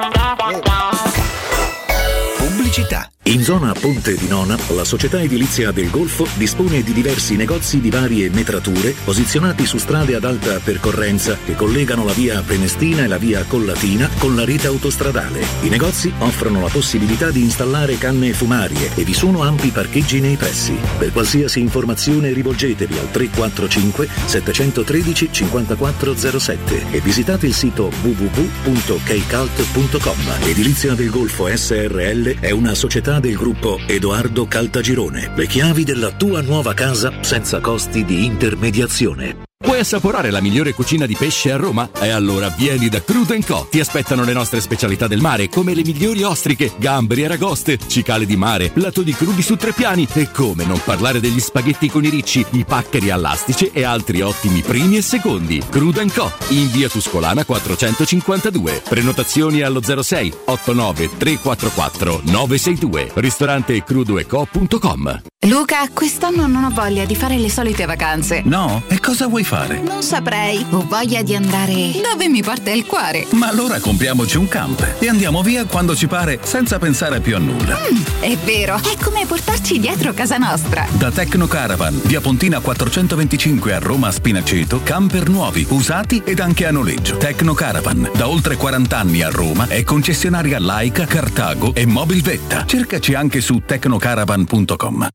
Pubblicità. In zona Ponte di Nona, la società edilizia del Golfo dispone di diversi negozi di varie metrature posizionati su strade ad alta percorrenza che collegano la via Prenestina e la via Collatina con la rete autostradale. I negozi offrono la possibilità di installare canne fumarie e vi sono ampi parcheggi nei pressi. Per qualsiasi informazione rivolgetevi al tre quattro cinque sette uno tre cinque zero sette e visitate il sito w w w punto keicalt punto com. Edilizia del Golfo S R L è una società del gruppo Edoardo Caltagirone. Le chiavi della tua nuova casa senza costi di intermediazione. Vuoi assaporare la migliore cucina di pesce a Roma? E allora vieni da Crudo and Co. Ti aspettano le nostre specialità del mare, come le migliori ostriche, gamberi e aragoste, cicale di mare, lato di crudi su tre piani e come non parlare degli spaghetti con i ricci, i paccheri all'astice e altri ottimi primi e secondi. Crudo and Co. in via Tuscolana quattrocentocinquantadue. Prenotazioni allo zero sei otto nove tre quattro quattro nove sei due. Ristorante crudoeco punto com. Luca, quest'anno non ho voglia di fare le solite vacanze. No? E cosa vuoi fare? Non saprei. Ho voglia di andare dove mi porta il cuore. Ma allora compriamoci un camper e andiamo via quando ci pare senza pensare più a nulla. Mm, è vero, è come portarci dietro casa nostra. Da Tecno Caravan, via Pontina quattrocentoventicinque a Roma Spinaceto, camper nuovi, usati ed anche a noleggio. Tecno Caravan, da oltre quaranta anni a Roma, è concessionaria Laika, Cartago e Mobilvetta. Cercaci anche su tecnocaravan punto com.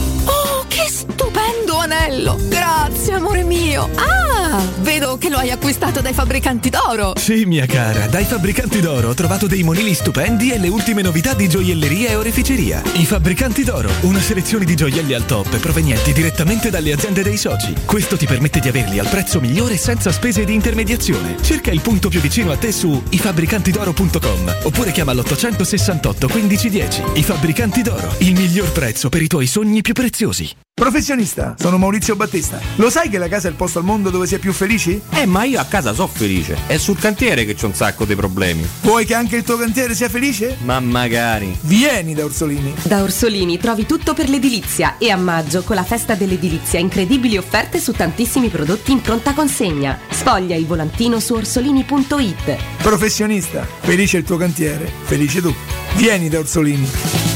Oh, che stupendo anello! Grazie, amore mio! Ah, vedo che lo hai acquistato dai fabbricanti d'oro! Sì, mia cara, dai fabbricanti d'oro ho trovato dei monili stupendi e le ultime novità di gioielleria e oreficeria. I fabbricanti d'oro, una selezione di gioielli al top provenienti direttamente dalle aziende dei soci. Questo ti permette di averli al prezzo migliore senza spese di intermediazione. Cerca il punto più vicino a te su i fabbricanti d'oro punto com oppure chiama l'ottocentosessantotto quindici dieci. I fabbricanti d'oro, il miglior prezzo per i tuoi sogni più preziosi. Professionista, sono Maurizio Battista. Lo sai che la casa è il posto al mondo dove si è più felici? Eh, ma io a casa so felice. È sul cantiere che c'ho un sacco di problemi. Vuoi che anche il tuo cantiere sia felice? Ma magari. Vieni da Orsolini. Da Orsolini trovi tutto per l'edilizia e a maggio con la festa dell'edilizia incredibili offerte su tantissimi prodotti in pronta consegna. Sfoglia il volantino su orsolini punto it. Professionista, felice il tuo cantiere, felice tu. Vieni da Orsolini.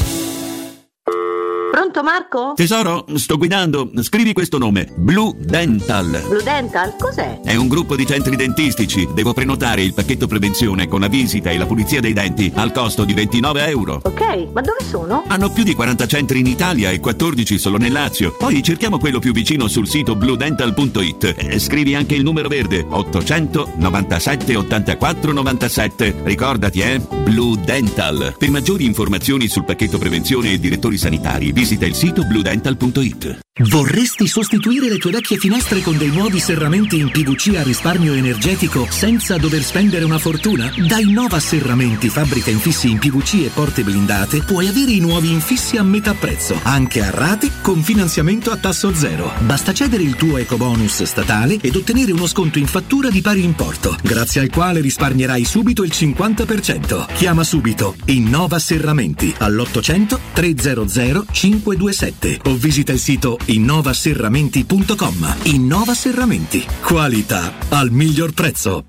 Pronto Marco? Tesoro, sto guidando. Scrivi questo nome. Blue Dental. Blue Dental? Cos'è? È un gruppo di centri dentistici. Devo prenotare il pacchetto prevenzione con la visita e la pulizia dei denti al costo di ventinove euro. Ok, ma dove sono? Hanno più di quaranta centri in Italia e quattordici solo nel Lazio. Poi cerchiamo quello più vicino sul sito blue dental punto it. Eh, scrivi anche il numero verde ottocento novantasette ottantaquattro novantasette. Ricordati, eh? Blue Dental. Per maggiori informazioni sul pacchetto prevenzione e direttori sanitari visita il sito blue dental punto it. Vorresti sostituire le tue vecchie finestre con dei nuovi serramenti in P V C a risparmio energetico senza dover spendere una fortuna? Da Innova Serramenti, fabbrica infissi in P V C e porte blindate, puoi avere i nuovi infissi a metà prezzo, anche a rate con finanziamento a tasso zero. Basta cedere il tuo ecobonus statale ed ottenere uno sconto in fattura di pari importo, grazie al quale risparmierai subito il cinquanta per cento. Chiama subito Innova Serramenti all'ottocento trecento cinque due sette o visita il sito innova serramenti punto com. Innova Serramenti, qualità al miglior prezzo.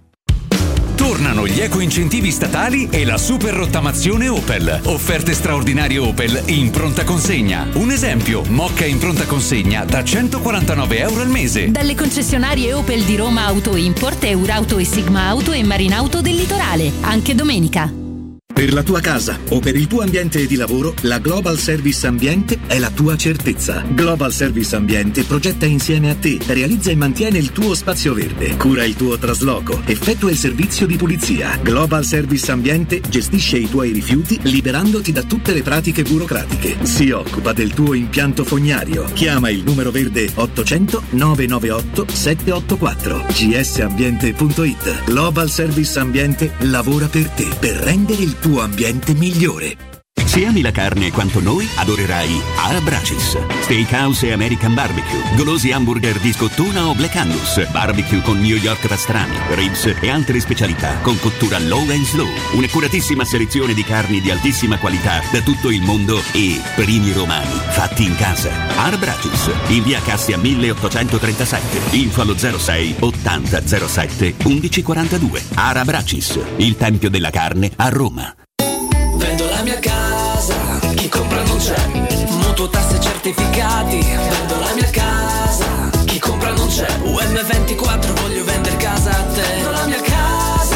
Tornano gli eco-incentivi statali e la super rottamazione Opel. Offerte straordinarie Opel in pronta consegna. Un esempio, Mokka in pronta consegna da centoquarantanove euro al mese. Dalle concessionarie Opel di Roma Auto Import, Eurauto e Sigma Auto e Marinauto del Litorale. Anche domenica. Per la tua casa o per il tuo ambiente di lavoro, la Global Service Ambiente è la tua certezza. Global Service Ambiente progetta insieme a te, realizza e mantiene il tuo spazio verde, cura il tuo trasloco, effettua il servizio di pulizia. Global Service Ambiente gestisce i tuoi rifiuti liberandoti da tutte le pratiche burocratiche. Si occupa del tuo impianto fognario. Chiama il numero verde ottocento nove nove otto sette otto quattro g s ambiente punto i t. Global Service Ambiente lavora per te, per rendere il tuo ambiente migliore. Se ami la carne quanto noi, adorerai Arabracis. Steakhouse e American Barbecue, golosi hamburger di scottuna o Black Angus, barbecue con New York pastrami, ribs e altre specialità con cottura low and slow. Un'accuratissima selezione di carni di altissima qualità da tutto il mondo e primi romani fatti in casa. Arabracis, in via Cassia milleottocentotrentasette, info allo zero sei ottanta zero sette undici quarantadue. Arabracis, il tempio della carne a Roma. Vendo la mia casa, chi compra non c'è. Mutuo, tasse, certificati. Vendo la mia casa, chi compra non c'è. U M ventiquattro, voglio vendere casa a te. Vendo la mia casa,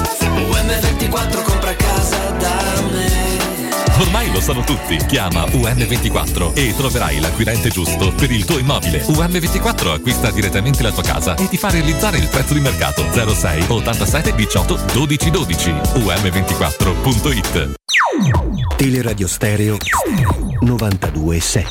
U M ventiquattro, compra casa da me. Ormai lo sanno tutti. Chiama U M ventiquattro e troverai l'acquirente giusto per il tuo immobile. U M ventiquattro acquista direttamente la tua casa e ti fa realizzare il prezzo di mercato. zero sei ottantasette diciotto dodici dodici. U M ventiquattro punto i t. Teleradio Stereo novantadue sette.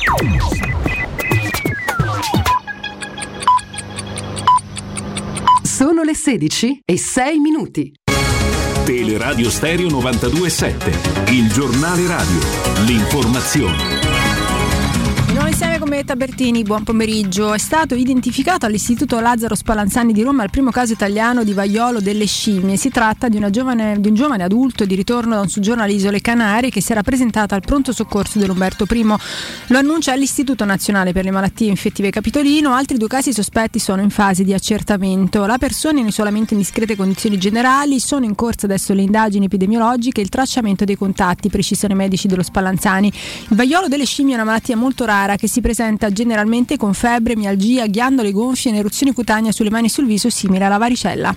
Sono le sedici e sei minuti. Teleradio Stereo novantadue sette, il giornale radio, l'informazione. Noi insieme con Benedetta Bertini, buon pomeriggio. È stato identificato all'Istituto Lazzaro Spallanzani di Roma il primo caso italiano di vaiolo delle scimmie. Si tratta di, una giovane, di un giovane adulto di ritorno da un soggiorno alle Isole Canarie che si era presentato al pronto soccorso dell'Umberto I. Lo annuncia l'Istituto Nazionale per le Malattie Infettive Capitolino. Altri due casi sospetti sono in fase di accertamento. La persona in isolamento in discrete condizioni generali. Sono in corso adesso le indagini epidemiologiche e il tracciamento dei contatti, precisano i medici dello Spallanzani. Il vaiolo delle scimmie è una malattia molto rara che si presenta generalmente con febbre, mialgia, ghiandole gonfie e un'eruzione cutanea sulle mani e sul viso simile alla varicella.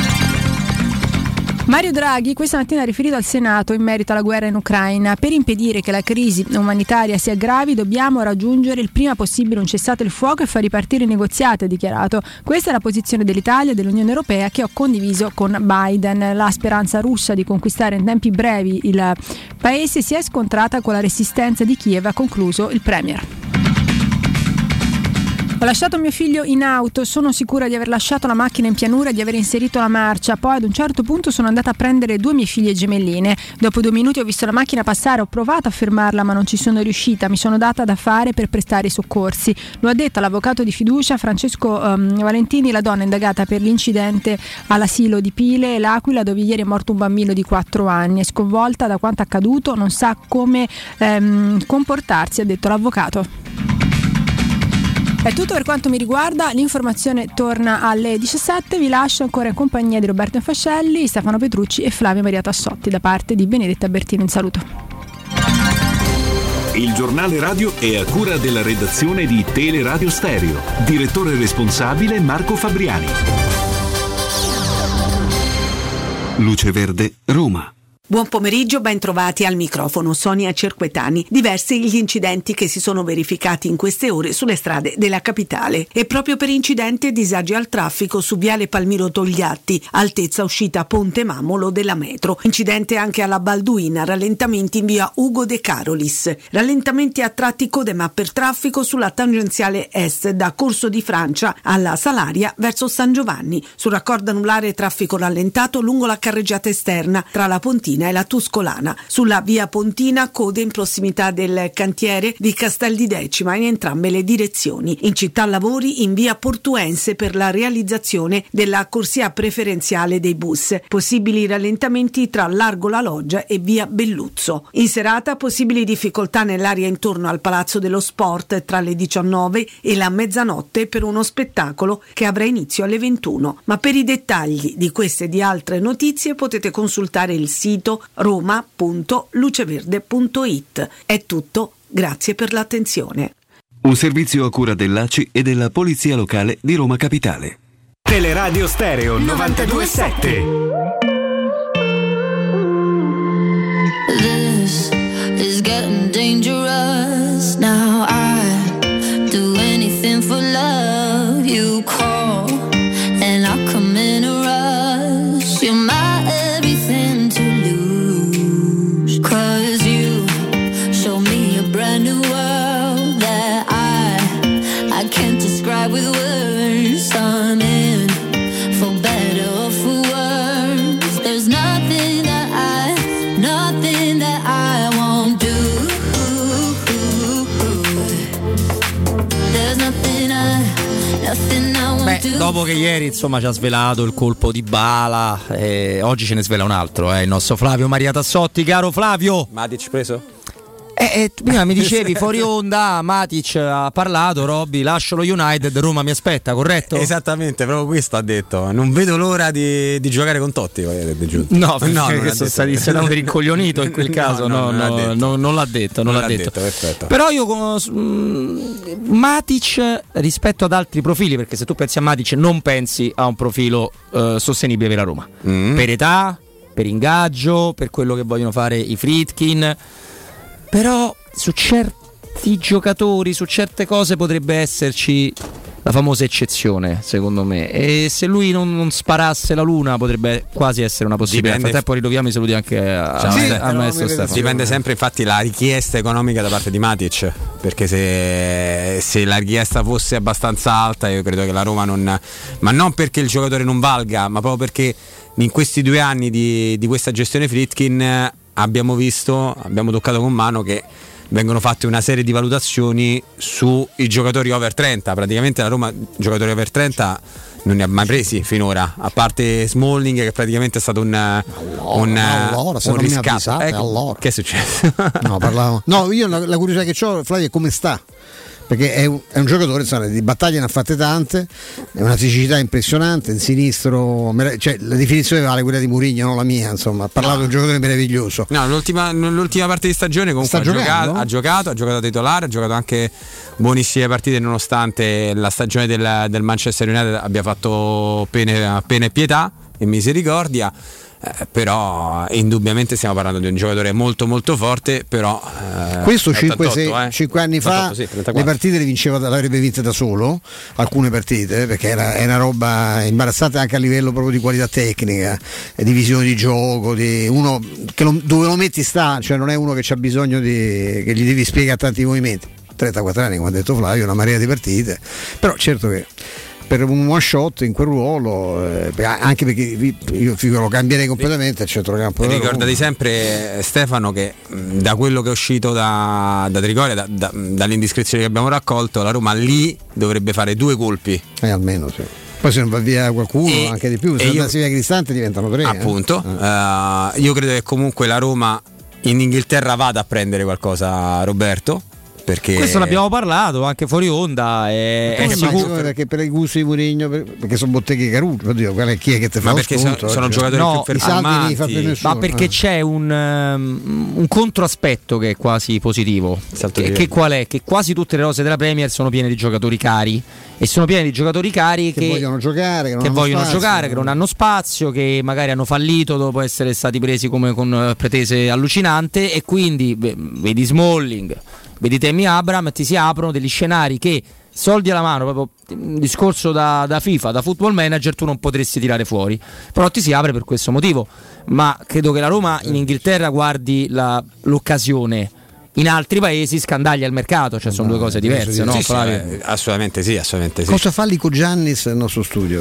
Mario Draghi questa mattina ha riferito al Senato in merito alla guerra in Ucraina. Per impedire che la crisi umanitaria si aggravi dobbiamo raggiungere il prima possibile un cessate il fuoco e far ripartire i negoziati, ha dichiarato. Questa è la posizione dell'Italia e dell'Unione Europea che ho condiviso con Biden. La speranza russa di conquistare in tempi brevi il paese si è scontrata con la resistenza di Kiev, ha concluso il Premier. Ho lasciato mio figlio in auto, sono sicura di aver lasciato la macchina in pianura e di aver inserito la marcia, poi ad un certo punto sono andata a prendere due mie figlie gemelline. Dopo due minuti ho visto la macchina passare, ho provato a fermarla ma non ci sono riuscita, mi sono data da fare per prestare i soccorsi. Lo ha detto l'avvocato di fiducia Francesco um, Valentini, la donna indagata per l'incidente all'asilo di Pile, L'Aquila, dove ieri è morto un bambino di quattro anni. È sconvolta da quanto accaduto, non sa come um, comportarsi, ha detto l'avvocato. È tutto per quanto mi riguarda, l'informazione torna alle diciassette, vi lascio ancora in compagnia di Roberto Infascelli, Stefano Petrucci e Flavia Maria Tassotti da parte di Benedetta Bertino. Un saluto. Il giornale radio è a cura della redazione di Teleradio Stereo. Direttore responsabile Marco Fabriani. Luce Verde, Roma. Buon pomeriggio, ben trovati al microfono Sonia Cerquetani. Diversi gli incidenti che si sono verificati in queste ore sulle strade della capitale e proprio per incidente disagi al traffico su Viale Palmiro Togliatti, altezza uscita Ponte Mamolo della metro. Incidente anche alla Balduina, rallentamenti in via Ugo De Carolis. Rallentamenti a tratti code ma per traffico sulla tangenziale est da Corso di Francia alla Salaria verso San Giovanni. Sul raccordo anulare traffico rallentato lungo la carreggiata esterna tra la Pontina e la Tuscolana. Sulla via Pontina code in prossimità del cantiere di Castel di Decima in entrambe le direzioni. In città lavori in via Portuense per la realizzazione della corsia preferenziale dei bus. Possibili rallentamenti tra Largo La Loggia e via Belluzzo. In serata possibili difficoltà nell'area intorno al Palazzo dello Sport tra le diciannove e la mezzanotte per uno spettacolo che avrà inizio alle ventuno. Ma per i dettagli di queste e di altre notizie potete consultare il sito roma punto luceverde punto it. È tutto, grazie per l'attenzione. Un servizio a cura dell'A C I e della Polizia Locale di Roma Capitale. Teleradio Stereo novantadue sette. This is getting dangerous. Now I do anything for love. You call and I come in a rush. You're my everything to lose. Cause you show me a brand new world that I I can't describe with words. I'm in for better or for worse. There's nothing that I, nothing that I won't do. There's nothing I, nothing I won't do. Beh, dopo che ieri insomma ci ha svelato il colpo di bala, eh, oggi ce ne svela un altro, eh, il nostro Flavio Maria Tassotti. Caro Flavio, Matic preso? Eh, eh, prima mi dicevi fuori onda, Matic ha parlato, Robby, lascio lo United, Roma mi aspetta, corretto? Esattamente, proprio questo ha detto. Non vedo l'ora di, di giocare con Totti. No, perché no, che sono stati stato rincoglionito in quel caso, no, no, no, no, no, non l'ha detto, non, non l'ha, l'ha detto. detto Però io mh, Matic rispetto ad altri profili, perché se tu pensi a Matic non pensi a un profilo uh, sostenibile per la Roma, mm. per età, per ingaggio, per quello che vogliono fare i Friedkin. Però su certi giocatori, su certe cose potrebbe esserci la famosa eccezione, secondo me. E se lui non, non sparasse la luna potrebbe quasi essere una possibilità. Nel frattempo ritroviamo i saluti anche a, Ciao, sì, a, a maestro Stefano. Dipende sempre infatti la richiesta economica da parte di Matic, perché se, se la richiesta fosse abbastanza alta io credo che la Roma non, ma non perché il giocatore non valga, ma proprio perché in questi due anni di, di questa gestione Friedkin abbiamo visto, abbiamo toccato con mano che vengono fatte una serie di valutazioni sui giocatori over trenta. Praticamente la Roma giocatori over trenta non ne ha mai presi finora, a parte Smalling che praticamente è stato un allora, un, allora, se un non riscatto. Mi avvisate, ecco, allora. Che è successo? No, parlavo. No, io la, la curiosità che ho, Flavio, è come sta. Perché è un, è un giocatore, insomma, di battaglie ne ha fatte tante, è una fisicità impressionante, in sinistro, cioè la definizione vale quella di Mourinho, non la mia, insomma, ha parlato di un giocatore meraviglioso. No, l'ultima, l'ultima parte di stagione comunque ha giocato, ha giocato, ha giocato da titolare, ha giocato anche buonissime partite nonostante la stagione del, del Manchester United abbia fatto pene, pena e pietà e misericordia. Eh, però indubbiamente stiamo parlando di un giocatore molto molto forte, però eh, questo cinque anni fa ottantotto, sì, le partite le vinceva, l'avrebbe vinte da solo, alcune partite, perché era, era una roba imbarazzante anche a livello proprio di qualità tecnica, di visione di gioco, di uno che lo, dove lo metti sta, cioè non è uno che c'ha bisogno di, che gli devi spiegare tanti movimenti. trentaquattro anni, come ha detto Flavio, una marea di partite, però certo che per un one shot in quel ruolo, eh, anche perché io lo cambierei completamente al centrocampo. Ricordati sempre, Stefano, che mh, da quello che è uscito da, da Trigoria, da, da, dalle indiscrezioni che abbiamo raccolto, la Roma lì dovrebbe fare due colpi. Eh, almeno sì. Poi se non va via qualcuno, e, anche di più, se andassi via Cristante diventano tre. Appunto, eh. uh, io credo che comunque la Roma in Inghilterra vada a prendere qualcosa, Roberto, perché questo l'abbiamo parlato anche fuori onda. È, è sicuro perché per i gusti di Mourinho, perché sono botteghe Caruccio, oddio, qual è, chi è che te fa? Ma perché sono, sono giocatori no, più performanti, ma perché eh. c'è un, um, un controaspetto che è quasi positivo. Che, che qual è? Che quasi tutte le rose della Premier sono piene di giocatori cari e sono piene di giocatori cari che, che vogliono giocare, che, non che hanno vogliono spazio, giocare, che non hanno spazio, che magari hanno fallito dopo essere stati presi come con pretese allucinanti, e quindi beh, vedi Smalling, vedi Tammy Abraham, ti si aprono degli scenari che, soldi alla mano, proprio un discorso da, da FIFA, da Football Manager, tu non potresti tirare fuori, però ti si apre per questo motivo. Ma credo che la Roma in Inghilterra guardi la, l'occasione. In altri paesi scandaglia il mercato, cioè sono no, due cose diverse, no? Sì, sì, eh, assolutamente sì, assolutamente sì. Cosa fa Lico Giannis nel nostro studio?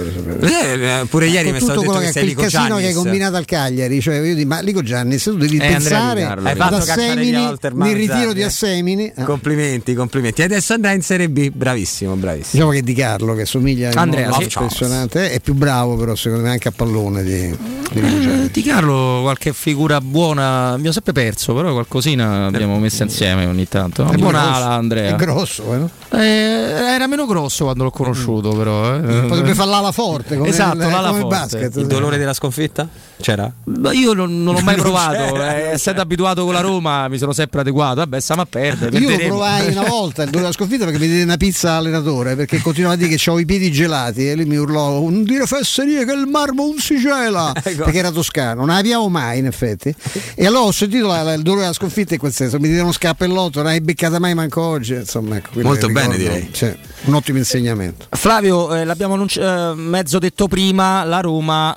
Eh, pure ieri con mi è stato detto che sei Lico Giannis. Il casino che hai combinato al Cagliari, cioè io dico, ma Lico Giannis tu devi eh, pensare ad Assemini, nel ritiro di Assemini. Eh. Complimenti, complimenti. E adesso andrà in Serie B, bravissimo, bravissimo. Diciamo che Di Carlo, che somiglia a Andrea, sì. impressionante, è più bravo però secondo me anche a pallone di, di eh, Di Carlo, qualche figura buona, abbiamo sempre perso, però qualcosina abbiamo messo insieme ogni tanto. È buona ala, Andrea. È grosso, eh, no? eh, era meno grosso quando l'ho conosciuto, però. Eh. Potrebbe fare l'ala forte, come esatto, il, l'ala come forte. Il basket. Il dolore della sconfitta? C'era? Ma io non, non l'ho mai provato, eh, essendo abituato con la Roma mi sono sempre adeguato. Vabbè, stiamo a perdere. Io lo provai una volta il dolore della sconfitta perché mi diede una pizza all'allenatore, perché continuava a dire che avevo i piedi gelati e lui mi urlò: non dire fesserie che il marmo non si gela, ecco. Perché era toscano, non abbiamo mai in effetti. E allora ho sentito la, la, il dolore della sconfitta in quel senso, mi diede uno scappellotto, non hai beccata mai manco oggi, insomma, ecco, molto ricordo, bene direi, cioè, un ottimo insegnamento. Flavio, eh, l'abbiamo annunci- eh, mezzo detto prima, la Roma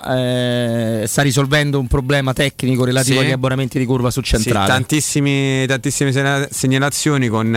eh, sta risolvendo un problema tecnico relativo sì. agli abbonamenti di curva su centrale. Sì, tantissimi, tantissime segnalazioni con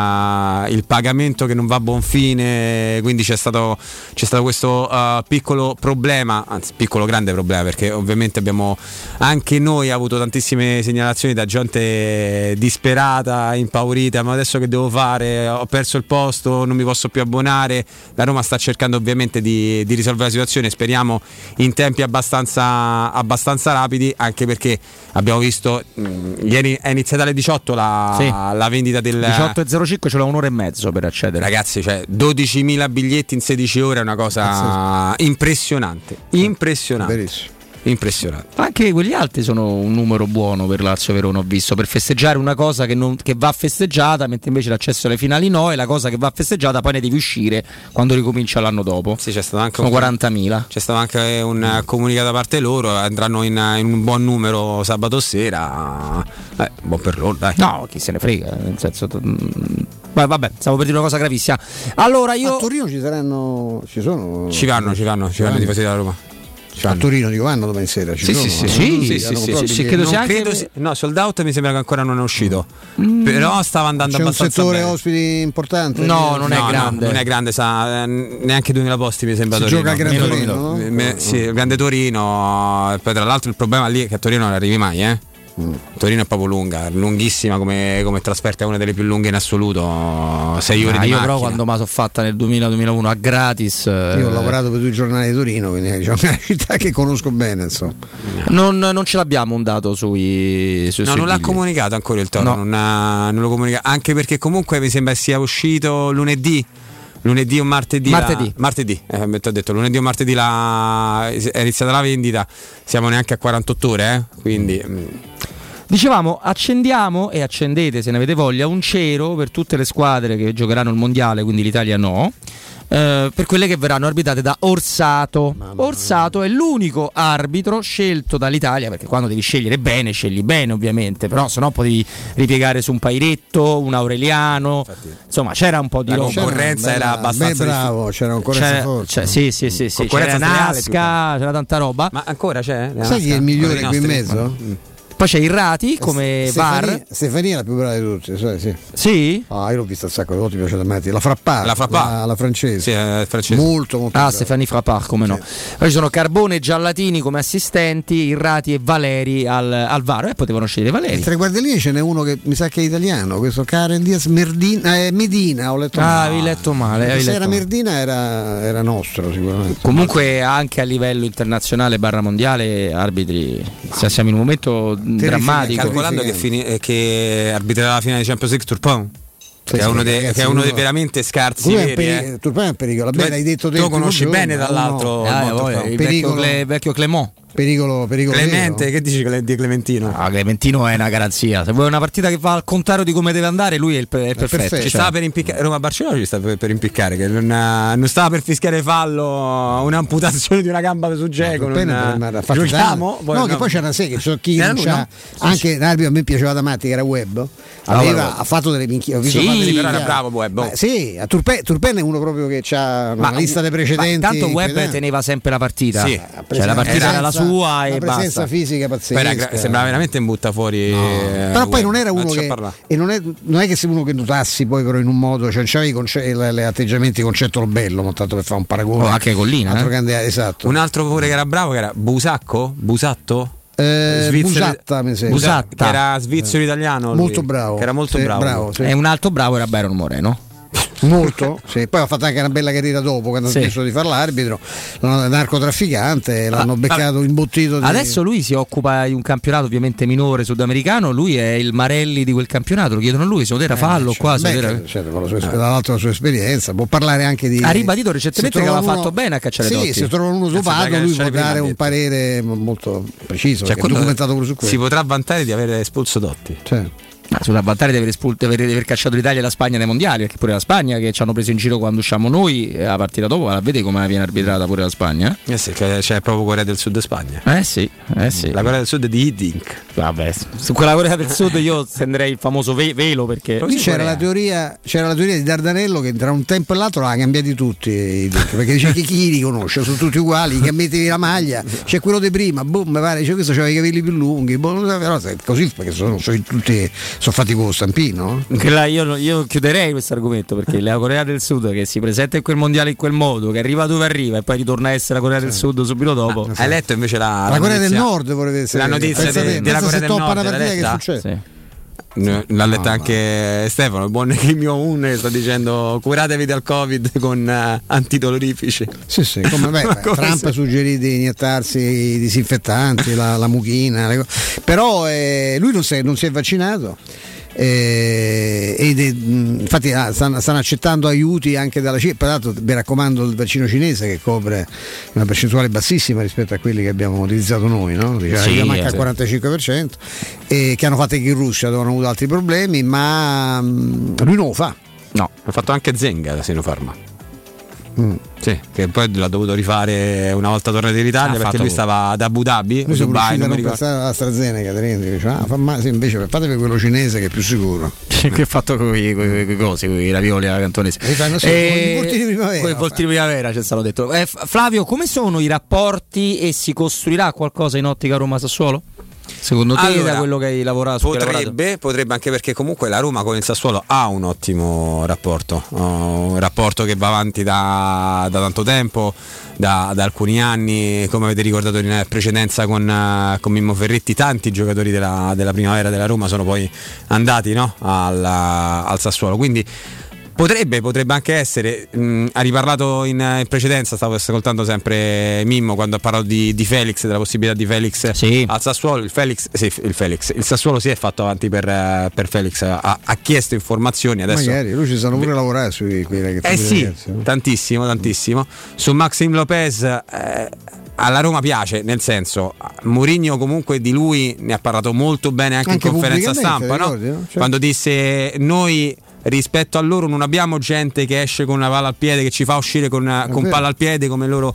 uh, il pagamento che non va a buon fine, quindi c'è stato, c'è stato questo uh, piccolo problema, anzi piccolo grande problema, perché ovviamente abbiamo anche noi avuto tantissime segnalazioni da gente disperata, impaurita, ma adesso che devo fare? Ho perso il posto, non mi posso più abbonare. La Roma sta cercando ovviamente di, di risolvere la situazione, speriamo in tempi abbastanza, abbastanza rapidi, anche perché abbiamo visto mh, ieri è iniziata alle diciotto la, sì. la vendita del diciotto e zero cinque, ce l'ho un'ora e mezzo per accedere. Ragazzi, cioè dodicimila biglietti in sedici ore è una cosa impressionante, impressionante. Verissimo. Impressionante. Anche quegli altri sono un numero buono per Lazio Verona, ho visto, per festeggiare una cosa che, non, che va festeggiata, mentre invece l'accesso alle finali no, e la cosa che va festeggiata poi ne devi uscire quando ricomincia l'anno dopo. Sì, c'è stato anche sono un, quarantamila. C'è stato anche un mm. comunicato da parte loro, andranno in, in un buon numero sabato sera. Eh, buon per loro, dai. No, chi se ne frega, nel senso Beh, vabbè, stavo per dire una cosa gravissima. Allora io a Torino ci saranno ci sono Ci vanno, ci vanno, ci vanno i tifosi della Roma. A Torino dico vanno domani sera ci sì, sono, sì, sì, sì, sì, sì, sì, sì, credo sia anche credo si... no, sold out mi sembra che ancora non è uscito, mm. però stava andando c'è abbastanza un settore bene. Ospiti importante? No, non no, è grande, no, non è grande, sa, neanche duemila posti mi sembra. Si Torino. Gioca a Gran Torino, no? Me, sì, il Grande Torino. Poi tra l'altro il problema lì è che a Torino non arrivi mai, eh. Mm. Torino è proprio lunga, lunghissima come, come trasferta, è una delle più lunghe in assoluto, sei ore ah, di io macchina. Però quando me la sono fatta nel duemila duemilauno a gratis, io ho lavorato per due giornali di Torino, quindi diciamo, è una città che conosco bene, insomma. Non, non ce l'abbiamo un dato sui, sui no, sui non l'ha bigli. comunicato ancora il Toro, no. non, ha, non lo comunica, anche perché comunque mi sembra sia uscito lunedì lunedì o martedì martedì, la, martedì eh, mi ho detto lunedì o martedì la, è iniziata la vendita, siamo neanche a quarantotto ore, eh? Quindi mh. Dicevamo, accendiamo e accendete se ne avete voglia un cero per tutte le squadre che giocheranno il mondiale, quindi l'Italia no, eh, per quelle che verranno arbitrate da Orsato. Orsato è l'unico arbitro scelto dall'Italia, perché quando devi scegliere bene scegli bene ovviamente, però sennò potevi ripiegare su un Pairetto, un Aureliano. Infatti, insomma c'era un po' di la concorrenza bella, era abbastanza beh, bravo, c'era concorrenza c'era, forte. C'era, sì sì sì, sì c'era Nasca, c'era tanta roba. Ma ancora c'è? Sai chi è il migliore qui in mezzo? Mm. Poi c'è Irrati come Stefania, V A R. Stefania è la più brava di tutti, sai, sì. Sì? Ah, io l'ho vista un sacco di volte, mi piace da matti. La Frappard, la, la, la francese. Sì, è francese. Molto, molto Ah, brava. Stefania Frappard, come no. Sì. Poi ci sono Carbone e Giallatini come assistenti, Irrati e Valeri al, al V A R. E potevano scegliere Valeri. E tra i guardellini ce n'è uno che mi sa che è italiano, questo Karen Diaz Merdina, eh, Medina, ho letto ah, male. Ah, avevi letto male. Se letto era male. Merdina era, era nostro sicuramente. Comunque anche a livello internazionale barra mondiale arbitri, siamo in un momento drammatico. Calcolando che, fini, che arbitrerà la finale di Champions League Turpin. Che è uno, de, che è uno dei veramente scarsi veri, peri- eh. Turpin è un pericolo. Bene, hai detto te, tu lo conosci proprio, bene dall'altro, Ah, molto poi, fa- il pericolo- vecchio, Cle- vecchio Clemont. Pericolo, pericolo Clemente, vero. che dici Cle- di Clementino? Ah, Clementino è una garanzia. Se vuoi una partita che va al contrario di come deve andare, lui è, il, è perfetto. perfetto. Ci Cioè, stava per impiccare Roma-Barcellona, ci stava per, per impiccare, che non, non stava per fischiare fallo, un'amputazione di una gamba su Dzeko. No, non... Giochiamo? Giochiamo? No, no, che poi c'era sé che c'è chi Era non lui, c'ha, no? anche l'arbitro a me piaceva da matti che era Webb. Aveva, ha fatto delle minchie, ho visto Sì, fare delle però era minchiate. bravo Webb. Ma sì, a Turpin, Turpin è uno proprio che ha una lista dei precedenti. Ma tanto Webb inquietante. teneva sempre la partita. Sì, cioè la partita era la sua una e presenza basta. fisica pazzesca. Poi era- sembrava veramente in butta fuori. No. eh, Però poi Webb. non era uno c'è a che parlare. e non è, non è che sei uno che notassi poi però in un modo, cioè c'avevi i conce- le, le atteggiamenti concettolo bello, non tanto per fare un paragone. Oh, anche Collina, altro eh? candidato, esatto. Un altro pure che era bravo, che era Busacco? Busatto? Eh, Svizzero- Busatta, mi sembra. Busatta, che era svizzero italiano. lui, Molto bravo. Che era molto Sì, bravo. bravo, sì. E un altro bravo era Byron Moreno. Molto, sì. Poi ha fatto anche una bella carriera dopo quando Sì. ha smesso di fare l'arbitro, l'hanno- narcotrafficante, l'hanno Ah, beccato imbottito di... Adesso lui si occupa di un campionato ovviamente minore sudamericano, lui è il Marelli di quel campionato, lo chiedono a lui, se era fallo qua, se Beh, era... certo, con la sua, tra l'altro la sua esperienza, può parlare anche di... Ha ribadito recentemente se che aveva trovano fatto bene a cacciare Sì, Totti. se trovano uno Cazzo, dopato dai, lui può cacciare prima, dare ha un detto. parere molto preciso, Cioè, perché è quello documentato pure su si questo. potrà vantare di aver espulso Totti. Cioè. Ma sulla vantare di aver, espul- di aver, di aver cacciato l'Italia e la Spagna dai mondiali, perché pure la Spagna che ci hanno preso in giro quando usciamo noi, e la partita dopo la vede come viene arbitrata pure la Spagna. Eh sì, che c'è proprio Corea del Sud e Spagna. Eh sì, eh sì. La Corea del Sud è di Hiddink. Vabbè, su quella Corea del Sud io stenderei il famoso ve- velo perché Lì c'era la, teoria, c'era la teoria di Dardanello che tra un tempo e l'altro l'ha cambiati tutti, perché dice che chi li conosce, sono tutti uguali, cambiatevi la maglia, c'è quello di prima, boh, mi pare, dice questo c'aveva i capelli più lunghi, boh, però è così perché sono, sono tutti sono fatti con lo stampino. Che là io, io chiuderei questo argomento perché la Corea del Sud che si presenta in quel mondiale in quel modo, che arriva dove arriva e poi ritorna a essere la Corea del Sud subito dopo. Hai letto invece la, La Corea notizia- del Nord vorrete essere la notizia pensa de- te, della pensa Corea se del toppa Nord, una l'hai partita che letta? succede? N- L'ha letta anche Stefano, il buon Kim Jong-un che sta dicendo curatevi dal Covid con uh, antidolorifici. Sì, sì, come, beh, beh, Come Trump se- ha suggerito di iniettarsi i disinfettanti, la, la mucchina, le co- però eh, lui non si, è, non si è vaccinato. Eh, ed è, mh, infatti ah, stanno, stanno accettando aiuti anche dalla Cina. Peraltro vi raccomando il vaccino cinese che copre una percentuale bassissima rispetto a quelli che abbiamo utilizzato noi, no? Dice, Sì, arriva manca eh, al sì. quarantacinque per cento, e che hanno fatto anche in Russia dove hanno avuto altri problemi, ma mh, lui non lo fa. No, ha fatto anche Zenga da Sinopharma. Mm. Sì, che poi l'ha dovuto rifare una volta tornato in Italia Ha perché fatto lui pure. stava ad Abu Dhabi, Lui si è Dubai, riuscito a non mi non ricordo. pensare all'AstraZeneca, dice, ah, fa male, sì, invece fatevi quello cinese che è più sicuro. che ha fatto con i cosi, con i ravioli alla cantonese. Rifanno sì, con i voltini di primavera, con i voltini di primavera ci stato detto. Eh, F- Flavio, come sono i rapporti e si costruirà qualcosa in ottica Roma-Sassuolo? Secondo te, Allora, da quello che hai lavorato? su cui hai lavorato? Potrebbe, potrebbe anche perché comunque la Roma con il Sassuolo ha un ottimo rapporto, uh, un rapporto che va avanti da, da tanto tempo, da, da alcuni anni, come avete ricordato in precedenza con, uh, con Mimmo Ferretti, tanti giocatori della, della primavera della Roma sono poi andati, no? al, al Sassuolo, quindi Potrebbe, potrebbe anche essere, mh, ha riparlato in, in precedenza, stavo ascoltando sempre Mimmo quando ha parlato di, di Felix, della possibilità di Felix sì. al Sassuolo, il Felix, sì, il Felix, il Sassuolo si è fatto avanti per, per Felix, ha, ha chiesto informazioni, adesso magari lui ci sanno pure lavorare sui quei ragazzi. eh sì, ragazzi, no? tantissimo, tantissimo. Su Maxim Lopez eh, alla Roma piace, nel senso Mourinho comunque di lui ne ha parlato molto bene anche, Anche in conferenza pubblicamente, stampa, no? ricordi, no? Cioè- Quando disse noi rispetto a loro non abbiamo gente che esce con una palla al piede, che ci fa uscire con, con vero. palla al piede come loro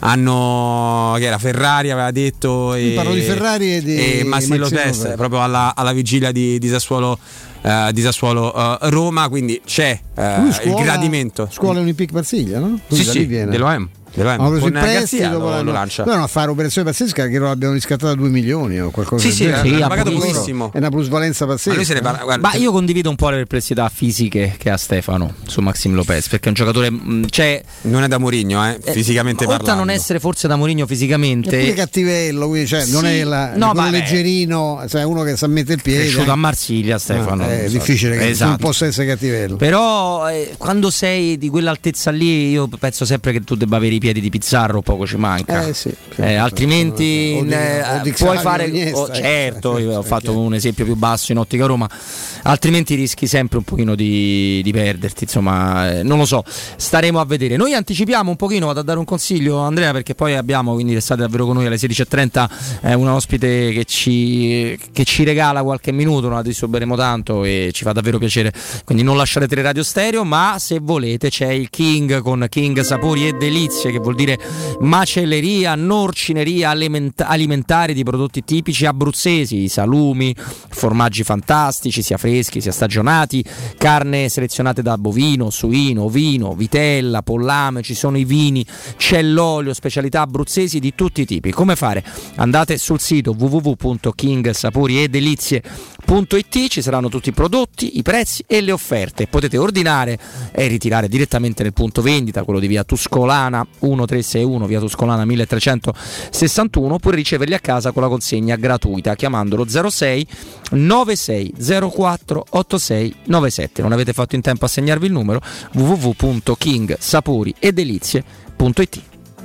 hanno, che era Ferrari aveva detto e, parlo di Ferrari e di e Maxi Maxi Lopez, Lopez. proprio alla, alla vigilia di, di Sassuolo eh, di Sassuolo eh, Roma, quindi c'è eh, Lui il scuola- gradimento. Scuola Olympique Marsiglia, no? Lui Sì, da sì, lì viene. dell'O M. Hanno preso Con il Garzia prestito, lo, poi lo hanno- lancia. dovevano fare un'operazione pazzesca che loro abbiano riscattato a due milioni o qualcosa Sì, del sì, genere. sì, ha Hanno pagato loro- pochissimo. È una plusvalenza pazzesca. Ma lui se ne parla, guarda, Ma io condivido un po' le perplessità fisiche che ha Stefano su Maxim Lopez, perché è un giocatore mh, cioè, non è da Mourinho, eh, fisicamente oltre parlando. a non essere forse da Mourinho fisicamente, È pure cattivello, quindi, cioè, non Sì, è la, no, quello vabbè. leggerino, cioè uno che sa mettere il è piede. cresciuto a Marsiglia Stefano. Ah, è non so. difficile che Esatto. non possa essere cattivello. Però eh, quando sei di quell'altezza lì io penso sempre che tu debba avere i piedi di Pizarro poco ci manca. Eh, sì, sì, eh, altrimenti o di, eh, o di puoi Xavi fare Iniesta, oh, eh, certo, eh, io ho eh, fatto eh, un esempio più basso in Ottica Roma, altrimenti rischi sempre un pochino di, di perderti, insomma, eh, non lo so, staremo a vedere. Noi anticipiamo un pochino, vado a dare un consiglio Andrea, perché poi abbiamo, quindi restate davvero con noi alle sedici e trenta, eh, una ospite che ci, che ci regala qualche minuto, non la disturberemo tanto e ci fa davvero piacere, quindi non lasciate Teleradio Stereo, ma se volete c'è il King con King Sapori e Delizie, che vuol dire macelleria, norcineria alimenta- alimentari di prodotti tipici abruzzesi, salumi, formaggi fantastici sia freschi sia stagionati, carne selezionate da bovino, suino, ovino, vitella, pollame, ci sono i vini, c'è l'olio, specialità abruzzesi di tutti i tipi. Come fare? Andate sul sito w w w punto king sapori e delizie punto i t, ci saranno tutti i prodotti, i prezzi e le offerte. Potete ordinare e ritirare direttamente nel punto vendita, quello di via Tuscolana milletrecentosessantuno, via Tuscolana milletrecentosessantuno, oppure riceverli a casa con la consegna gratuita chiamandolo zero sei nove sei zero quattro otto sei nove sette. Non avete fatto in tempo a segnarvi il numero, w w w punto king sapori e delizie punto i t.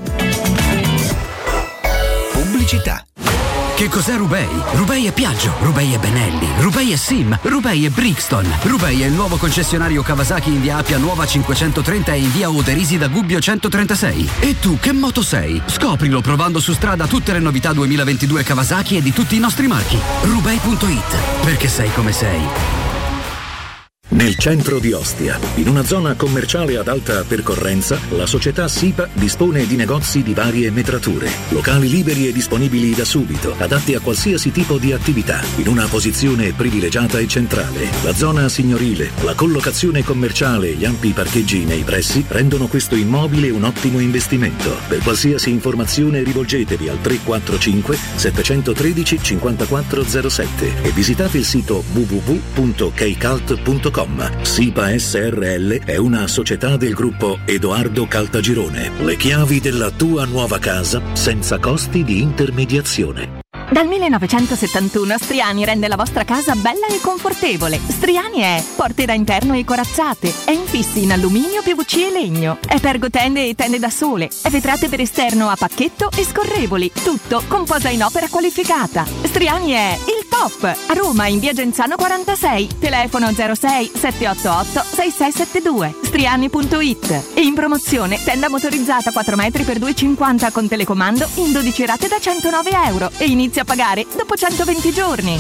Pubblicità. Che cos'è Rubei? Rubei è Piaggio, Rubei è Benelli, Rubei è Sim, Rubei è Brixton, Rubei è il nuovo concessionario Kawasaki in via Appia Nuova cinquecentotrenta e in via Oderisi da Gubbio centotrentasei. E tu che moto sei? Scoprilo provando su strada tutte le novità duemilaventidue Kawasaki e di tutti i nostri marchi. Rubei punto it, perché sei come sei. Nel centro di Ostia, in una zona commerciale ad alta percorrenza, la società SIPA dispone di negozi di varie metrature, locali liberi e disponibili da subito, adatti a qualsiasi tipo di attività, in una posizione privilegiata e centrale. La zona signorile, la collocazione commerciale e gli ampi parcheggi nei pressi rendono questo immobile un ottimo investimento. Per qualsiasi informazione rivolgetevi al tre quattro cinque sette uno tre cinque zero sette e visitate il sito w w w punto keicalt punto com. SIPA S R L è una società del gruppo Edoardo Caltagirone. Le chiavi della tua nuova casa senza costi di intermediazione. Dal millenovecentosettantuno Striani rende la vostra casa bella e confortevole. Striani è porte da interno e corazzate, è infissi in alluminio, P V C e legno, è pergotende e tende da sole, è vetrate per esterno a pacchetto e scorrevoli, tutto con posa in opera qualificata. Striani è il top! A Roma in via Genzano quarantasei, telefono zero sei sette otto otto sei sei sette due, striani punto it. E in promozione tenda motorizzata quattro metri per due e cinquanta con telecomando in dodici rate da centonove euro e inizia a pagare dopo centoventi giorni.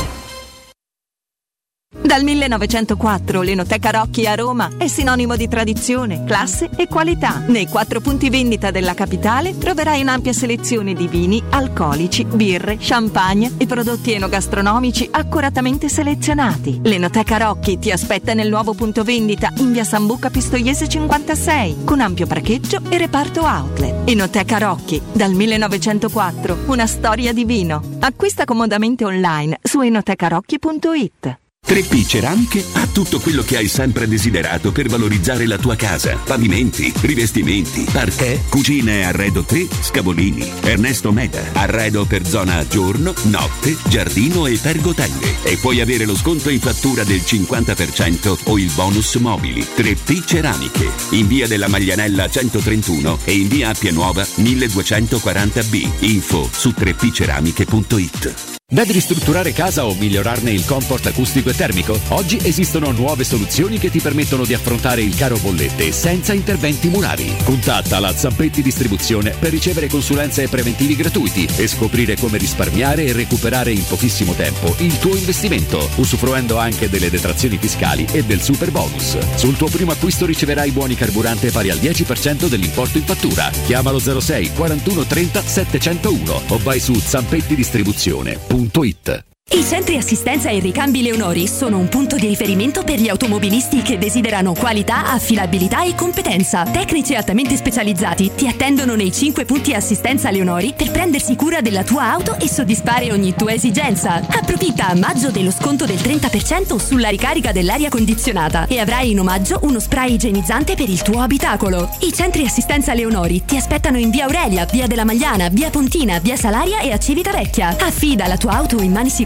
Dal millenovecentoquattro l'Enoteca Rocchi a Roma è sinonimo di tradizione, classe e qualità. Nei quattro punti vendita della capitale troverai un'ampia selezione di vini, alcolici, birre, champagne e prodotti enogastronomici accuratamente selezionati. L'Enoteca Rocchi ti aspetta nel nuovo punto vendita in via Sambuca Pistoiese cinquantasei con ampio parcheggio e reparto outlet. Enoteca Rocchi, dal millenovecentoquattro, una storia di vino. Acquista comodamente online su enotecarocchi punto it. tre P Ceramiche ha tutto quello che hai sempre desiderato per valorizzare la tua casa. Pavimenti, rivestimenti, parquet, cucina e arredo tre, Scavolini. Ernesto Meda, arredo per zona giorno, notte, giardino e pergotelle. E puoi avere lo sconto in fattura del cinquanta per cento o il bonus mobili. tre P Ceramiche, in via della Maglianella centotrentuno e in via Appia Nuova milleduecentoquaranta B. Info su tre p ceramiche punto it. Devi ristrutturare casa o migliorarne il comfort acustico e termico? Oggi esistono nuove soluzioni che ti permettono di affrontare il caro bollette senza interventi murari. Contatta la Zampetti Distribuzione per ricevere consulenze e preventivi gratuiti e scoprire come risparmiare e recuperare in pochissimo tempo il tuo investimento, usufruendo anche delle detrazioni fiscali e del super bonus. Sul tuo primo acquisto riceverai buoni carburante pari al dieci per cento dell'importo in fattura. Chiamalo zero sei quarantuno trenta settecentouno o vai su zampetti distribuzione punto it. I centri assistenza e ricambi Leonori sono un punto di riferimento per gli automobilisti che desiderano qualità, affidabilità e competenza. Tecnici altamente specializzati ti attendono nei cinque punti assistenza Leonori per prendersi cura della tua auto e soddisfare ogni tua esigenza. Approfitta a maggio dello sconto del trenta per cento sulla ricarica dell'aria condizionata e avrai in omaggio uno spray igienizzante per il tuo abitacolo. I centri assistenza Leonori ti aspettano in via Aurelia, via della Magliana, via Pontina, via Salaria e a Civitavecchia. Affida la tua auto in mani sicure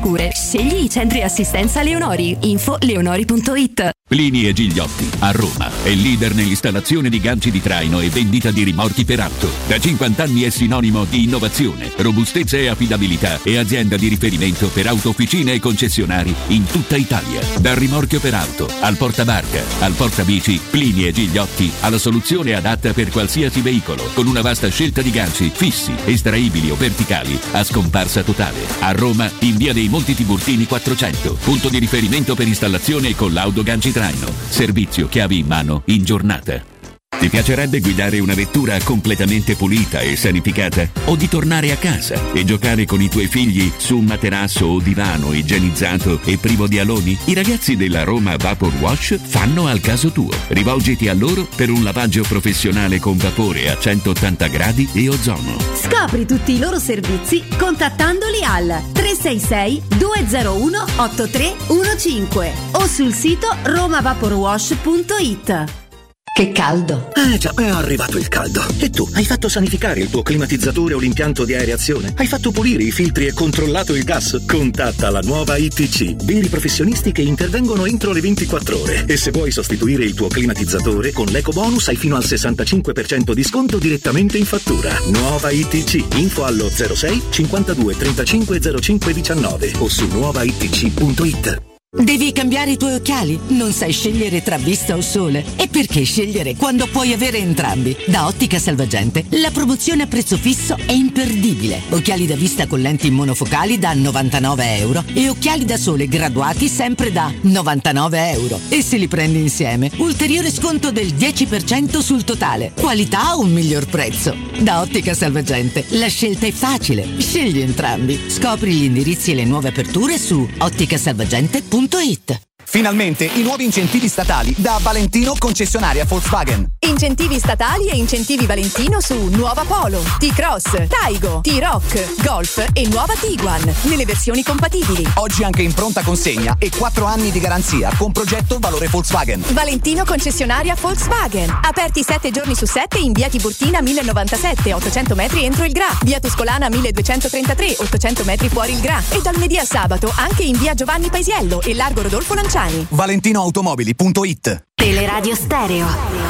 sicure. Scegli i centri assistenza Leonori. Info leonori punto it. Plini e Gigliotti, a Roma, è leader nell'installazione di ganci di traino e vendita di rimorchi per auto. Da cinquanta anni è sinonimo di innovazione, robustezza e affidabilità e azienda di riferimento per autofficine e concessionari in tutta Italia. Dal rimorchio per auto, al portabarca, al portabici, Plini e Gigliotti ha la soluzione adatta per qualsiasi veicolo, con una vasta scelta di ganci fissi, estraibili o verticali, a scomparsa totale. A Roma, in via dei Monti Tiburtini quattrocento, punto di riferimento per installazione con l'Auto Ganci Traino. Servizio chiavi in mano in giornata. Ti piacerebbe guidare una vettura completamente pulita e sanificata? O di tornare a casa e giocare con i tuoi figli su un materasso o divano igienizzato e privo di aloni? I ragazzi della Roma Vapor Wash fanno al caso tuo. Rivolgiti a loro per un lavaggio professionale con vapore a centottanta gradi e ozono. Scopri tutti i loro servizi contattandoli al tre sei sei due zero uno otto tre uno cinque o sul sito roma vapor wash punto it. Che caldo! Eh già, è arrivato il caldo. E tu, hai fatto sanificare il tuo climatizzatore o l'impianto di areazione? Hai fatto pulire i filtri e controllato il gas? Contatta la nuova I T C, veri professionisti che intervengono entro le ventiquattro ore. E se vuoi sostituire il tuo climatizzatore, con l'eco bonus hai fino al sessantacinque per cento di sconto direttamente in fattura. Nuova I T C, info allo zero sei cinquantadue trentacinque zero cinque diciannove o su nuova i t c punto it. Devi cambiare i tuoi occhiali? Non sai scegliere tra vista o sole? E perché scegliere quando puoi avere entrambi? Da Ottica Salvagente la promozione a prezzo fisso è imperdibile. Occhiali da vista con lenti monofocali da novantanove euro e occhiali da sole graduati sempre da novantanove euro. E se li prendi insieme, ulteriore sconto del dieci per cento sul totale. Qualità o un miglior prezzo? Da Ottica Salvagente la scelta è facile. Scegli entrambi. Scopri gli indirizzi e le nuove aperture su otticasalvagente punto it. Finalmente i nuovi incentivi statali da Valentino concessionaria Volkswagen. Incentivi statali e incentivi Valentino su nuova Polo, T-Cross, Taigo, T-Rock, Golf e nuova Tiguan nelle versioni compatibili. Oggi anche in pronta consegna e quattro anni di garanzia con progetto valore Volkswagen. Valentino concessionaria Volkswagen. Aperti sette giorni su sette in via Tiburtina mille novantasette, ottocento metri entro il Gra. Via Tuscolana milleduecentotrentatré, ottocento metri fuori il Gra. E dal lunedì al sabato anche in via Giovanni Paisiello e largo Rodolfo Lanciani. valentinoautomobili punto it. Teleradio Stereo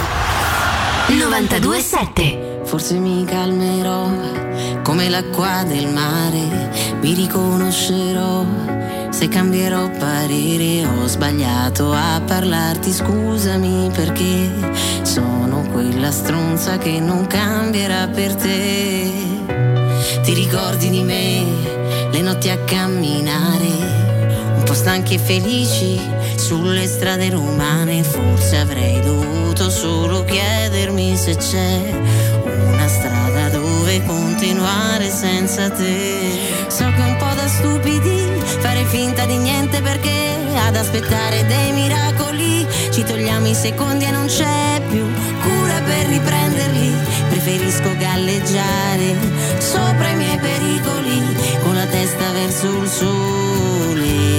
novantadue sette. Forse mi calmerò come l'acqua del mare, mi riconoscerò se cambierò parere. Ho sbagliato a parlarti, scusami, perché sono quella stronza che non cambierà per te. Ti ricordi di me, le notti a camminare, un po' stanchi e felici sulle strade romane. Forse avrei dovuto solo chiedermi se c'è una strada dove continuare senza te. So che è un po' da stupidi fare finta di niente, perché ad aspettare dei miracoli ci togliamo i secondi e non c'è più cura per riprenderli. Preferisco galleggiare sopra i miei pericoli con la testa verso il sole.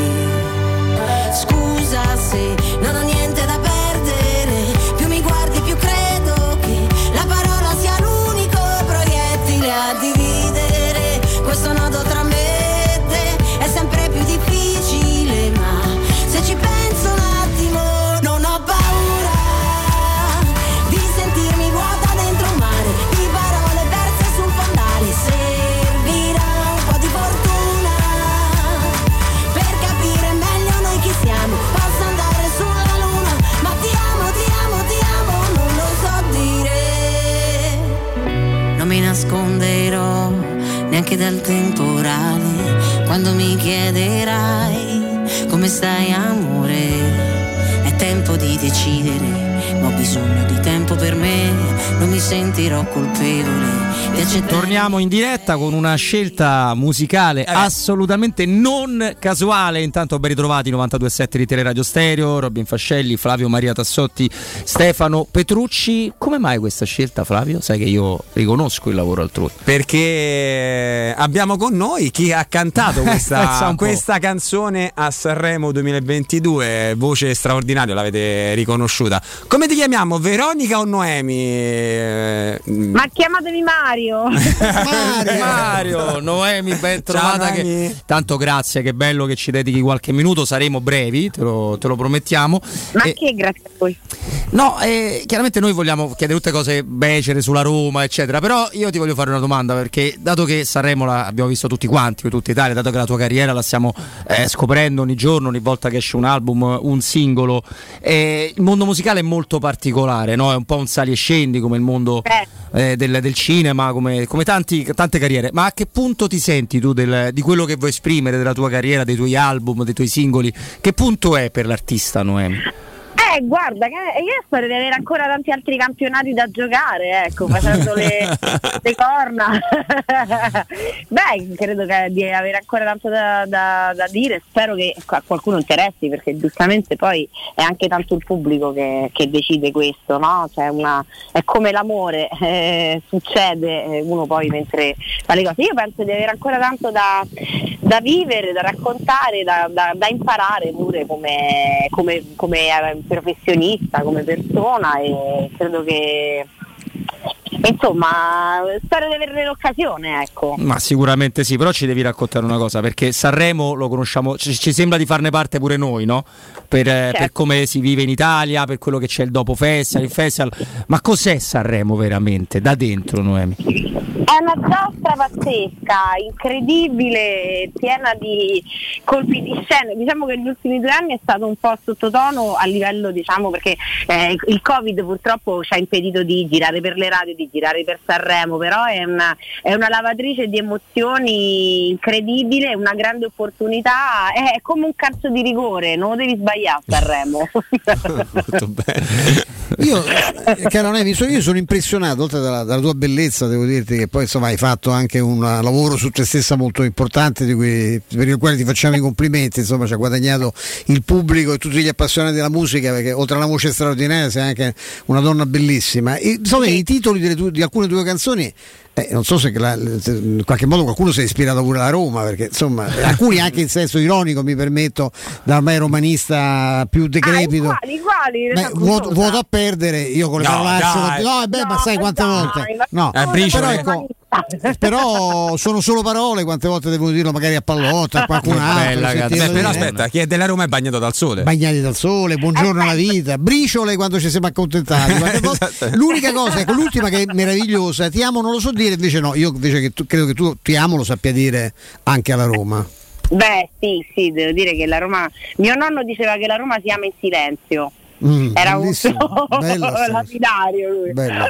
Scusa se non ho niente da perdere, più mi guardi più credo che la parola sia l'unico proiettile a dividere. Questo nodo tra me e te è sempre più difficile, ma se ci penso un attimo non ho paura di sentirmi vuota dentro un mare di parole perse sul fondale. Servirà un po' di fortuna per capire meglio noi chi siamo. Posso andare sulla luna, ma ti amo, ti amo, ti amo, non lo so dire. Non mi nasconderò neanche dal temporale quando mi chiederai come stai, amore. È tempo di decidere, ma ho bisogno di tempo per me. Non mi sentirò colpevole di accettare. Torniamo in diretta con una scelta musicale eh. assolutamente non casuale. Intanto ben ritrovati novantadue sette di Teleradio Stereo, Robin Fascelli, Flavio Maria Tassotti, Stefano Petrucci. Come mai questa scelta, Flavio? Sai che io riconosco il lavoro altrui. Perché abbiamo con noi chi ha cantato questa, questa canzone a Sanremo duemilaventidue, voce straordinaria, l'avete riconosciuta. Come Come ti chiamiamo? Veronica o Noemi? Ma chiamatemi Mario. Mario. Mario, Noemi, ben trovata. Ciao, che... Tanto grazie, che bello che ci dedichi qualche minuto, saremo brevi, te lo, te lo promettiamo. Ma e... che grazie a voi. No, eh, chiaramente noi vogliamo chiedere tutte cose becere sulla Roma, eccetera, però io ti voglio fare una domanda, perché dato che Sanremo la abbiamo visto tutti quanti, tutta Italia, dato che la tua carriera la stiamo eh, scoprendo ogni giorno, ogni volta che esce un album, un singolo, eh, il mondo musicale è molto particolare, no? È un po' un sali e scendi come il mondo eh, del, del cinema, come, come tanti, tante carriere. Ma a che punto ti senti tu del, di quello che vuoi esprimere, della tua carriera, dei tuoi album, dei tuoi singoli? Che punto è per l'artista, Noemi? Eh, guarda, che io spero di avere ancora tanti altri campionati da giocare, ecco, facendo le, le corna. Beh, credo che di avere ancora tanto da, da, da dire, spero che a qualcuno interessi, perché giustamente poi è anche tanto il pubblico che, che decide questo, no? Cioè una, è come l'amore, eh, succede uno poi mentre fa le cose. Io penso di avere ancora tanto da, da vivere, da raccontare, da, da, da imparare pure come, come, come professionista, come persona, e credo che insomma spero di averne l'occasione, ecco. Ma sicuramente sì, però ci devi raccontare una cosa, perché Sanremo lo conosciamo, ci, ci sembra di farne parte pure noi, no? Per, certo. Per come si vive in Italia, per quello che c'è il dopo festival, il festival. Ma cos'è Sanremo veramente, da dentro, Noemi? È una giostra pazzesca, incredibile, piena di colpi di scena. Diciamo che gli ultimi due anni è stato un po' sottotono a livello, diciamo, perché eh, il Covid purtroppo ci ha impedito di girare per le radio, di girare per Sanremo, però è una, è una lavatrice di emozioni incredibile, una grande opportunità, è come un calcio di rigore, non lo devi sbagliare Sanremo. Molto bene. Io, caro Noemi, io sono impressionato, oltre dalla, dalla tua bellezza, devo dirti che poi insomma hai fatto anche un lavoro su te stessa molto importante, di cui, per il quale ti facciamo i complimenti, insomma ci ha guadagnato il pubblico e tutti gli appassionati della musica, perché oltre alla voce straordinaria sei anche una donna bellissima. E, insomma, i titoli delle tue, di alcune tue canzoni, eh, non so se, la, se in qualche modo qualcuno si è ispirato pure alla Roma, perché insomma alcuni anche in senso ironico, mi permetto, da ormai romanista più decrepito. Ah, uguali, uguali, beh, vuoto, vuoto a perdere, io con le no, parolacce no, beh, no, ma sai quante dai, volte no, eh, però, ecco, però sono solo parole, quante volte devono dirlo magari a Pallotta, a qualcun altro. Bella, beh, però aspetta, chi è della Roma è bagnato dal sole. Bagnati dal sole, buongiorno alla vita, briciole quando ci siamo accontentati. Esatto. L'unica cosa, ecco, l'ultima che è meravigliosa, ti amo non lo so dire, invece no, io invece che tu, credo che tu ti amo lo sappia dire anche alla Roma. Beh sì, sì, devo dire che la Roma, mio nonno diceva che la Roma si ama in silenzio. Mm, era un lapidario lui. Beh,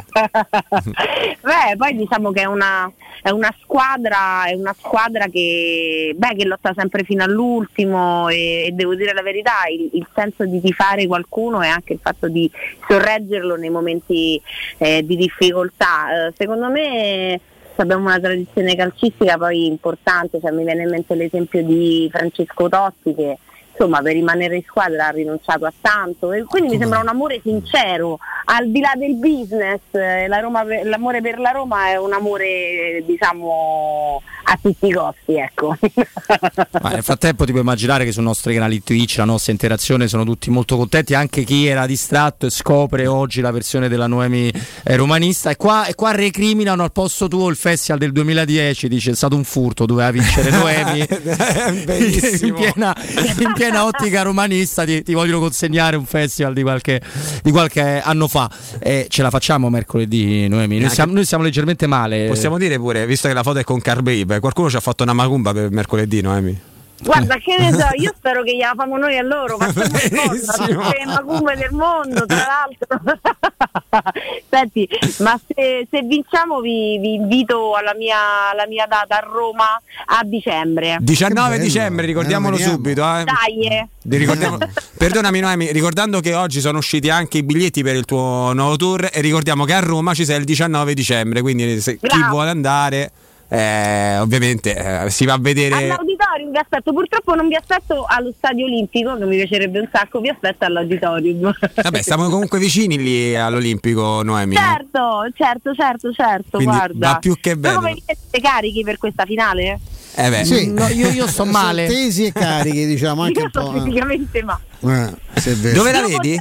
poi diciamo che è una, è una squadra, è una squadra che, beh, che lotta sempre fino all'ultimo, e, e devo dire la verità, il, il senso di tifare qualcuno è anche il fatto di sorreggerlo nei momenti eh, di difficoltà. Eh, secondo me abbiamo una tradizione calcistica poi importante, cioè mi viene in mente l'esempio di Francesco Totti che insomma per rimanere in squadra ha rinunciato a tanto, e quindi mi sembra un amore sincero al di là del business. La Roma, l'amore per la Roma è un amore, diciamo, a tutti i costi, ecco. Ma nel frattempo ti puoi immaginare che sui nostri canali Twitch, la nostra interazione, sono tutti molto contenti, anche chi era distratto e scopre oggi la versione della Noemi eh, romanista, e qua, e qua recriminano al posto tuo il festival del duemiladieci, dice è stato un furto, doveva vincere Noemi. in, piena, in piena ottica romanista ti, ti vogliono consegnare un festival di qualche, di qualche anno fa. Eh, ce la facciamo mercoledì, Noemi? Noi siamo, noi siamo leggermente male. Possiamo dire pure, visto che la foto è con Carbabe, qualcuno ci ha fatto una macumba per mercoledì, Noemi? Guarda, che ne so, io spero che gliela famo noi a loro, ma sono le macumbe del mondo, tra l'altro. Senti, ma se, se vinciamo vi, vi invito alla mia, alla mia data a Roma a dicembre. diciannove dicembre, ricordiamolo eh, subito. Eh. Dai, eh. Ricordiamo, perdonami Noemi, ricordando che oggi sono usciti anche i biglietti per il tuo nuovo tour, e ricordiamo che a Roma ci sei il diciannove dicembre, quindi se chi vuole andare... Eh, ovviamente eh, si va a vedere all'auditorium. Vi aspetto, purtroppo non vi aspetto allo Stadio Olimpico, che mi piacerebbe un sacco, vi aspetto all'auditorium. Vabbè, stiamo comunque vicini lì all'Olimpico, Noemi. Certo, certo, certo, certo. Quindi guarda, va più che bene. Come siete carichi per questa finale? Eh beh. Sì, no, io, io sto male. Tesi e carichi, diciamo anche io un po'. Io praticamente ma. Eh, Dove la vedi?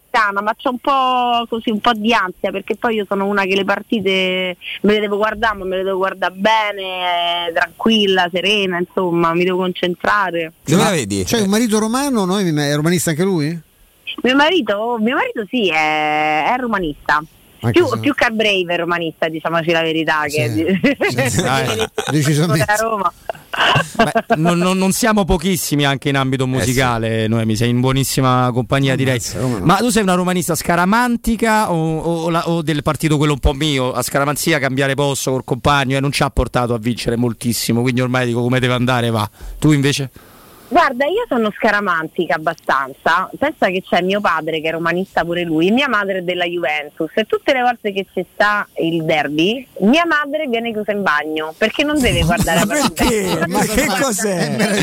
toscana, ma c'ho un po' così, un po' di ansia, perché poi io sono una che le partite me le devo guardare, ma me le devo guardare bene, eh, tranquilla, serena, insomma, mi devo concentrare. Dove la vedi? C'hai un marito romano, no? È romanista anche lui? Mio marito, mio marito sì, è, è romanista. Più, se... più Car Brave è romanista, diciamoci la verità, sì. Che sì. Decisamente a Roma. Beh, non, non, non siamo pochissimi anche in ambito musicale, eh sì. Noemi, sei in buonissima compagnia, direi. No. Ma tu sei una romanista scaramantica o, o, la, o del partito quello un po' mio? A scaramanzia cambiare posto col compagno e eh, non ci ha portato a vincere moltissimo, quindi ormai dico come deve andare va. Tu invece? Guarda, io sono scaramantica abbastanza, pensa che c'è mio padre che è romanista pure lui, mia madre è della Juventus e tutte le volte che ci sta il derby mia madre viene chiusa in bagno perché non deve guardare ma la partita. Ma che cos'è?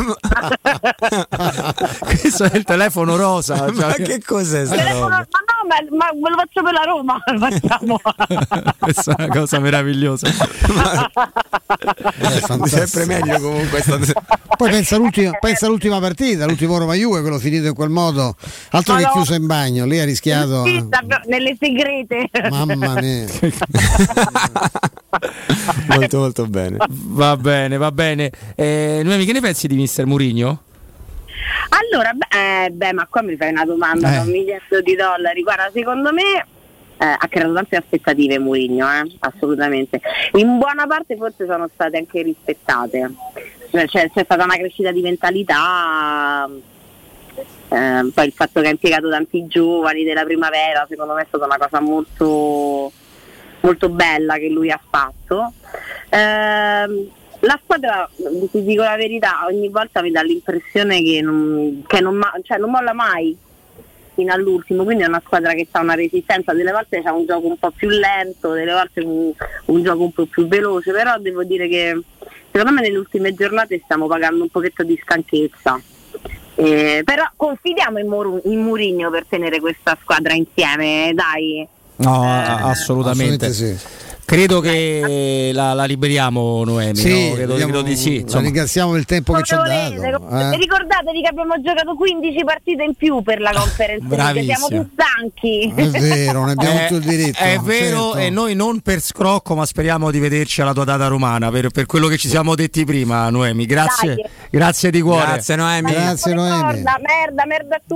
Questo è il telefono rosa, cioè. Ma che cos'è? Telefono, ma no, ma, ma me lo faccio per la Roma, lo facciamo. Questa è una cosa meravigliosa. È sempre meglio comunque. Poi pensa l'ultima Pensa all'ultima partita, l'ultimo Roma Juve, quello finito in quel modo, altro ma che no. chiuso in bagno, lì ha rischiato sì, nelle segrete. Mamma mia. Molto molto bene. Va bene, va bene. Eh, Noemi, che ne pensi di mister Mourinho? Allora, beh, eh, beh, ma qua mi fai una domanda da un miliardo di dollari. Guarda, secondo me eh, ha creato tante aspettative Mourinho, eh, assolutamente. In buona parte forse sono state anche rispettate. Cioè, c'è stata una crescita di mentalità, eh, poi il fatto che ha impiegato tanti giovani della primavera secondo me è stata una cosa molto molto bella che lui ha fatto. Eh, la squadra, ti dico la verità, ogni volta mi dà l'impressione che non, che non, cioè non molla mai fino all'ultimo, quindi è una squadra che ha una resistenza, delle volte c'ha un gioco un po' più lento, delle volte un, un gioco un po' più veloce, però devo dire che secondo me nelle ultime giornate stiamo pagando un pochetto di stanchezza, eh, però confidiamo in, Mor- in Mourinho per tenere questa squadra insieme, dai. No, eh, assolutamente, assolutamente sì. Credo che la, la liberiamo Noemi, sì, no? credo, credo di sì. La ringraziamo del tempo come che ci ha dato. Eh? Ricordatevi che abbiamo giocato quindici partite in più per la Conference League, siamo più stanchi. È vero, non abbiamo tutto il diritto. È vero, certo. E noi non per scrocco, ma speriamo di vederci alla tua data romana, per, per quello che ci siamo detti prima, Noemi. Grazie, Dai. grazie di cuore. Grazie Noemi. Grazie Noemi. Merda, merda, merda a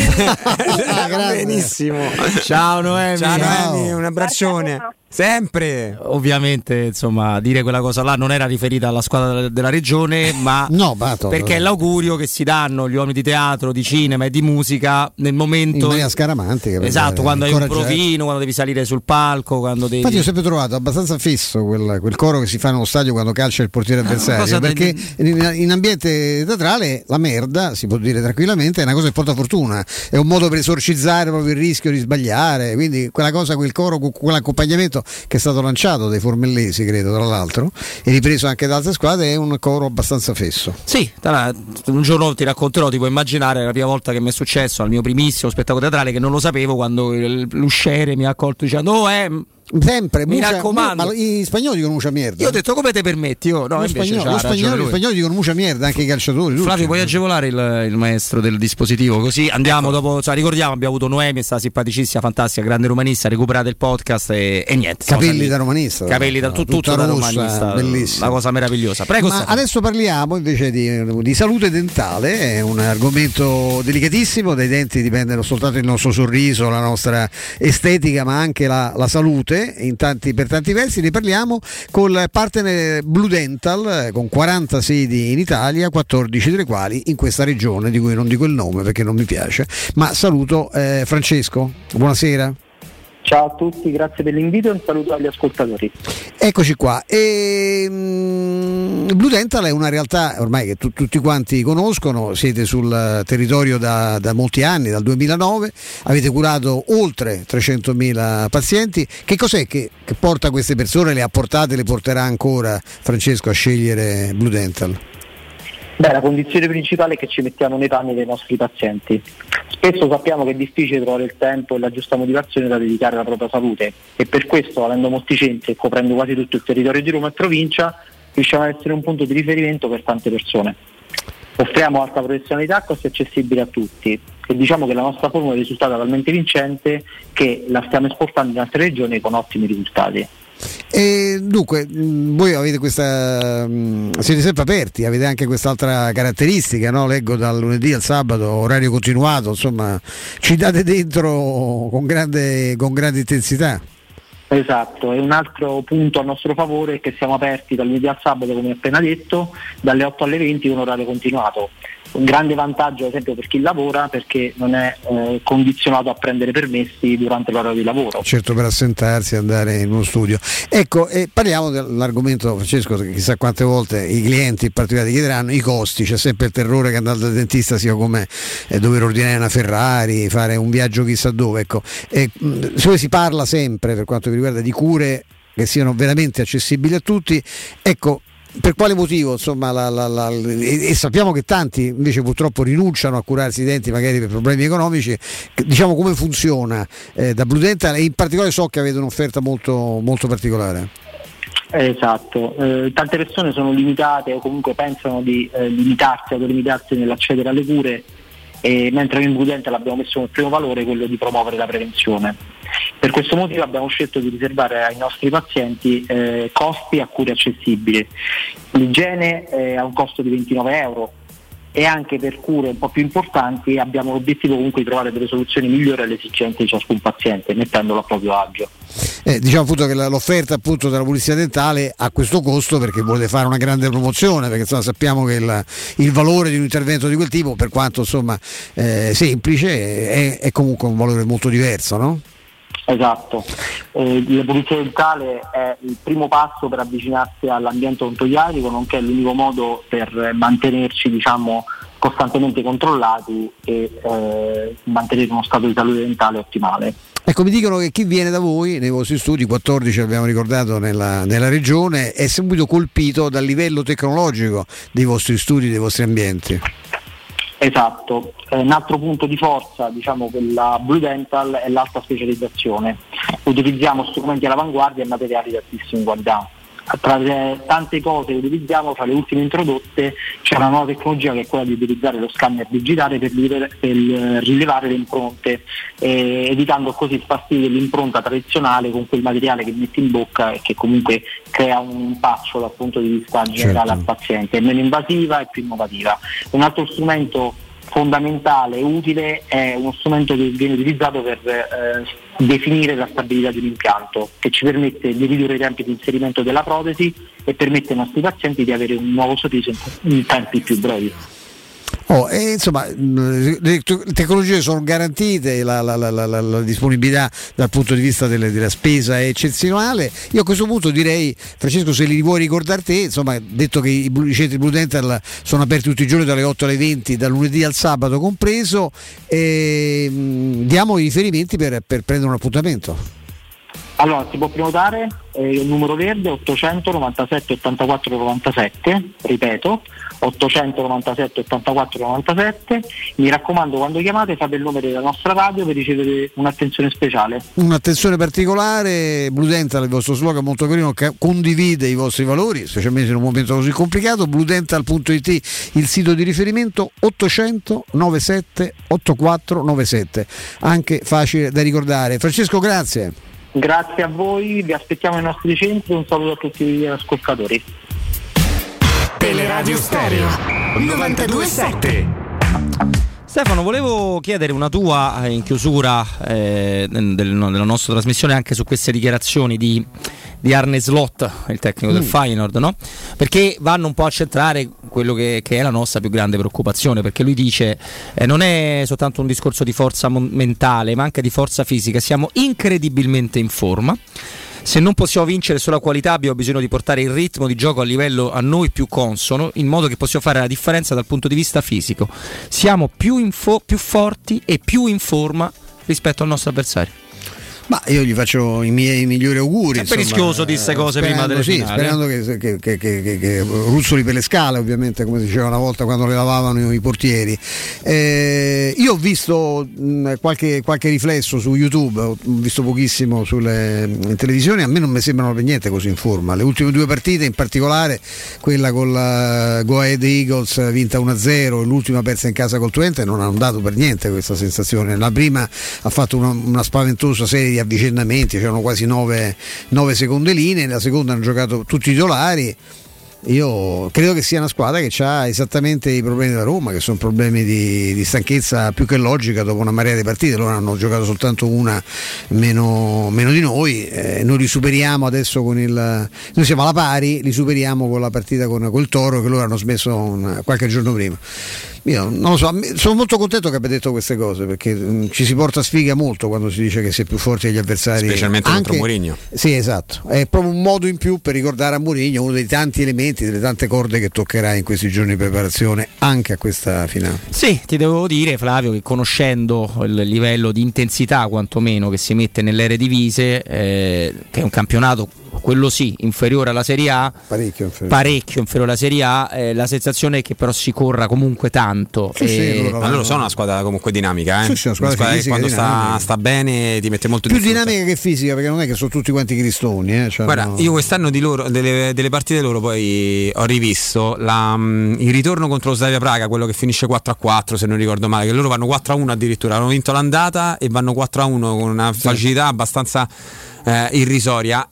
tutti. ah, benissimo. Ciao Noemi. Ciao Noemi, un abbraccione. Sempre. Ovviamente, insomma, dire quella cosa là non era riferita alla squadra della regione, ma no, bato, perché no. è l'augurio che si danno gli uomini di teatro, di cinema e di musica nel momento in maniera scaramantica. Esatto, quando hai un provino, quando devi salire sul palco, quando devi... Infatti ho sempre trovato abbastanza fisso quel, quel coro che si fa nello stadio quando calcia il portiere avversario, perché di... in, in ambiente teatrale la merda, si può dire tranquillamente, è una cosa che porta fortuna, è un modo per esorcizzare proprio il rischio di sbagliare, quindi quella cosa, quel coro, quell'accompagnamento che è stato lanciato dai formellesi, credo, tra l'altro, e ripreso anche da altre squadre, è un coro abbastanza fesso. Sì, un giorno ti racconterò, ti puoi immaginare la prima volta che mi è successo al mio primissimo spettacolo teatrale, che non lo sapevo, quando l'usciere mi ha accolto dicendo oh è... Sempre, mi mucha, raccomando, ma i spagnoli dicono mucha merda. Io ho detto come te permetti? Io, no, lo spagnolo, lo spagnolo, gli spagnoli dicono mucha merda, anche i calciatori. Flavio, tutti. Puoi agevolare il, il maestro del dispositivo? Così andiamo ecco. dopo. Cioè, ricordiamo, abbiamo avuto Noemi, è stata simpaticissima, fantastica, grande romanista. Recuperate il podcast e, e niente. Capelli da romanista. Capelli da tutto, tutto da romanista. Bellissimo. Una cosa meravigliosa. Prego. Ma adesso parliamo invece di, di salute dentale, è un argomento delicatissimo. Dai denti dipende non soltanto il nostro sorriso, la nostra estetica, ma anche la, la salute. In tanti per tanti versi ne parliamo col partner Blue Dental, con quaranta sedi in Italia, quattordici tra i quali in questa regione di cui non dico il nome perché non mi piace, ma saluto eh, Francesco, buonasera. Ciao a tutti, grazie per l'invito e un saluto agli ascoltatori. Eccoci qua. E, um, Blue Dental è una realtà ormai che tu, tutti quanti conoscono, siete sul territorio da, da molti anni, dal duemilanove, avete curato oltre trecentomila pazienti. Che cos'è che, che porta queste persone, le ha portate, le porterà ancora, Francesco, a scegliere Blue Dental? Beh, la condizione principale è che ci mettiamo nei panni dei nostri pazienti. Spesso sappiamo che è difficile trovare il tempo e la giusta motivazione da dedicare alla propria salute e per questo, avendo molti centri e coprendo quasi tutto il territorio di Roma e provincia, riusciamo ad essere un punto di riferimento per tante persone. Offriamo alta professionalità a costi accessibili a tutti. e diciamo che la nostra formula è risultata talmente vincente che la stiamo esportando in altre regioni con ottimi risultati. E dunque voi avete questa siete sempre aperti, avete anche quest'altra caratteristica, no? Leggo dal lunedì al sabato, orario continuato, insomma ci date dentro con grande, con grande intensità. Esatto, e un altro punto a nostro favore è che siamo aperti dal lunedì al sabato, come appena detto, dalle otto alle venti con orario continuato. Un grande vantaggio ad esempio per chi lavora, perché non è eh, condizionato a prendere permessi durante l'orario di lavoro. Certo, per assentarsi e andare in uno studio. Ecco, eh, parliamo dell'argomento, Francesco, che chissà quante volte i clienti in particolare chiederanno i costi. C'è sempre il terrore che andare dal dentista sia come eh, dover ordinare una Ferrari, fare un viaggio chissà dove. Ecco, eh, mh, si parla sempre, per quanto mi riguarda, di cure che siano veramente accessibili a tutti. Ecco, per quale motivo, insomma, la, la, la, e, e sappiamo che tanti invece purtroppo rinunciano a curarsi i denti magari per problemi economici. Diciamo, come funziona eh, da Blue Dental, e in particolare so che avete un'offerta molto, molto particolare. Esatto, eh, tante persone sono limitate o comunque pensano di eh, limitarsi, autolimitarsi nell'accedere alle cure, e mentre noi in Blue Dental abbiamo messo come primo valore quello di promuovere la prevenzione. Per questo motivo abbiamo scelto di riservare ai nostri pazienti eh, costi a cure accessibili. L'igiene eh, ha un costo di ventinove euro, e anche per cure un po' più importanti abbiamo l'obiettivo comunque di trovare delle soluzioni migliori alle esigenze di ciascun paziente, mettendolo a proprio agio. Eh, diciamo appunto che la, l'offerta appunto della pulizia dentale ha questo costo perché volete fare una grande promozione, perché insomma, sappiamo che il, il valore di un intervento di quel tipo, per quanto insomma eh, semplice, è, è comunque un valore molto diverso, no? Esatto, eh, la pulizia dentale è il primo passo per avvicinarsi all'ambiente odontoiatrico, nonché l'unico modo per mantenerci, diciamo, costantemente controllati e eh, mantenere uno stato di salute dentale ottimale. Ecco, mi dicono che chi viene da voi nei vostri studi, quattordici abbiamo ricordato nella, nella regione, è subito colpito dal livello tecnologico dei vostri studi, dei vostri ambienti. Esatto, eh, un altro punto di forza, diciamo, della Blue Dental è l'alta specializzazione. Utilizziamo strumenti all'avanguardia e materiali di altissima qualità. Tra le tante cose che utilizziamo, fra le ultime introdotte, c'è una nuova tecnologia che è quella di utilizzare lo scanner digitale per, rilevare, per rilevare le impronte, eh, evitando così il fastidio dell'impronta tradizionale con quel materiale che metti in bocca e che comunque crea un impaccio dal punto di vista generale, certo, al paziente. È meno invasiva e più innovativa. Un altro strumento fondamentale e utile è uno strumento che viene utilizzato per eh, definire la stabilità di un impianto, che ci permette di ridurre i tempi di inserimento della protesi e permette ai nostri pazienti di avere un nuovo sorriso in tempi più brevi. Oh, e insomma, le tecnologie sono garantite, la, la, la, la, la disponibilità dal punto di vista delle, della spesa è eccezionale. Io a questo punto direi, Francesco, se li vuoi ricordare te, insomma, detto che i, i centri Blue Dental sono aperti tutti i giorni dalle otto alle venti, dal lunedì al sabato compreso, e, mh, diamo i riferimenti per, per prendere un appuntamento. Allora, si può prenotare eh, il numero verde ottocento novantasette ottantaquattro novantasette, ripeto, ottocento novantasette ottantaquattro novantasette. Mi raccomando, quando chiamate fate il nome della nostra radio per ricevere un'attenzione speciale. Un'attenzione particolare. Blue Dental, il vostro slogan molto carino, che condivide i vostri valori, specialmente in un momento così complicato. blu dental punto it, il sito di riferimento, ottocento novantasette ottantaquattro novantasette, anche facile da ricordare. Francesco, grazie. Grazie a voi, vi aspettiamo nei nostri centri, un saluto a tutti gli ascoltatori. Teleradio Stereo novantadue sette. Stefano, volevo chiedere una tua in chiusura eh, del, no, della nostra trasmissione anche su queste dichiarazioni di, di Arne Slot, il tecnico mm. del Feyenoord, no? Perché vanno un po' a centrare quello che, che è la nostra più grande preoccupazione, perché lui dice eh, non è soltanto un discorso di forza mentale ma anche di forza fisica, siamo incredibilmente in forma. Se non possiamo vincere sulla qualità, abbiamo bisogno di portare il ritmo di gioco a livello a noi più consono, in modo che possiamo fare la differenza dal punto di vista fisico. Siamo più, info, più forti e più in forma rispetto al nostro avversario. Ma io gli faccio i miei migliori auguri. È rischioso di queste cose prima delle sì, finali. Sperando che, che, che, che, che ruzzoli per le scale, ovviamente, come si diceva una volta quando le lavavano i portieri. Eh, io ho visto mh, qualche, qualche riflesso su YouTube, ho visto pochissimo sulle in televisione, a me non mi sembrano per niente così in forma. Le ultime due partite, in particolare quella con la Go Ahead Eagles vinta uno a zero e l'ultima persa in casa col Twente, non hanno dato per niente questa sensazione. La prima ha fatto una, una spaventosa serie di avvicendamenti, c'erano quasi nove, nove seconde linee, nella seconda hanno giocato tutti i titolari. Io credo che sia una squadra che ha esattamente i problemi della Roma, che sono problemi di, di stanchezza più che logica dopo una marea di partite. Loro hanno giocato soltanto una meno, meno di noi, eh, noi li superiamo adesso con il noi siamo alla pari, li superiamo con la partita con, con il Toro, che loro hanno smesso un, qualche giorno prima. Io non lo so, sono molto contento che abbia detto queste cose, perché mh, ci si porta sfiga molto quando si dice che si è più forti degli avversari, specialmente anche contro Mourinho. Sì, esatto, è proprio un modo in più per ricordare a Mourinho uno dei tanti elementi, delle tante corde che toccherà in questi giorni di preparazione anche a questa finale. Sì, ti devo dire, Flavio, che conoscendo il livello di intensità quantomeno che si mette nelle Eredivisie, eh, che è un campionato, quello sì, inferiore alla Serie A, parecchio inferiore, parecchio inferiore alla Serie A, eh, la sensazione è che però si corra comunque tanto. Sì, e... sì, loro, ma loro sono una squadra comunque dinamica, eh? Sì, sì, una squadra, una squadra fisica, che quando sta, sta bene ti mette molto più di frutta. dinamica che fisica, perché non è che sono tutti quanti cristoni, eh? Cioè, guarda, no. Io quest'anno di loro, delle, delle partite loro poi ho rivisto la, il ritorno contro lo Slavia Praga, quello che finisce quattro a quattro se non ricordo male, che loro vanno quattro a uno addirittura, hanno vinto l'andata e vanno quattro a uno con una facilità abbastanza Eh, irrisoria,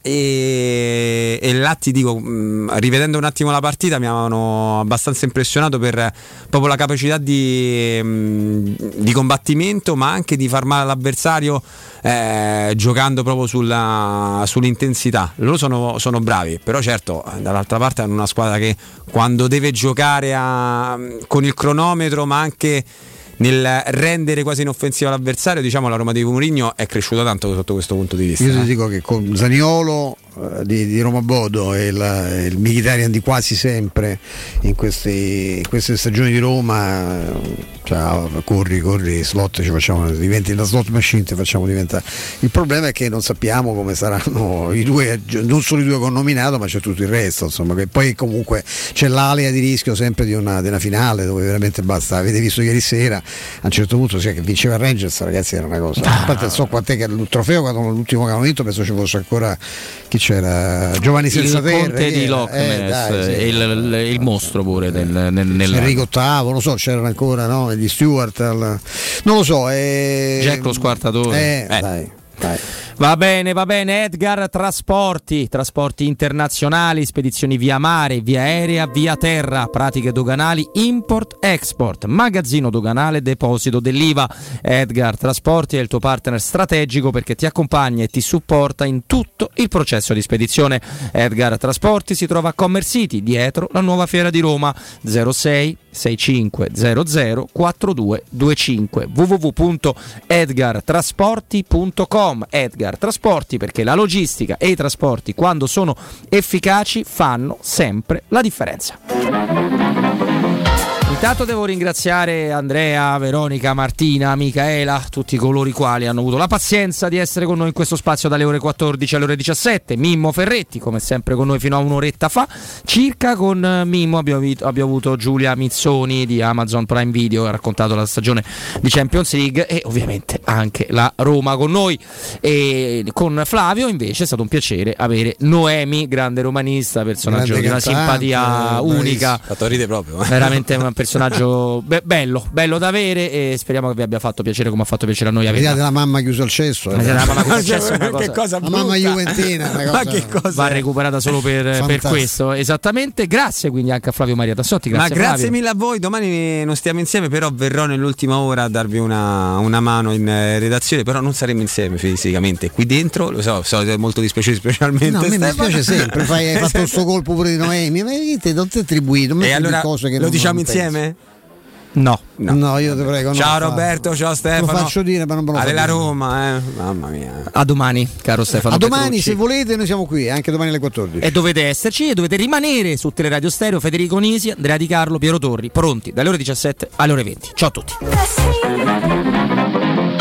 e, e là ti dico, mh, rivedendo un attimo la partita mi avevano abbastanza impressionato per proprio la capacità di, mh, di combattimento, ma anche di far male all'avversario, eh, giocando proprio sulla, sull'intensità. Loro sono, sono bravi, però certo dall'altra parte hanno una squadra che quando deve giocare a, con il cronometro, ma anche nel rendere quasi inoffensiva l'avversario, diciamo la Roma di Mourinho è cresciuta tanto sotto questo punto di vista. Io ti eh. dico che con Zaniolo eh, di, di Roma Bodo e la, il Mkhitaryan di quasi sempre in, questi, in queste stagioni di Roma, cioè, corri, corri, slot, ci facciamo, diventi la slot machine, ti facciamo diventare. Il problema è che non sappiamo come saranno i due, non solo i due che ho nominato, ma c'è tutto il resto, insomma, che poi comunque c'è l'alea di rischio sempre di una, di una finale dove veramente basta. Avete visto ieri sera, a un certo punto sia che vinceva il Rangers, ragazzi, era una cosa. A parte non so quant'è che il trofeo, quando l'ultimo che hanno vinto penso ci fosse ancora, chi c'era, Giovanni Senza Terra, il conte di Lockness, eh, sì, il, il, il mostro pure del, nel, nel... Enrico ottavo, non lo so, c'erano ancora, no, gli Stewart al... non lo so, eh... Jack lo squartatore, eh, eh. dai, dai. Va bene, va bene. Edgar Trasporti, trasporti internazionali, spedizioni via mare, via aerea, via terra, pratiche doganali, import-export, magazzino doganale, deposito dell'I V A. Edgar Trasporti è il tuo partner strategico perché ti accompagna e ti supporta in tutto il processo di spedizione. Edgar Trasporti si trova a Commerce City, dietro la nuova fiera di Roma. Zero sei sei cinque zero zero quattro due due cinque, w w w punto edgar trasporti punto com. Edgar Trasporti, perché la logistica e i trasporti, quando sono efficaci, fanno sempre la differenza. Intanto devo ringraziare Andrea, Veronica, Martina, Micaela, tutti coloro i quali hanno avuto la pazienza di essere con noi in questo spazio dalle ore quattordici alle ore diciassette. Mimmo Ferretti, come sempre con noi fino a un'oretta fa circa. Con Mimmo abbiamo avuto, abbiamo avuto Giulia Mizzoni di Amazon Prime Video, ha raccontato la stagione di Champions League, e ovviamente anche la Roma con noi. E con Flavio invece è stato un piacere avere Noemi, grande romanista, personaggio grande di una cantante, simpatia eh, unica, fatto ridere proprio, veramente un personaggio be- bello, bello da avere, e speriamo che vi abbia fatto piacere come ha fatto piacere a noi avere. L'idea della mamma chiusa al cesso, eh. la mamma chiusa al cesso, una cosa, che cosa la mamma juventina, una cosa, ma che cosa va recuperata solo per, per questo, esattamente. Grazie quindi anche a Flavio Maria Tassotti, grazie, ma grazie Flavio. mille a voi. Domani non stiamo insieme, però verrò nell'ultima ora a darvi una, una mano in eh, redazione, però non saremo insieme fisicamente qui dentro, lo so, so è molto dispiaciuto, specialmente no, a me mi Stefano. dispiace sempre, fai, hai fatto questo colpo pure di Noemi, ma te non ti attribuito, e allora cose che lo non diciamo non insieme? No. no, no, io ti prego. Ciao Roberto, ciao Stefano. Lo faccio dire, ma non me lo faccio. Alla Roma, eh. Mamma mia. A domani, caro Stefano. A domani, Petrucci. se volete, noi siamo qui, anche domani alle quattordici. E dovete esserci e dovete rimanere su Teleradio Stereo. Federico Nisi, Andrea Di Carlo, Piero Torri, pronti dalle ore diciassette alle ore venti. Ciao a tutti.